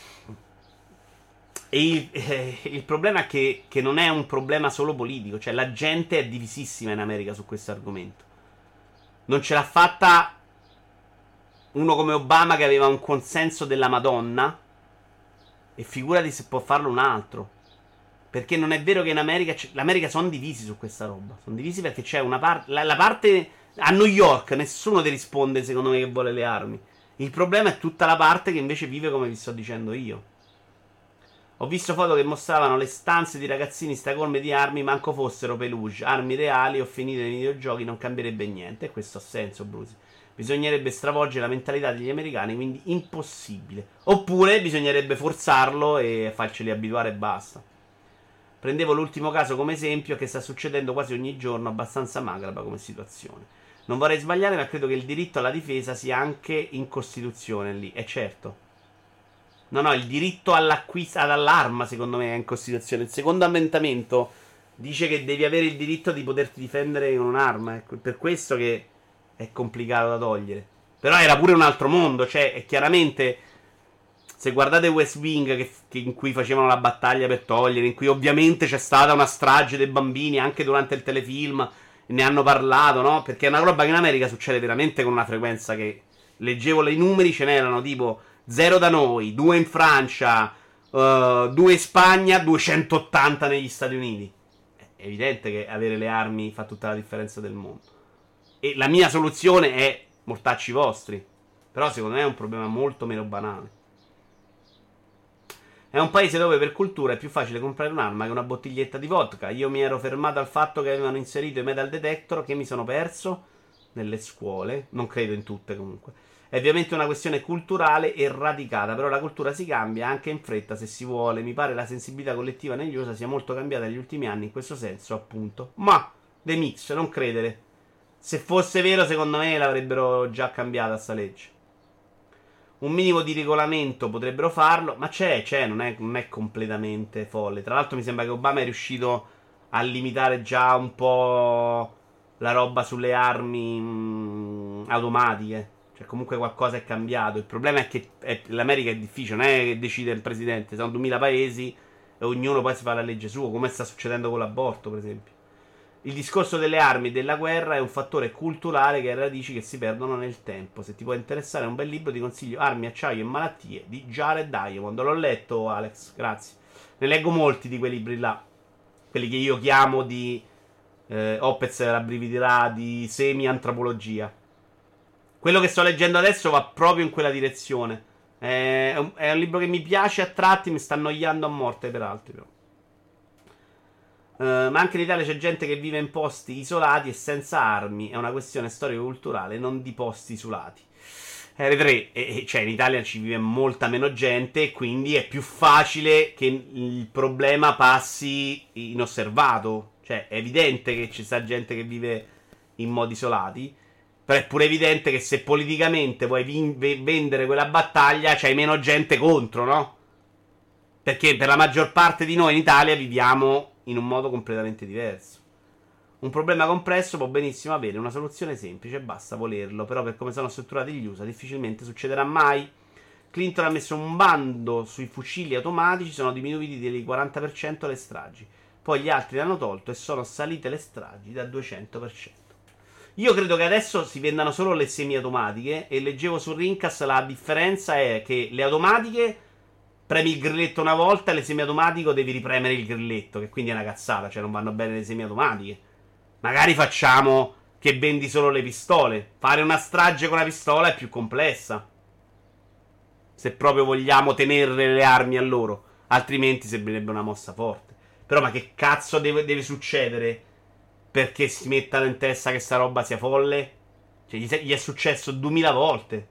E il, eh, il problema è che, che non è un problema solo politico. Cioè la gente è divisissima in America su questo argomento. Non ce l'ha fatta uno come Obama che aveva un consenso della Madonna. E figurati se può farlo un altro. Perché non è vero che in America l'America sono divisi su questa roba. Sono divisi perché c'è una parte la, la parte a New York nessuno ti risponde secondo me che vuole le armi. Il problema è tutta la parte che invece vive come vi sto dicendo io. Ho visto foto che mostravano le stanze di ragazzini stracolme di armi, manco fossero peluche, armi reali o finite nei videogiochi, non cambierebbe niente. E questo ha senso, Brusi. Bisognerebbe stravolgere la mentalità degli americani, quindi impossibile. Oppure bisognerebbe forzarlo e farceli abituare e basta. Prendevo l'ultimo caso come esempio che sta succedendo quasi ogni giorno, abbastanza macabra come situazione. Non vorrei sbagliare, ma credo che il diritto alla difesa sia anche in Costituzione lì, è certo. No, no, il diritto all'acquisto all'arma secondo me è in Costituzione. Il secondo ammendamento dice che devi avere il diritto di poterti difendere con un'arma. È per questo che è complicato da togliere. Però era pure un altro mondo, cioè, è chiaramente... Se guardate West Wing, che, che in cui facevano la battaglia per togliere, in cui ovviamente c'è stata una strage dei bambini anche durante il telefilm, ne hanno parlato, no? Perché è una roba che in America succede veramente con una frequenza che... Leggevo i numeri, ce n'erano tipo zero da noi, due in Francia, due in Spagna, duecentottanta negli Stati Uniti. È evidente che avere le armi fa tutta la differenza del mondo. E la mia soluzione è mortacci vostri. Però secondo me è un problema molto meno banale. È un paese dove per cultura è più facile comprare un'arma che una bottiglietta di vodka. Io mi ero fermato al fatto che avevano inserito i metal detector, che mi sono perso nelle scuole. Non credo in tutte comunque. È ovviamente una questione culturale e radicata, però la cultura si cambia anche in fretta se si vuole. Mi pare la sensibilità collettiva negli U S A sia molto cambiata negli ultimi anni in questo senso, appunto. Ma, The Mix, non credere. Se fosse vero, secondo me l'avrebbero già cambiata sta legge. Un minimo di regolamento potrebbero farlo, ma c'è, c'è, non è, non è completamente folle. Tra l'altro mi sembra che Obama è riuscito a limitare già un po' la roba sulle armi mh, automatiche. Cioè comunque qualcosa è cambiato. Il problema è che è, l'America è difficile, non è che decide il presidente, sono duemila paesi e ognuno poi si fa la legge sua, come sta succedendo con l'aborto, per esempio. Il discorso delle armi e della guerra è un fattore culturale che ha radici che si perdono nel tempo. Se ti può interessare, è un bel libro, ti consiglio Armi, acciaio e malattie di Jared Diamond. L'ho letto, Alex, grazie. Ne leggo molti di quei libri là. Quelli che io chiamo di eh, Opez la brividirà, di semi-antropologia. Quello che sto leggendo adesso va proprio in quella direzione. È un, è un libro che mi piace a tratti, mi sta annoiando a morte per altri però. Uh, ma anche in Italia c'è gente che vive in posti isolati e senza armi. È una questione storico-culturale, non di posti isolati. R tre, e, cioè in Italia ci vive molta meno gente, quindi è più facile che il problema passi inosservato. Cioè è evidente che ci sta gente che vive in modi isolati, però è pure evidente che se politicamente vuoi vin- vendere quella battaglia c'hai meno gente contro, no? Perché per la maggior parte di noi in Italia viviamo in un modo completamente diverso. Un problema complesso può benissimo avere una soluzione semplice, basta volerlo. Però per come sono strutturati gli U S A difficilmente succederà mai. Clinton ha messo un bando sui fucili automatici, sono diminuiti del quaranta per cento le stragi. Poi gli altri l'hanno tolto e sono salite le stragi da duecento per cento. Io credo che adesso si vendano solo le semiautomatiche, e leggevo su Rincas la differenza è che le automatiche premi il grilletto una volta e le semiautomatiche devi ripremere il grilletto, che quindi è una cazzata, cioè non vanno bene le semiautomatiche. Magari facciamo che vendi solo le pistole. Fare una strage con una pistola è più complessa, se proprio vogliamo tenerle le armi a loro, altrimenti servirebbe una mossa forte. Però ma che cazzo deve, deve succedere perché si mettano in testa che sta roba sia folle? Cioè gli, gli è successo duemila volte.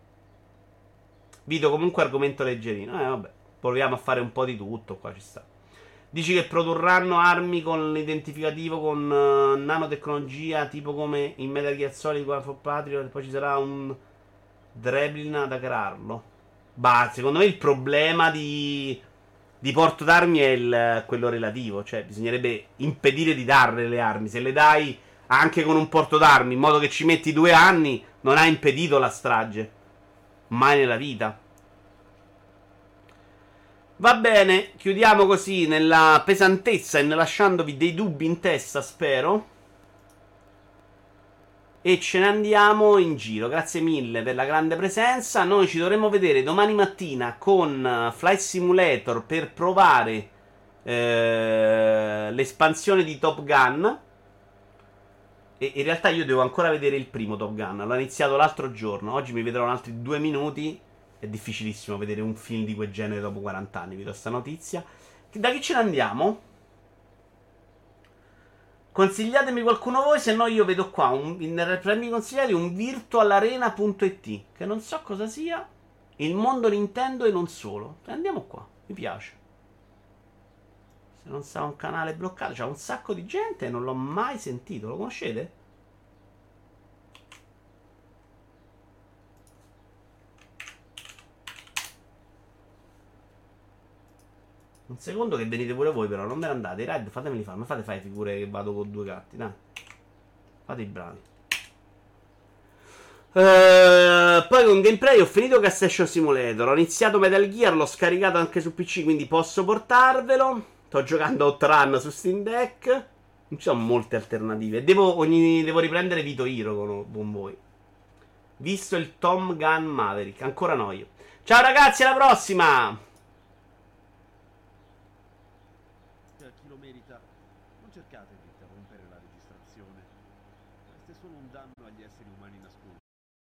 Video comunque argomento leggerino. Eh vabbè, proviamo a fare un po' di tutto, qua ci sta. Dici che produrranno armi con l'identificativo con uh, nanotecnologia, tipo come in Metal Gear Solid for Patriot, e poi ci sarà un Dreblin ad hackerarlo. Bah, secondo me il problema di, di porto d'armi è il, quello relativo. Cioè, bisognerebbe impedire di darle le armi. Se le dai anche con un porto d'armi, in modo che ci metti due anni, non ha impedito la strage. Mai nella vita. Va bene, chiudiamo così nella pesantezza e lasciandovi dei dubbi in testa, spero. E ce ne andiamo in giro. Grazie mille per la grande presenza. Noi ci dovremo vedere domani mattina con Flight Simulator per provare eh, l'espansione di Top Gun. E in realtà io devo ancora vedere il primo Top Gun. L'ho iniziato l'altro giorno. Oggi mi vedrò altri due minuti. È difficilissimo vedere un film di quel genere dopo quaranta anni. Vi do sta notizia. Da chi ce ne andiamo? Consigliatemi qualcuno voi, se no io vedo qua un, in premi consigliati un virtualarena.it, che non so cosa sia. Il mondo Nintendo e non solo. Andiamo qua, mi piace. Se non sa un canale bloccato, c'ha un sacco di gente e non l'ho mai sentito. Lo conoscete? Un secondo che venite pure voi, però non me ne andate. I raid fatemeli fare. Non fate fare figure che vado con due gatti, dai. Fate i bravi. Uh, poi con gameplay ho finito Gas Station Simulator. Ho iniziato Metal Gear, l'ho scaricato anche su P C, quindi posso portarvelo. Sto giocando Outrun su Steam Deck. Non ci sono molte alternative. Devo, ogni, devo riprendere Vito Hiro con Buon Voi. Visto il Tom Gun Maverick. Ancora no io. Ciao ragazzi, alla prossima! Chi lo merita, non cercate di interrompere la registrazione. Questo è solo un danno agli esseri umani nascosti.